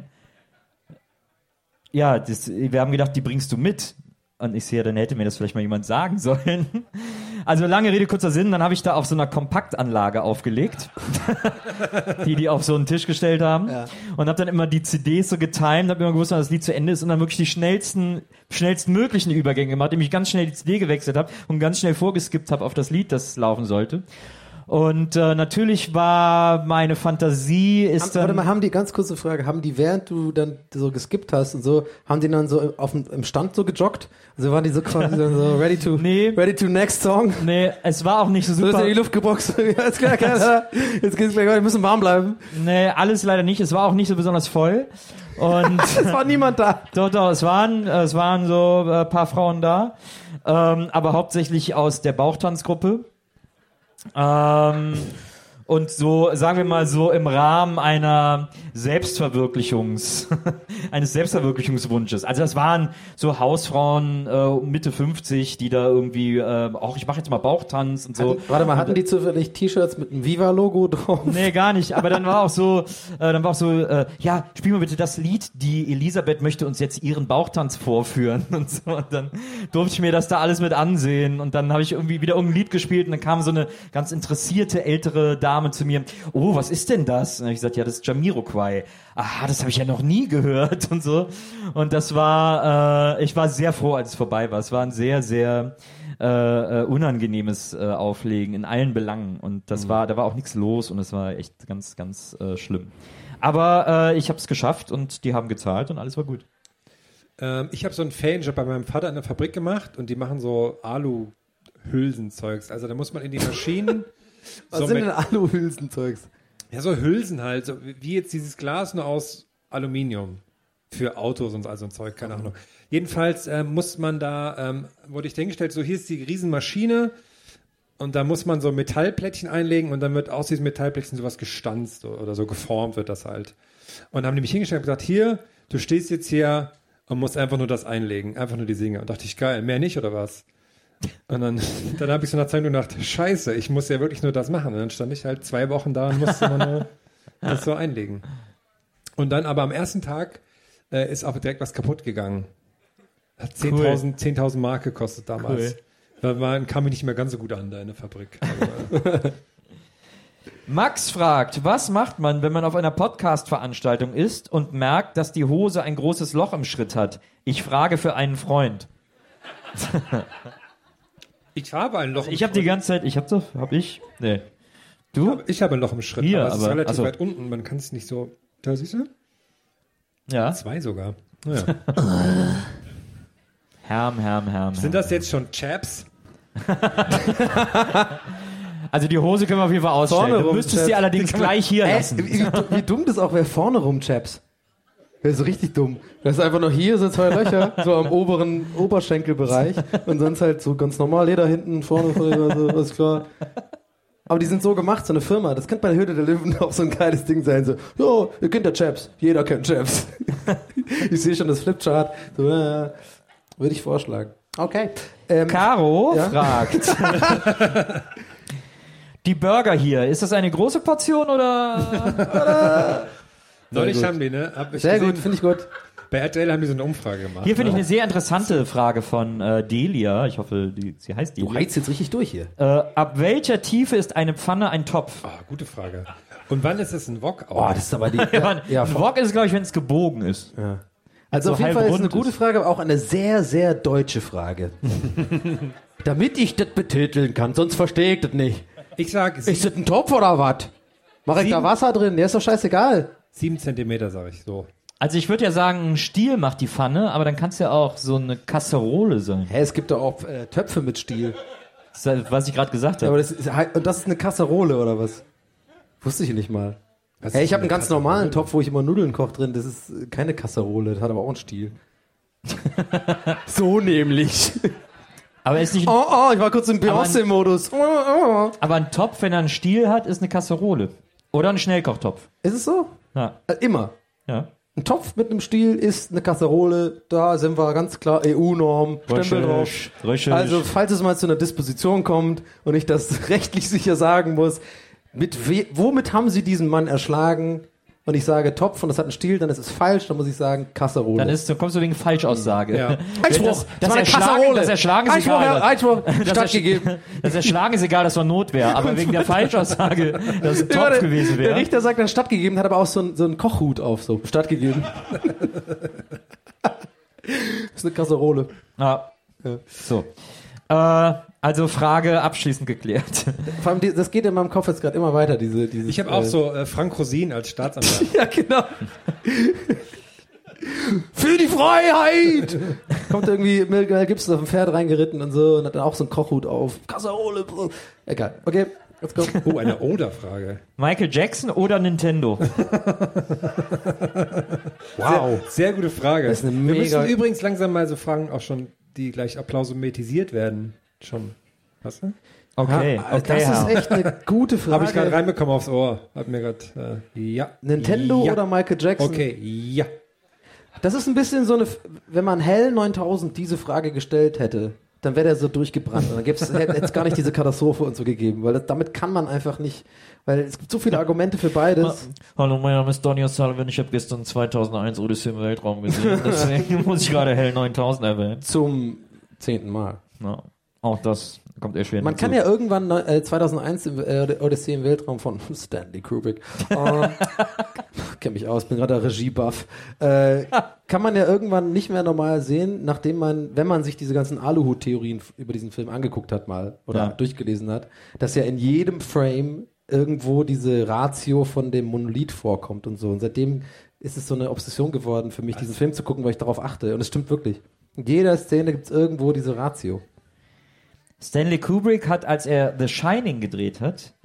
Ja, wir haben gedacht, die bringst du mit. Und ich sehe, ja, dann hätte mir das vielleicht mal jemand sagen sollen. Also lange Rede, kurzer Sinn, dann habe ich da auf so einer Kompaktanlage aufgelegt, die auf so einen Tisch gestellt haben. Ja. Und habe dann immer die CDs so getimed, habe immer gewusst, wann das Lied zu Ende ist und dann wirklich die schnellsten möglichen Übergänge gemacht, indem ich ganz schnell die CD gewechselt habe und ganz schnell vorgeskippt habe auf das Lied, das laufen sollte. Und natürlich war meine Fantasie Warte mal, haben die, ganz kurze Frage, haben die, während du dann so geskippt hast und so, haben die dann so im Stand so gejoggt? Also waren die so quasi dann so ready to next song? Nee, es war auch nicht so super. Du hast in die Luft geboxt. Ja, ist klar, jetzt geht's gleich weiter, wir müssen warm bleiben. Nee, alles leider nicht. Es war auch nicht so besonders voll. Und es war niemand da. Doch, es waren so ein paar Frauen da. Aber hauptsächlich aus der Bauchtanzgruppe. Und so, sagen wir mal so, im Rahmen eines Selbstverwirklichungswunsches. Also das waren so Hausfrauen Mitte 50, die da irgendwie, ich mache jetzt mal Bauchtanz und so. Hatten die zufällig T-Shirts mit einem Viva-Logo drauf? Nee, gar nicht. Aber dann war auch so, ja, spiel mal bitte das Lied, die Elisabeth möchte uns jetzt ihren Bauchtanz vorführen und so. Und dann durfte ich mir das da alles mit ansehen und dann habe ich irgendwie wieder irgendein Lied gespielt und dann kam so eine ganz interessierte ältere Dame zu mir, oh, was ist denn das? Und dann habe ich gesagt, ja, das ist Jamiroquai. Aha, das habe ich ja noch nie gehört und so. Und das war, ich war sehr froh, als es vorbei war. Es war ein sehr, sehr unangenehmes Auflegen in allen Belangen. Und da war auch nichts los und es war echt ganz, ganz schlimm. Aber ich habe es geschafft und die haben gezahlt und alles war gut. Ich habe so einen Fanjob bei meinem Vater in der Fabrik gemacht und die machen so Alu-Hülsenzeugs. Also da muss man in die Maschinen Was sind denn Aluhülsenzeugs? Ja, so Hülsen halt, so wie jetzt dieses Glas nur aus Aluminium. für Autos und all so ein Zeug, keine Ahnung. Jedenfalls muss man da, wurde ich dahingestellt, so hier ist die Riesenmaschine und da muss man so Metallplättchen einlegen und dann wird aus diesen Metallplättchen sowas gestanzt oder so geformt wird das halt. Und haben die mich hingestellt und gesagt, hier, du stehst jetzt hier und musst einfach nur das einlegen, einfach nur die Singe. Und dachte ich, geil, mehr nicht oder was? Und dann habe ich so nach 2 Minuten gedacht, scheiße, ich muss ja wirklich nur das machen. Und dann stand ich halt 2 Wochen da und musste immer nur das so einlegen. Und dann aber am ersten Tag ist auch direkt was kaputt gegangen. Hat 10.000 Mark gekostet damals. Cool. Da kam ich nicht mehr ganz so gut an da in der Fabrik. Max fragt, was macht man, wenn man auf einer Podcast-Veranstaltung ist und merkt, dass die Hose ein großes Loch im Schritt hat? Ich frage für einen Freund. Ich habe ein Loch im Schritt. Ich habe die ganze Zeit, Nee. Du? Ich habe ein Loch im Schritt, Hier, aber es ist relativ weit unten, man kann es nicht so... Da siehst du? Ja. 2 sogar. Naja. Herm. Sind das jetzt schon Chaps? Also die Hose können wir auf jeden Fall ausstellen. Du müsstest sie allerdings gleich hier lassen. Wie dumm das auch wäre, vorne rum, Chaps. Wäre so richtig dumm. Das ist einfach noch hier, so 2 Löcher, so am oberen Oberschenkelbereich und sonst halt so ganz normal Leder hinten, vorne, so, ist klar. Aber die sind so gemacht, so eine Firma. Das könnte bei der Höhle der Löwen auch so ein geiles Ding sein. So, ja, ihr kennt ja Chaps. Jeder kennt Chaps. Ich sehe schon das Flipchart. So, würde ich vorschlagen. Okay. Caro fragt. Die Burger hier, ist das eine große Portion oder? Neulich haben die, ne? Sehr gut, finde ich gut. Bei RTL haben die so eine Umfrage gemacht. Hier finde ich eine sehr interessante Frage von Delia. Ich hoffe, sie heißt Delia. Du heizt jetzt richtig durch hier. Ab welcher Tiefe ist eine Pfanne ein Topf? Gute Frage. Und wann ist es ein Wok? Das ist aber die... ein Wok ist, glaube ich, wenn es gebogen ist. Ja. Also auf jeden Fall ist eine gute Frage, aber auch eine sehr, sehr deutsche Frage. Damit ich das betiteln kann, sonst verstehe ich das nicht. Ich sag... Ist das ein Topf oder was? Mach ich da Wasser drin? Der ist doch scheißegal. 7 Zentimeter, sag ich so. Also ich würde ja sagen, ein Stiel macht die Pfanne, aber dann kann es ja auch so eine Kasserole sein. Es gibt doch auch Töpfe mit Stiel. Das ist, was ich gerade gesagt habe. Aber das ist eine Kasserole oder was? Wusste ich nicht mal. Ich habe einen ganz normalen Topf, wo ich immer Nudeln koche drin. Das ist keine Kasserole, das hat aber auch einen Stiel. So nämlich. Aber ist nicht. Ich war kurz im Beyoncé-Modus. Aber ein Topf, wenn er einen Stiel hat, ist eine Kasserole. Oder ein Schnellkochtopf. Ist es so? Ja. Immer. Ja. Ein Topf mit einem Stiel ist eine Kasserole. Da sind wir ganz klar EU-Norm. Stempel drauf. Richtig. Also, falls es mal zu einer Disposition kommt und ich das rechtlich sicher sagen muss, womit haben Sie diesen Mann erschlagen? Und ich sage Topf und das hat einen Stiel, dann ist es falsch, dann muss ich sagen Kasserole. Dann kommst du wegen Falschaussage. Ja. Einspruch! Das Erschlagen ist egal. Einspruch! Stattgegeben. Das Erschlagen ist egal, das war Notwehr. Aber wegen der Falschaussage, dass es ein Topf gewesen wäre. Der Richter sagt dann stattgegeben, hat aber auch so einen Kochhut auf, so stattgegeben. Das ist eine Kasserole. Ja. So. Also Frage abschließend geklärt. Vor allem, das geht in meinem Kopf jetzt gerade immer weiter, diese ich habe auch so Frank Rosin als Staatsanwalt. Ja, genau. Für die Freiheit! Kommt irgendwie Mel Gibson auf ein Pferd reingeritten und so und hat dann auch so einen Kochhut auf. Kasserole. Egal. Okay, let's go. Eine Oder-Frage. Michael Jackson oder Nintendo? Wow. Sehr gute Frage. Das ist eine Wir mega... müssen übrigens langsam mal so Fragen auch schon, die gleich applausometisiert werden. Schon. Weißt du? Okay, das ist echt eine gute Frage. Habe ich gerade reinbekommen aufs Ohr. Hab mir gerade, ja. Nintendo oder Michael Jackson? Okay, ja. Das ist ein bisschen so eine, wenn man Hell 9000 diese Frage gestellt hätte, dann wäre der so durchgebrannt. Und dann hätte es gar nicht diese Katastrophe und so gegeben, weil damit kann man einfach nicht, weil es gibt so viele Argumente für beides. Hallo, mein Name ist Donny O'Sullivan, ich habe gestern 2001 Odyssey im Weltraum gesehen, deswegen muss ich gerade Hell 9000 erwähnen. Zum 10. Mal. Ja, auch das kommt schwer Man kann ja irgendwann 2001 Odyssey im Weltraum von Stanley Kubrick. Kenn mich aus, bin gerade der Regie-Buff. Kann man ja irgendwann nicht mehr normal sehen, nachdem wenn man sich diese ganzen Aluhut-Theorien über diesen Film angeguckt hat mal oder durchgelesen hat, dass ja in jedem Frame irgendwo diese Ratio von dem Monolith vorkommt und so. Und seitdem ist es so eine Obsession geworden für mich, diesen Film zu gucken, weil ich darauf achte. Und es stimmt wirklich. In jeder Szene gibt es irgendwo diese Ratio. Stanley Kubrick hat, als er The Shining gedreht hat,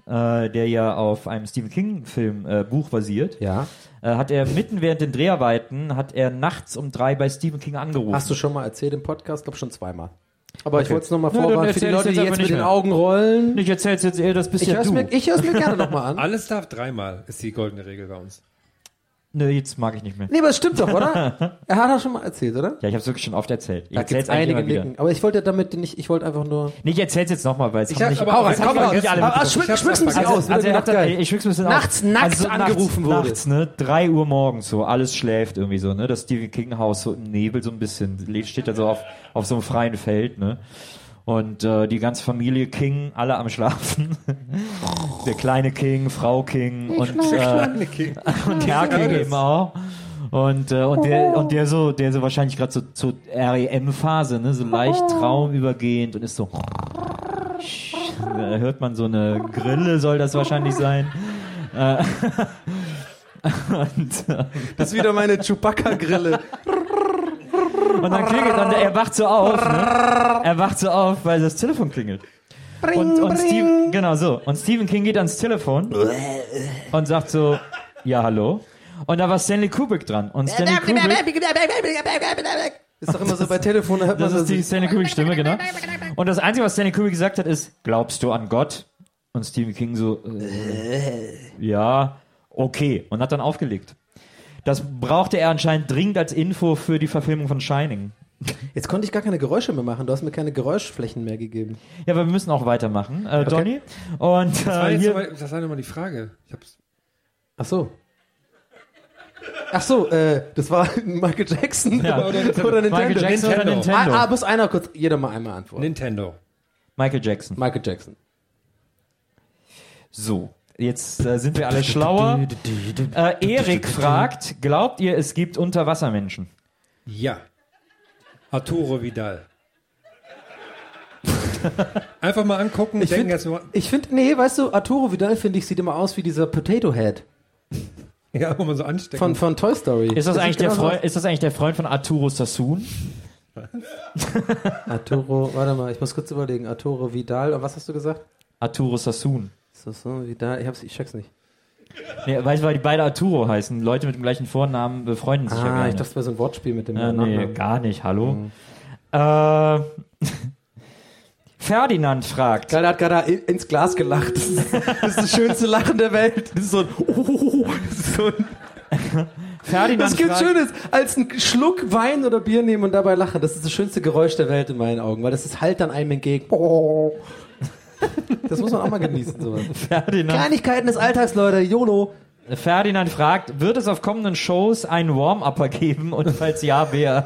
der ja auf einem Stephen King-Film, Buch basiert, Ja. hat er mitten während den Dreharbeiten, nachts um 3 bei Stephen King angerufen. Hast du schon mal erzählt im Podcast? Glaube schon zweimal. Aber ich Okay. wollte es nochmal Nö, dann vorwarnen für die erzähl ich's Leute, die jetzt jetzt aber mit nicht den mehr. Augen rollen. Ich erzähl's jetzt eher, das bist Ich ja höre du. es mir gerne nochmal an. Alles darf 3-mal, ist die goldene Regel bei uns. Nö, jetzt mag ich nicht mehr. Nee, aber es stimmt doch, oder? Er hat das schon mal erzählt, oder? Ja, ich hab's wirklich schon oft erzählt. Ich Da erzähl's gibt's eigentlich einige immer wieder. Nicken. Aber ich wollte damit nicht, ich wollte einfach nur... Nee, ich erzähl's jetzt nochmal, weil es Ich haben hab nicht... aber- Komm, aber nicht alle mitbekommen. schwitzen Sie aus. Also er hat geil. ich schwick's ein bisschen Nachts aus. nackt Also angerufen wurde. Nachts, ne, 3 Uhr morgens so, alles schläft irgendwie so, ne, das Stephen King Haus so im Nebel so ein bisschen, steht da so auf so einem freien Feld, ne, und die ganze Familie King, alle am Schlafen. Der kleine King, Frau King und Herr King eben auch. Und der so wahrscheinlich gerade so zur REM-Phase, ne, so leicht traumübergehend und ist so. Da hört man so eine Grille, soll das wahrscheinlich sein. Das ist wieder meine Chewbacca-Grille. Und dann klingelt, er wacht so auf, ne? Er wacht so auf, weil das Telefon klingelt. Und Stephen, genau so. Und Stephen King geht ans Telefon und sagt so, ja, hallo. Und da war Stanley Kubrick dran. Und Stanley Kubrick, Ist doch immer so bei Telefon, da hört man das ist die Stanley Kubrick Stimme, genau. Und das Einzige, was Stanley Kubrick gesagt hat, ist, glaubst du an Gott? Und Stephen King so, ja, okay. Und hat dann aufgelegt. Das brauchte er anscheinend dringend als Info für die Verfilmung von Shining. Jetzt konnte ich gar keine Geräusche mehr machen. Du hast mir keine Geräuschflächen mehr gegeben. Ja, aber wir müssen auch weitermachen, Donny. Und Das war nochmal die Frage. Ach so, das war Michael Jackson Ja. oder Nintendo. Michael Jackson oder Nintendo? Muss einer kurz, jeder mal einmal antworten. Nintendo. Michael Jackson. Michael Jackson. So, jetzt sind wir alle schlauer. Erik fragt, glaubt ihr, es gibt Unterwassermenschen? Ja. Arturo Vidal. Einfach mal angucken, Ich denken jetzt nur. finde, nee, weißt du, Arturo Vidal, finde ich, sieht immer aus wie dieser Potato Head Ja, wo man so ansteckt. von Toy Story. Ist das, eigentlich der genau Freund, ist das eigentlich der Freund von Arturo Sassoon? Arturo, warte mal, ich muss kurz überlegen. Arturo Vidal, und was hast du gesagt? Arturo Sassoon. So, Vidal, ich check's nicht. Nee, weil die beide Arturo heißen. Leute mit dem gleichen Vornamen befreunden sich ja gerne. Ich dachte, es wäre so ein Wortspiel mit dem Nee, Nachnamen. gar nicht, hallo. Ferdinand fragt. Geil, er hat gerade ins Glas gelacht. Das ist das schönste Lachen der Welt. Das ist so ein das ist so ein Ferdinand Was gibt's fragt, Schönes als einen Schluck Wein oder Bier nehmen und dabei lachen? Das ist das schönste Geräusch der Welt in meinen Augen, weil das ist halt dann einem entgegen. Das muss man auch mal genießen, sowas. Kleinigkeiten des Alltags, Leute. YOLO. Ferdinand fragt, wird es auf kommenden Shows einen Warm-Upper geben und falls ja, wer?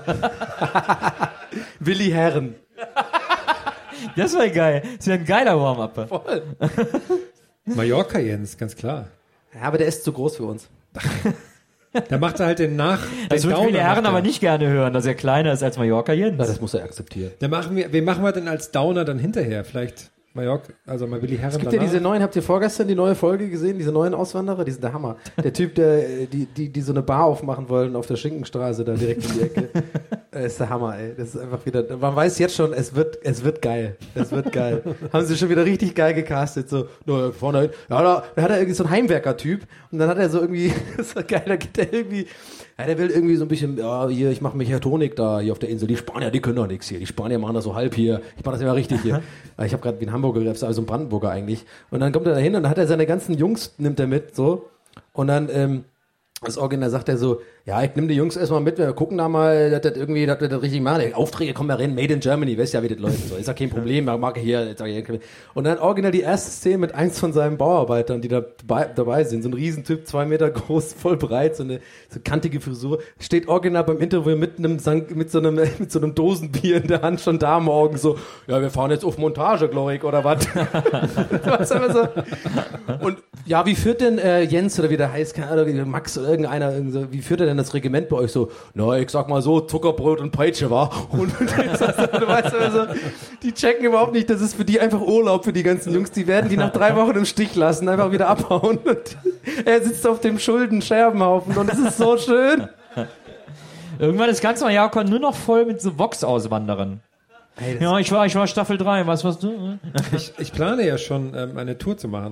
Willi Herren. Das wäre geil. Das wäre ein geiler Warm-Upper. Voll. Mallorca Jens, ganz klar. Ja, aber der ist zu groß für uns. Da macht er halt den Das würden Downer viele Herren macht er. aber nicht gerne hören, dass er kleiner ist als Mallorca Jens. Na, das muss er akzeptieren. Wen machen wir denn als Downer dann hinterher? Vielleicht Mallorca, also mal Willi Herren Es gibt ja diese neuen, habt ihr vorgestern die neue Folge gesehen, diese neuen Auswanderer, die sind der Hammer. Der Typ, die so eine Bar aufmachen wollen auf der Schinkenstraße, da direkt in die Ecke. Ist der Hammer, ey. Das ist einfach wieder, man weiß jetzt schon, es wird geil. Es wird geil. Haben sie schon wieder richtig geil gecastet, so, nur vorne hin. Ja, da hat er irgendwie so einen Heimwerker-Typ und dann hat er so irgendwie, das ist geil, da geht er irgendwie, ja, der will irgendwie so ein bisschen, ja, hier, ich mache Mechatronik da, hier auf der Insel. Die Spanier, die können doch nichts hier. Die Spanier machen das so halb hier. Ich mache das immer richtig hier. Ich habe gerade wie ein Hamburger gerefst, also ein Brandenburger eigentlich. Und dann kommt er da hin und dann hat er seine ganzen Jungs, nimmt er mit, so. Und dann, das Original sagt er so, ja, ich nehme die Jungs erstmal mit, wir gucken da mal, dass wir das richtig machen. Die Aufträge kommen ja rein, Made in Germany, weißt ja, wie das läuft. So, ist ja kein Problem, man mag hier. Und dann original die erste Szene mit eins von seinen Bauarbeitern, die da dabei sind. So ein Riesentyp, 2 Meter groß, voll breit, so kantige Frisur. Steht original beim Interview mit so einem Dosenbier in der Hand schon da morgen so, ja, wir fahren jetzt auf Montage, Glorik, oder was? Was immer so. Und ja, wie führt denn Jens oder wie der heißt, oder Max oder irgendeiner, wie führt er denn das Regiment bei euch so? Na, ich sag mal so, Zuckerbrot und Peitsche, wa? Und du weißt also, die checken überhaupt nicht, das ist für die einfach Urlaub für die ganzen Jungs, die werden die nach 3 Wochen im Stich lassen, einfach wieder abhauen. Und er sitzt auf dem Scherbenhaufen und es ist so schön. Irgendwann ist ganz Mallorca nur noch voll mit so Vox-Auswanderern. Hey, ja, ich war Staffel 3, was warst du? Ich plane ja schon, eine Tour zu machen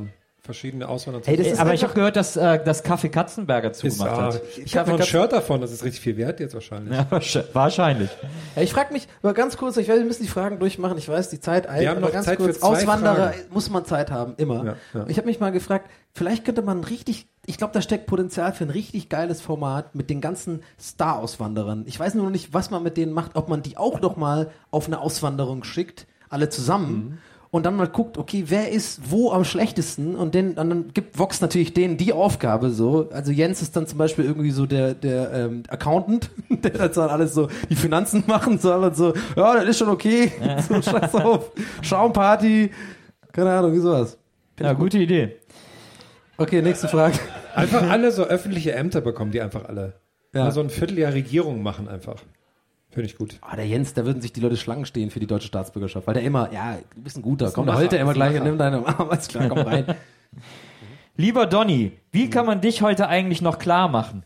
verschiedene Auswanderer. Hey, das ist Aber ich habe gehört, dass das Café Katzenberger zugemacht hat. Ich habe noch ein Shirt davon, das ist richtig viel wert jetzt wahrscheinlich. Ja, wahrscheinlich. Ja, ich frage mich, aber ganz kurz, ich weiß, wir müssen die Fragen durchmachen, ich weiß, die Zeit eilt, Wir haben aber noch ganz Zeit kurz, für 2 Auswanderer Fragen. muss man Zeit haben, immer. Ja, ja. Ich habe mich mal gefragt, vielleicht könnte man ich glaube, da steckt Potenzial für ein richtig geiles Format mit den ganzen Star-Auswanderern. Ich weiß nur noch nicht, was man mit denen macht, ob man die auch noch mal auf eine Auswanderung schickt, alle zusammen. Und dann mal guckt, okay, wer ist wo am schlechtesten und dann gibt Vox natürlich denen die Aufgabe so. Also Jens ist dann zum Beispiel irgendwie so der Accountant, der dann alles so die Finanzen machen soll und so, ja, das ist schon okay, so scheiß auf, Schaumparty, keine Ahnung, wie sowas. Ja, gute Idee. Okay, nächste Frage. Einfach alle so öffentliche Ämter bekommen, die einfach alle. Ja. Mal so ein Vierteljahr Regierung machen einfach. Finde ich gut. Der Jens, da würden sich die Leute Schlangen stehen für die deutsche Staatsbürgerschaft, weil der immer, ja, du bist ein guter, komm, ein da heult er Macher, immer gleich ist und ein nimm deine alles klar, komm rein. Lieber Donny, wie kann man dich heute eigentlich noch klar machen?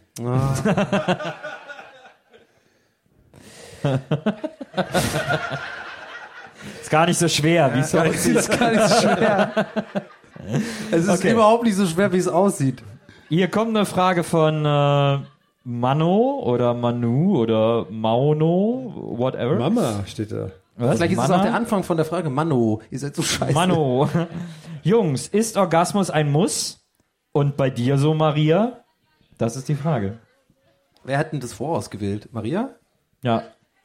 Ist gar nicht so schwer, wie es aussieht. Das ist gar nicht so schwer. Es ist überhaupt nicht so schwer, wie es aussieht. Hier kommt eine Frage von Mano oder Manu oder Mauno, whatever. Mama steht da. Was? Vielleicht ist es Manna? auch der Anfang von der Frage. Mano, ihr seid so scheiße. Mano. Jungs, ist Orgasmus ein Muss? Und bei dir so, Maria? Das ist die Frage. Wer hat denn das vorausgewählt? Maria? Ja.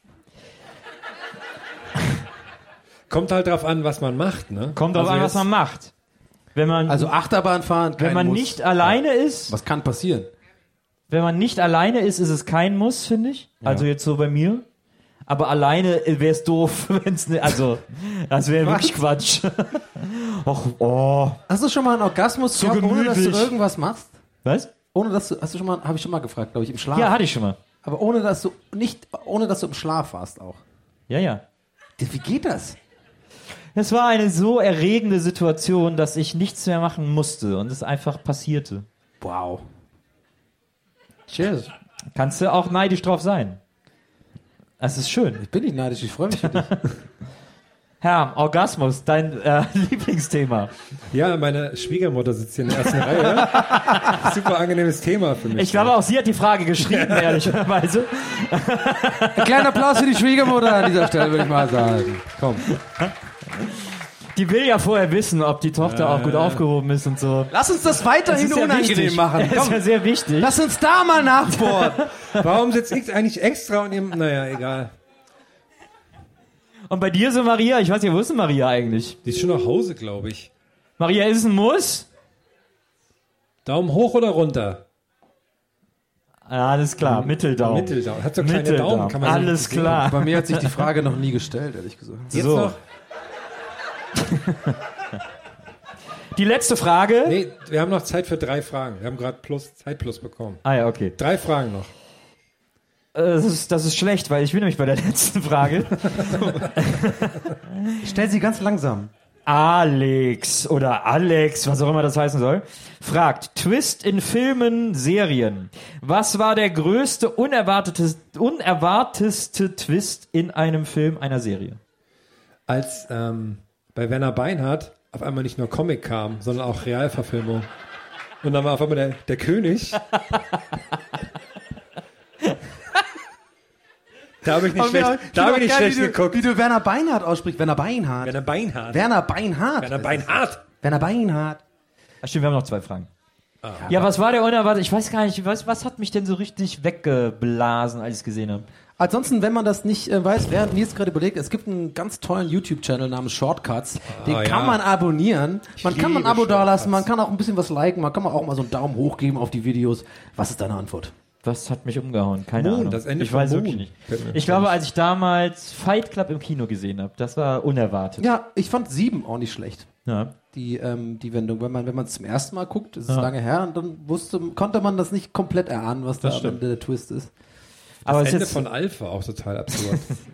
Kommt halt drauf an, was man macht, ne? Kommt drauf an, was man macht. Wenn man, Also Achterbahn fahren, wenn man Muss. nicht alleine ist, Was kann passieren? wenn man nicht alleine ist es kein Muss, finde ich. Also jetzt so bei mir. Aber alleine wäre es doof, wenn es nicht, also, das wäre wirklich Quatsch. Och, oh. Hast du schon mal einen Orgasmus gehabt, ohne dass du gemütlich. irgendwas machst? Was? Ohne dass du, hast du schon mal, habe ich schon mal gefragt, glaube ich, im Schlaf. Ja, hatte ich schon mal. Aber ohne dass du im Schlaf warst auch. Ja, ja. Wie geht das? Es war eine so erregende Situation, dass ich nichts mehr machen musste und es einfach passierte. Wow. Cheers. Kannst du auch neidisch drauf sein. Das ist schön. Ich bin nicht neidisch, ich freue mich für dich. Herr, Orgasmus, dein Lieblingsthema. Ja, meine Schwiegermutter sitzt hier in der ersten Reihe. Super angenehmes Thema für mich. Ich glaube auch, sie hat die Frage geschrieben, ehrlicherweise. Ein kleiner Applaus für die Schwiegermutter an dieser Stelle, würde ich mal sagen. Komm. Die will ja vorher wissen, ob die Tochter auch gut aufgehoben ist und so. Lass uns das weiterhin Das ist ja unangenehm wichtig. machen. Das ist ja sehr wichtig. Lass uns da mal nachbohren. Warum sitzt ich eigentlich extra und ihm, naja, egal. Und bei dir so, Maria? Ich weiß nicht, wo ist denn Maria eigentlich? Die ist schon nach Hause, glaube ich. Maria, ist es ein Muss? Daumen hoch oder runter? Ja, alles klar, Mitteldaumen. Mitteldaumen. Hat so kleine Mitteldaumen. Daumen, kann man Alles so sehen. klar. Bei mir hat sich die Frage noch nie gestellt, ehrlich gesagt. Jetzt So. noch? Die letzte Frage. Nee, wir haben noch Zeit für 3 Fragen. Wir haben gerade Zeit plus bekommen. Ah ja, okay. 3 Fragen noch. Das ist schlecht, weil ich bin nämlich bei der letzten Frage. Stell sie ganz langsam. Alex oder Alex, was auch immer das heißen soll, fragt, Twist in Filmen, Serien. Was war der größte, unerwartetste Twist in einem Film, einer Serie? Als bei Werner Beinhardt auf einmal nicht nur Comic kam, sondern auch Realverfilmung. Und dann war auf einmal der König. Da habe ich nicht schlecht geguckt. Wie du Werner Beinhardt aussprichst. Werner Beinhardt. Werner Beinhardt. Werner Beinhardt. Werner Beinhardt. Werner Beinhardt. Ach stimmt, wir haben noch 2 Fragen. Ja, was war der unerwartet? Ich weiß gar nicht, was hat mich denn so richtig weggeblasen, als ich es gesehen habe? Ansonsten, wenn man das nicht weiß, während Nils gerade überlegt, es gibt einen ganz tollen YouTube-Channel namens Shortcuts. Den kann man abonnieren. Man kann ein Abo dalassen, man kann auch ein bisschen was liken, man kann auch mal so einen Daumen hoch geben auf die Videos. Was ist deine Antwort? Was hat mich umgehauen? Keine Moon, Ahnung. das Ende ich von weiß Moon. wirklich nicht. Ich glaube, als ich damals Fight Club im Kino gesehen habe, das war unerwartet. Ja, ich fand 7 auch nicht schlecht. Ja. Die Wendung. Wenn man es zum ersten Mal guckt, ist es lange her, und dann konnte man das nicht komplett erahnen, was da am Ende der Twist ist. Aber Das es Ende ist von Alpha auch total absurd.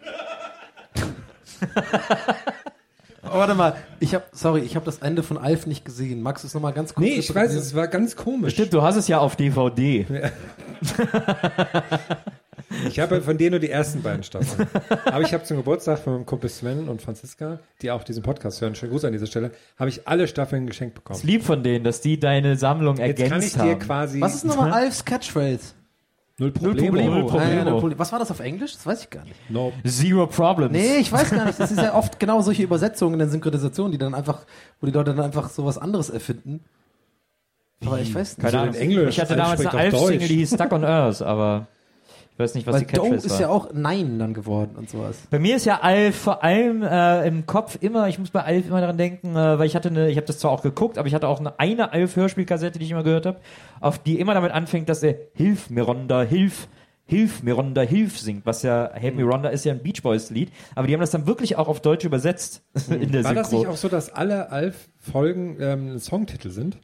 Oh, warte mal, ich habe das Ende von Alf nicht gesehen. Magst du es nochmal ganz kurz Nee, ich weiß, es war ganz komisch. Stimmt, du hast es ja auf DVD. Ich habe von dir nur die ersten beiden Staffeln. Aber ich habe zum Geburtstag von meinem Kumpel Sven und Franziska, die auch diesen Podcast hören, schönen Gruß an dieser Stelle, habe ich alle Staffeln geschenkt bekommen. Es ist lieb von denen, dass die deine Sammlung ergänzt Jetzt kann ich dir haben. quasi... Was ist nochmal Alfs Catchphrase? Null Probleme. Null Problemo. Was war das auf Englisch? Das weiß ich gar nicht. No. Zero Problems. Nee, ich weiß gar nicht. Das ist ja oft genau solche Übersetzungen in der Synchronisation, die dann einfach, wo die Leute dann einfach sowas anderes erfinden. Aber ich weiß nicht. Keine Ahnung. in Englisch, Ich hatte Alf damals spricht eine auf Alf-Single, Deutsch. die hieß Stuck on Earth, aber ich weiß nicht, was Weil die Catchphrase Doe ist war. ja auch Nein dann geworden und sowas. Bei mir ist ja Alf vor allem im Kopf immer, ich muss bei Alf immer daran denken, weil ich habe das zwar auch geguckt, aber ich hatte auch eine Alf-Hörspielkassette, die ich immer gehört habe, auf die immer damit anfängt, dass er Hilf mir Rhonda, Hilf mir Rhonda, Hilf singt, was ja, Help me Rhonda ist ja ein Beach Boys Lied, aber die haben das dann wirklich auch auf Deutsch übersetzt in der War Synchro. das nicht auch so, dass alle Alf-Folgen Songtitel sind?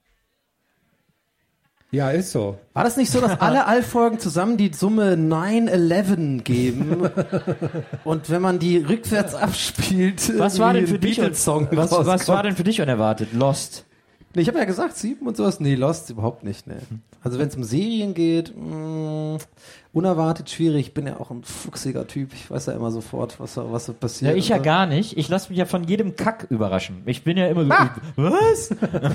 Ja, ist so. War das nicht so, dass alle Alf-Folgen zusammen die Summe 9/11 geben? Und wenn man die rückwärts abspielt, Was war denn für dich Beatles-Song was rauskommt? war denn für dich unerwartet? Lost. Nee, ich habe ja gesagt, 7 und sowas. Nee, Lost überhaupt nicht. Nee. Also wenn es um Serien geht, unerwartet schwierig. Ich bin ja auch ein fuchsiger Typ. Ich weiß ja immer sofort, was so passiert. Ja, ich ja Also, gar nicht. Ich lasse mich ja von jedem Kack überraschen. Ich bin ja immer so, was?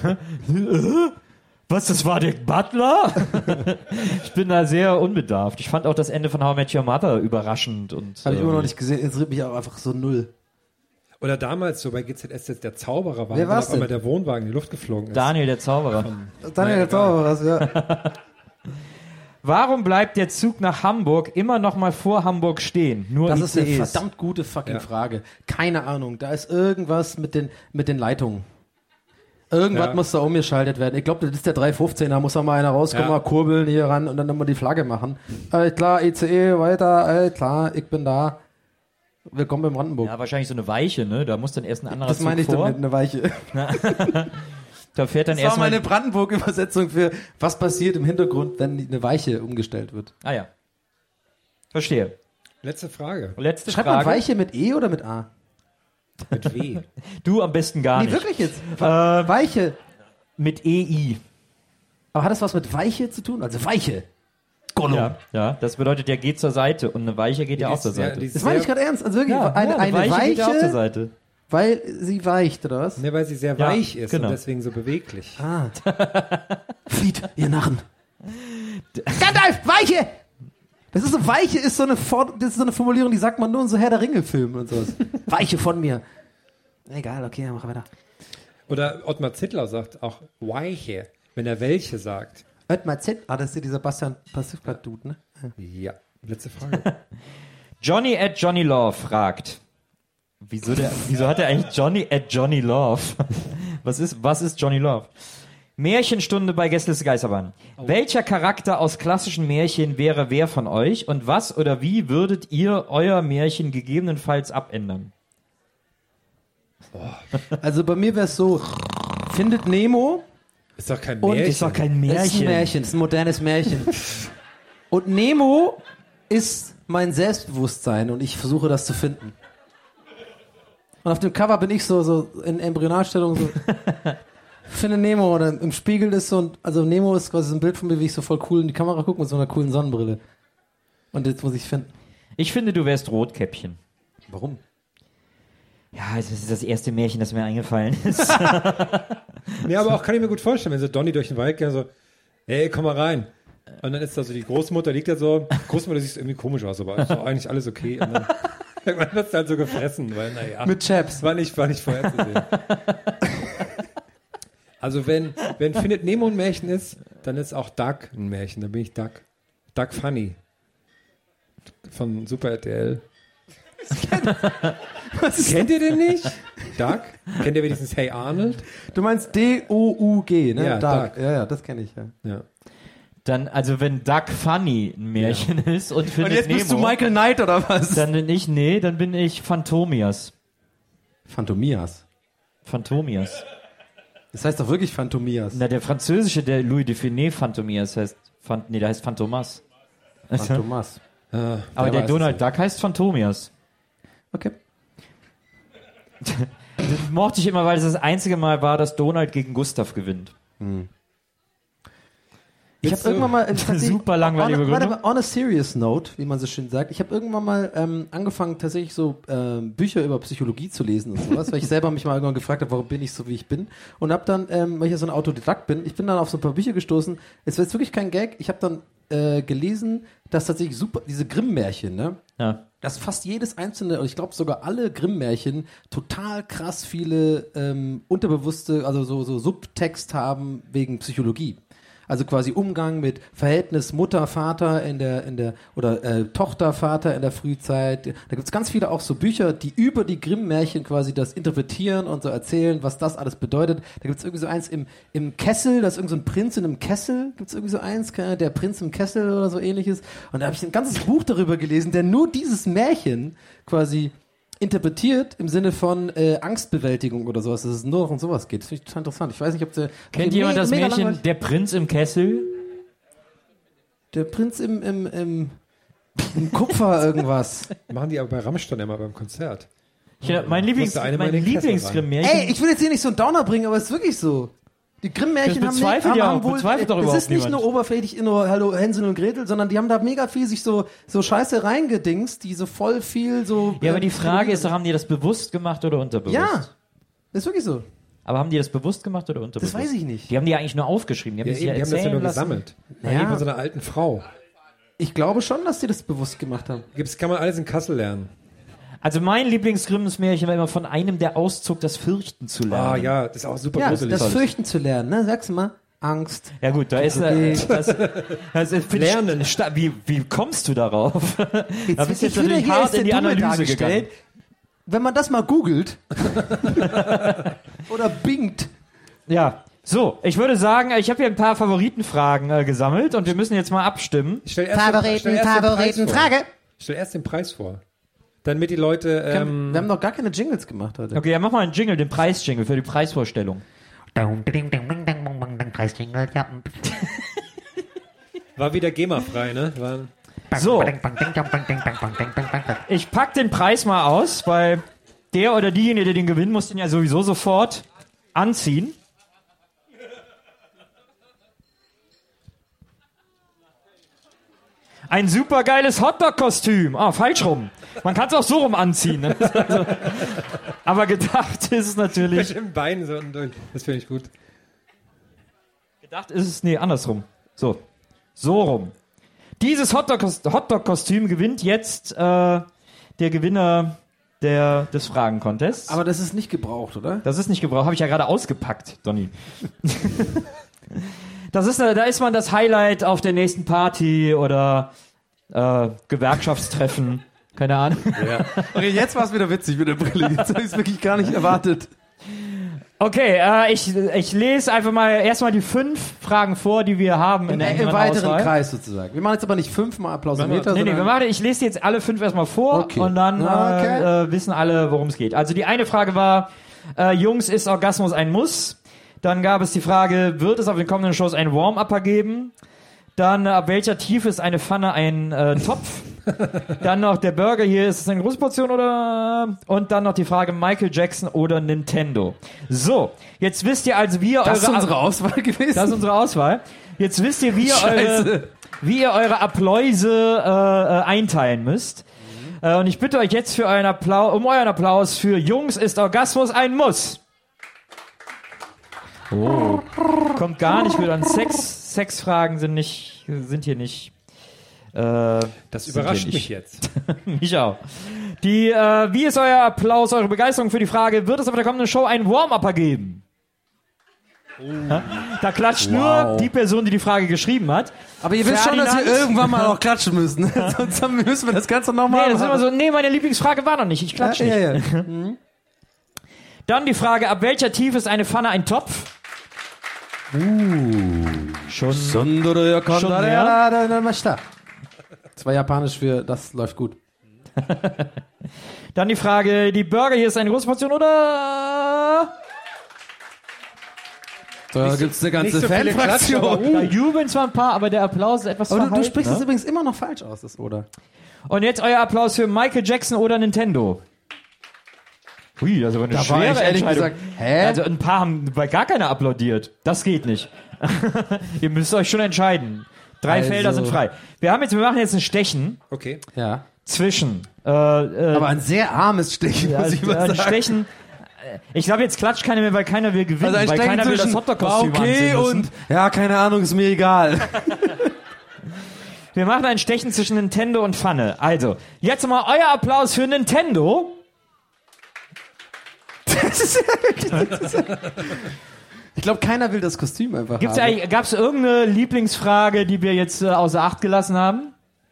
Was, das war der Butler? Ich bin da sehr unbedarft. Ich fand auch das Ende von How I Met Your Mother überraschend. Habe ich immer noch nicht gesehen. Interessiert mich auch einfach so null. Oder damals so bei GZS jetzt der Zauberer war, Wer war's auf einmal denn? der Wohnwagen in die Luft geflogen ist. Daniel, der Zauberer. Daniel der Zauberer, ja. Warum bleibt der Zug nach Hamburg immer noch mal vor Hamburg stehen? Nur Das ist eine ICEs. verdammt gute fucking Frage. Keine Ahnung. Da ist irgendwas mit den Leitungen. Irgendwas Ja. muss da umgeschaltet werden. Ich glaube, das ist der 315, da muss da mal einer rauskommen, Ja. mal kurbeln hier ran und dann nochmal die Flagge machen. Klar, ICE, weiter, klar, ich bin da. Willkommen in Brandenburg. Ja, wahrscheinlich so eine Weiche, ne? Da muss dann erst ein anderer das meine ich Zug vor. damit, eine Weiche. Da fährt dann Das war erstmal... meine Brandenburg-Übersetzung für, was passiert im Hintergrund, wenn eine Weiche umgestellt wird. Ah ja. Verstehe. Letzte Frage. Letzte Schreibt Frage. man Weiche mit E oder mit A? Mit W. Du am besten gar Nee, nicht. wirklich jetzt. Weiche. Mit EI. Aber hat das was mit Weiche zu tun? Also Weiche. Gollum. Ja, ja, das bedeutet, der geht zur Seite und eine Weiche geht ja auch zur Seite. Das meine ich gerade ernst. Also wirklich, Ja, eine Weiche, geht ja auch zur Seite. weil sie weicht, oder was? Ne, weil sie sehr Ja, weich ist genau. und deswegen so beweglich. Ah. Flieht, ihr Narren. Gandalf, Weiche! Das ist so, Weiche ist so eine Formulierung, die sagt man nur in so Herr der Ringe-Filmen und sowas. Weiche von mir. Egal, okay, mach weiter. Oder Ottmar Zittler sagt auch Weiche, wenn er welche sagt. Ottmar Zitt, das ist ja dieser Bastian Pastewka-Dude, ne? Ja, letzte Frage. Johnny at Johnny Love fragt. Wieso hat er eigentlich Johnny at Johnny Love? Was ist Johnny Love? Märchenstunde bei Gästeliste Geisterbahn. Welcher Charakter aus klassischen Märchen wäre wer von euch und was oder wie würdet ihr euer Märchen gegebenenfalls abändern? Also bei mir wäre es so, findet Nemo Ist doch kein und Märchen. Ist doch kein Es ist ein Märchen. Märchen, es ist ein modernes Märchen. Und Nemo ist mein Selbstbewusstsein und ich versuche das zu finden. Und auf dem Cover bin ich so in Embryonalstellung so, finde Nemo oder im Spiegel ist so, also Nemo ist quasi so ein Bild von mir, wie ich so voll cool in die Kamera gucke mit so einer coolen Sonnenbrille. Und jetzt muss ich finden. Ich finde, du wärst Rotkäppchen. Warum? Ja, das ist das erste Märchen, das mir eingefallen ist. Nee, aber auch kann ich mir gut vorstellen, wenn so Donny durch den Wald geht, so, hey, komm mal rein. Und dann ist da so die Großmutter, liegt da so, Großmutter sieht irgendwie komisch aus, aber ist doch eigentlich alles okay. Und dann irgendwann wird es halt so gefressen, weil, naja. Mit Chaps. War nicht vorher zu sehen. Also wenn Findet Nemo ein Märchen ist, dann ist auch Duck ein Märchen, dann bin ich Duck. Duck Funny. Von Super RTL. Kennt ihr den nicht? Duck? Kennt ihr wenigstens Hey Arnold? Du meinst D-O-U-G, ne? Ja, Duck. Ja, das kenne ich, ja. Ja. Dann, also wenn Duck Funny ein Märchen ist und findet Und jetzt Nemo, bist du Michael Knight oder was? dann bin ich Phantomias. Phantomias. Phantomias. Das heißt doch wirklich Phantomias. Na, der französische, der Louis de Funès Phantomias heißt, der heißt Phantomas. Phantomas. Aber der Donald Duck heißt Phantomias. Okay. Das mochte ich immer, weil es das einzige Mal war, dass Donald gegen Gustav gewinnt. Ich habe irgendwann mal super langweilige Begründung. On a serious note, wie man so schön sagt. Ich habe irgendwann mal angefangen, tatsächlich so Bücher über Psychologie zu lesen und sowas, weil ich selber mich mal irgendwann gefragt habe, warum bin ich so, wie ich bin. Und habe dann, weil ich ja so ein Autodidakt bin, ich bin dann auf so ein paar Bücher gestoßen. Es war jetzt wirklich kein Gag. Ich habe dann gelesen, dass tatsächlich super diese Grimm-Märchen, ne? Ja. Dass fast jedes einzelne, und ich glaube sogar alle Grimm-Märchen total krass viele unterbewusste, also so Subtext haben wegen Psychologie. Also quasi Umgang mit Verhältnis Mutter-Vater oder Tochter-Vater in der Frühzeit. Da gibt es ganz viele auch so Bücher, die über die Grimm-Märchen quasi das interpretieren und so erzählen, was das alles bedeutet. Da gibt es irgendwie so eins im Kessel, da ist irgend so ein Prinz in einem Kessel, gibt es irgendwie so eins, der Prinz im Kessel oder so ähnliches. Und da habe ich ein ganzes Buch darüber gelesen, der nur dieses Märchen quasi interpretiert im Sinne von Angstbewältigung oder sowas, dass es nur noch um sowas geht. Das finde ich total interessant. Ich weiß nicht, ob der... Kennt jemand das Märchen Der Prinz im Kessel? Der Prinz im Kupfer irgendwas. Machen die aber bei Rammstein immer beim Konzert. Mein Lieblingsgrimm-Märchen... Ey, ich will jetzt hier nicht so einen Downer bringen, aber es ist wirklich so. Die Grimm-Märchen haben wohl... Es ist nicht nur oberflächlich nur Hallo Hänsel und Gretel, sondern die haben da mega viel sich so Scheiße reingedingst, die so voll viel so... Ja, aber die Frage ist doch, haben die das bewusst gemacht oder unterbewusst? Ja, das ist wirklich so. Aber haben die das bewusst gemacht oder unterbewusst? Das weiß ich nicht. Die haben die ja eigentlich nur aufgeschrieben. Die haben das ja nur gesammelt. Naja. Von so einer alten Frau. Ich glaube schon, dass die das bewusst gemacht haben. Kann man alles in Kassel lernen. Also mein Lieblingsgrimms-Märchen war immer von einem, der auszog, das Fürchten zu lernen. Ah ja, das ist auch super gruselig. Das Fürchten zu lernen, ne? Sag's mal. Angst. Ja gut, da ist Lernen. Wie kommst du darauf? Jetzt, da bist du jetzt natürlich hart in die Analyse gegangen. Wenn man das mal googelt oder bingt. Ja, so, ich würde sagen, ich habe hier ein paar Favoritenfragen gesammelt und wir müssen jetzt mal abstimmen. Favoritenfrage. Stell erst den Preis vor. Damit die Leute... wir haben noch gar keine Jingles gemacht heute. Okay, ja, mach mal einen Jingle, den Preisjingle für die Preisvorstellung. Preisjingle, ja. War wieder GEMA-frei, ne? So. Ich pack den Preis mal aus, weil der oder diejenige, der den gewinnen muss, den ja sowieso sofort anziehen. Ein supergeiles Hotdog-Kostüm. Ah, falsch rum. Man kann es auch so rum anziehen. Ne? Also, aber gedacht ist es natürlich... Mit dem Bein so durch. Das finde ich gut. Gedacht ist es... Nee, andersrum. So rum. Dieses Hotdog-Kostüm gewinnt jetzt der Gewinner des Fragen-Contests. Aber das ist nicht gebraucht, oder? Das ist nicht gebraucht. Habe ich ja gerade ausgepackt, Donny. Da ist man das Highlight auf der nächsten Party oder Gewerkschaftstreffen. Keine Ahnung. Ja. Okay, jetzt war es wieder witzig mit der Brille. Jetzt habe ich es wirklich gar nicht erwartet. Okay, ich lese einfach mal erstmal die 5 Fragen vor, die wir haben in der Im weiteren Kreis sozusagen. Wir machen jetzt aber nicht 5-mal Applausometer. Nee, ich lese jetzt alle 5 erstmal vor und dann wissen alle, worum es geht. Also die eine Frage war, Jungs, ist Orgasmus ein Muss? Dann gab es die Frage, wird es auf den kommenden Shows einen Warm-Upper geben? Dann, ab welcher Tiefe ist eine Pfanne ein Topf? Dann noch der Burger hier, ist es eine große Portion oder... Und dann noch die Frage, Michael Jackson oder Nintendo. So, jetzt wisst ihr also, wie ihr Das ist unsere Auswahl gewesen? Das ist unsere Auswahl. Jetzt wisst ihr, wie ihr eure Appläuse einteilen müsst. Und ich bitte euch jetzt um euren Applaus für Jungs, ist Orgasmus ein Muss. Oh. Kommt gar nicht gut an. Sexfragen sind hier nicht. Das überrascht mich jetzt. Mich auch. Wie ist euer Applaus, eure Begeisterung für die Frage, wird es auf der kommenden Show einen Warm-Upper geben? Da klatscht nur die Person, die die Frage geschrieben hat. Aber ihr wisst schon, dass wir irgendwann mal auch klatschen müssen. Sonst müssen wir das Ganze nochmal machen. Meine Lieblingsfrage war noch nicht. Ich klatsche nicht. Ja. Dann die Frage, ab welcher Tiefe ist eine Pfanne ein Topf? Schon mehr? Das war japanisch für, das läuft gut. Dann die Frage, die Burger hier ist eine große Portion oder... Da gibt es eine ganze Fanfraktion. Da jubeln zwar ein paar, aber der Applaus ist etwas verhalten. Aber du sprichst es übrigens immer noch falsch aus, das oder. Und jetzt euer Applaus für Michael Jackson oder Nintendo. Ui, also eine Da war schwere ich ehrlich Entscheidung. gesagt, hä? Also ein paar haben bei gar keiner applaudiert. Das geht nicht. Ihr müsst euch schon entscheiden. 3 Also. Felder sind frei. Wir machen jetzt ein Stechen Okay. Ja. zwischen. Aber ein sehr armes Stechen, muss ich mal ein sagen. Stechen. Ich glaube, jetzt klatscht keiner mehr, weil keiner will gewinnen, Also ein weil Stechen keiner will das zwischen, Hotdog-Kostüm okay anziehen müssen. und, ja, keine Ahnung, ist mir egal. Wir machen ein Stechen zwischen Nintendo und Pfanne. Also, jetzt mal euer Applaus für Nintendo. Ich glaube, keiner will das Kostüm einfach Gab haben. es irgendeine Lieblingsfrage, die wir jetzt außer Acht gelassen haben?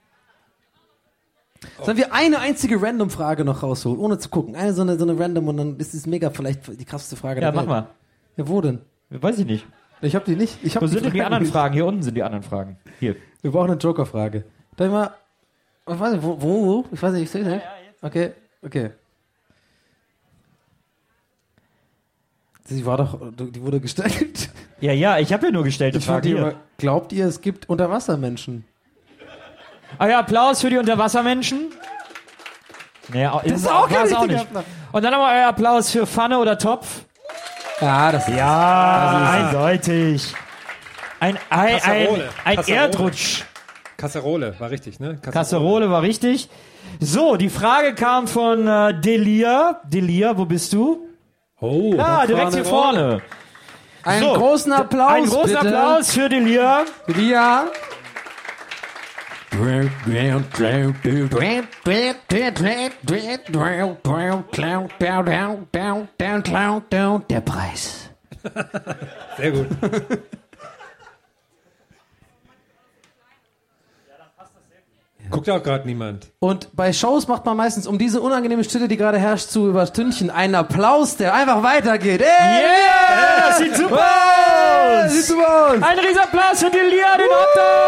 Sollen wir eine einzige Random-Frage noch rausholen, ohne zu gucken? Eine so eine Random und dann ist es mega vielleicht die krasseste Frage Ja, der mach Welt. mal. Ja, wo denn? Weiß ich nicht. Ich hab die nicht. Wo sind denn die anderen Fragen? Hier unten sind die anderen Fragen. Hier. Wir brauchen eine Joker-Frage. Darf ich mal... Ich weiß nicht, wo? Ich weiß nicht, ich sehe nicht. Okay. Die wurde gestellt. Ja, ich habe ja nur gestellte Fragen. Hier. Glaubt ihr, es gibt Unterwassermenschen? Euer Applaus für die Unterwassermenschen. Naja, Das ist auch kein auch richtiger nicht. Und dann nochmal euer Applaus für Pfanne oder Topf. Ja, das ist... Eindeutig. Ein Kasserole. Erdrutsch. Kasserole war richtig, ne? Kasserole war richtig. So, die Frage kam von Delia. Delia, wo bist du? Oh. Ja, direkt hier vorne. Einen So, großen Applaus, Einen großen bitte. Applaus für Delia. Ja. Der Preis. Sehr gut. Guckt auch gerade niemand. Und bei Shows macht man meistens um diese unangenehme Stille, die gerade herrscht, zu Überstündchen einen Applaus, der einfach weitergeht. Ey! Yeah, das sieht super aus. Sieht super aus. Ein riesen Applaus für Delia, den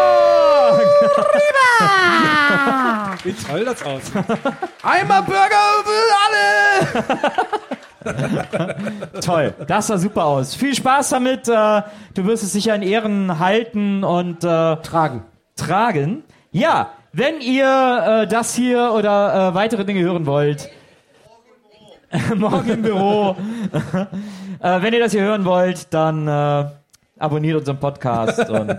Hotdog. Wie toll das aussieht. Einmal Burger für alle! Toll, das sah super aus. Viel Spaß damit. Du wirst es sicher in Ehren halten und Tragen. Ja, wenn ihr das hier oder weitere Dinge hören wollt, morgen im Büro, wenn ihr das hier hören wollt, dann abonniert unseren Podcast und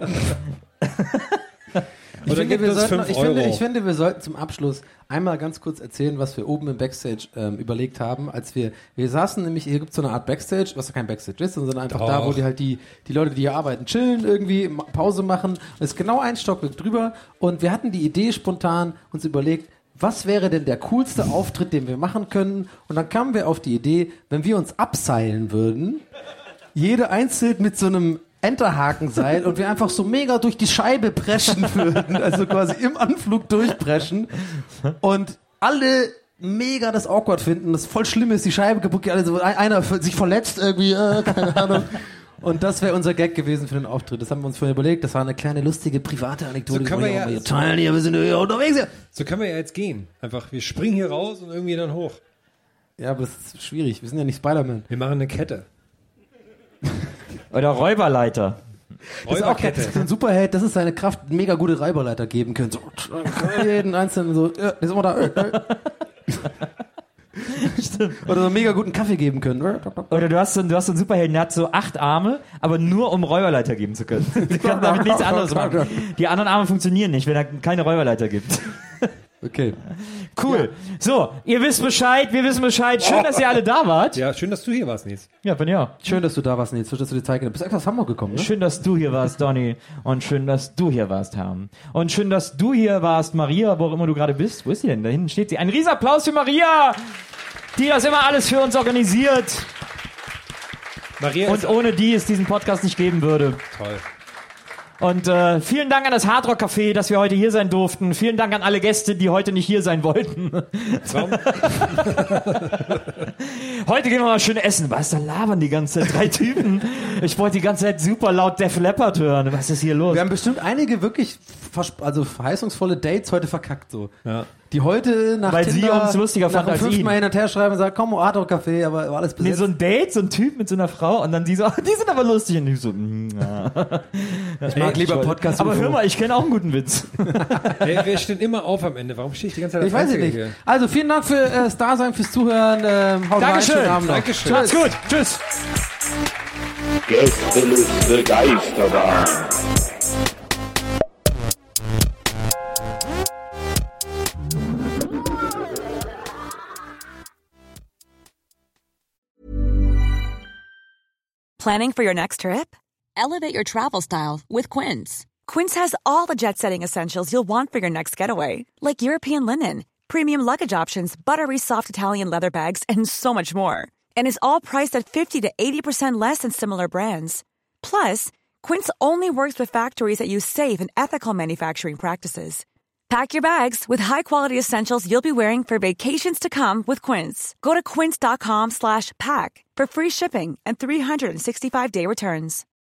Ich finde, wir wir sollten zum Abschluss einmal ganz kurz erzählen, was wir oben im Backstage überlegt haben, als wir saßen nämlich, hier gibt es so eine Art Backstage, was ja kein Backstage ist, sondern einfach da, wo die halt die Leute, die hier arbeiten, chillen irgendwie, Pause machen. Und es ist genau ein Stockwerk drüber und wir hatten die Idee spontan uns überlegt, was wäre denn der coolste Auftritt, den wir machen können? Und dann kamen wir auf die Idee, wenn wir uns abseilen würden, jede einzeln mit so einem Enterhakenseil und wir einfach so mega durch die Scheibe preschen würden, also quasi im Anflug durchpreschen und alle mega das awkward finden, das voll schlimm ist, die Scheibe kaputt geht, also einer sich verletzt irgendwie, keine Ahnung. Und das wäre unser Gag gewesen für den Auftritt. Das haben wir uns vorher überlegt. Das war eine kleine, lustige, private Anekdote. So können wir ja teilen hier, wir sind hier unterwegs. So können wir ja jetzt gehen. Einfach, wir springen hier raus und irgendwie dann hoch. Ja, aber das ist schwierig. Wir sind ja nicht Spider-Man. Wir machen eine Kette. oder Räuberleiter. Das ist auch so ein Superheld, das ist seine Kraft, mega gute Räuberleiter geben können. So, jeden einzelnen so, ja, ist immer da. Oder so einen mega guten Kaffee geben können. Oder du hast so einen Superhelden, der hat so 8 Arme, aber nur um Räuberleiter geben zu können. Der kann damit nichts anderes machen. Die anderen Arme funktionieren nicht, wenn er keine Räuberleiter gibt. Okay. Cool. Ja. So, ihr wisst Bescheid, wir wissen Bescheid. Schön, dass ihr alle da wart. Ja, schön, dass du hier warst, Nils. Ja, bin ja. Schön, dass du da warst, Nils. Schön, dass du die Zeit genommen hast. Du bist extra aus Hamburg gekommen, ne? Schön, dass du hier warst, Donny. Und schön, dass du hier warst, Herm. Und schön, dass du hier warst, Maria, wo auch immer du gerade bist. Wo ist sie denn? Da hinten steht sie. Ein Riesenapplaus für Maria, die das immer alles für uns organisiert. Maria und ohne die es diesen Podcast nicht geben würde. Toll. Und vielen Dank an das Hardrock Café, dass wir heute hier sein durften. Vielen Dank an alle Gäste, die heute nicht hier sein wollten. heute gehen wir mal schön essen. Was, da labern die ganze Zeit 3 Typen. Ich wollte die ganze Zeit super laut Def Leppard hören. Was ist hier los? Wir haben bestimmt einige wirklich verheißungsvolle Dates heute verkackt, so. Ja. Die heute nach Weil Tinder sie uns lustiger fand als 5. ihn. Mal hin und her schreiben und sagen, komm, Hardrock Café, aber war alles Nee, besetzt. so ein Date, so ein Typ mit so einer Frau und dann die so, die sind aber lustig. Und ich so, ja. Ich mag lieber Podcast. Aber hör mal, ich kenne auch einen guten Witz. Hey, wir stehen immer auf am Ende. Warum stehe ich die ganze Zeit Ich weiß es nicht. Hier? Also vielen Dank für das Dasein, fürs Zuhören. Haut rein, schönen Abend noch. Dankeschön. Macht's gut. Tschüss. Gästeliste Geisterbahn. Planning for your next trip? Elevate your travel style with Quince. Quince has all the jet-setting essentials you'll want for your next getaway, like European linen, premium luggage options, buttery soft Italian leather bags, and so much more. And is all priced at 50 to 80% less than similar brands. Plus, Quince only works with factories that use safe and ethical manufacturing practices. Pack your bags with high-quality essentials you'll be wearing for vacations to come with Quince. Go to quince.com/pack for free shipping and 365-day returns.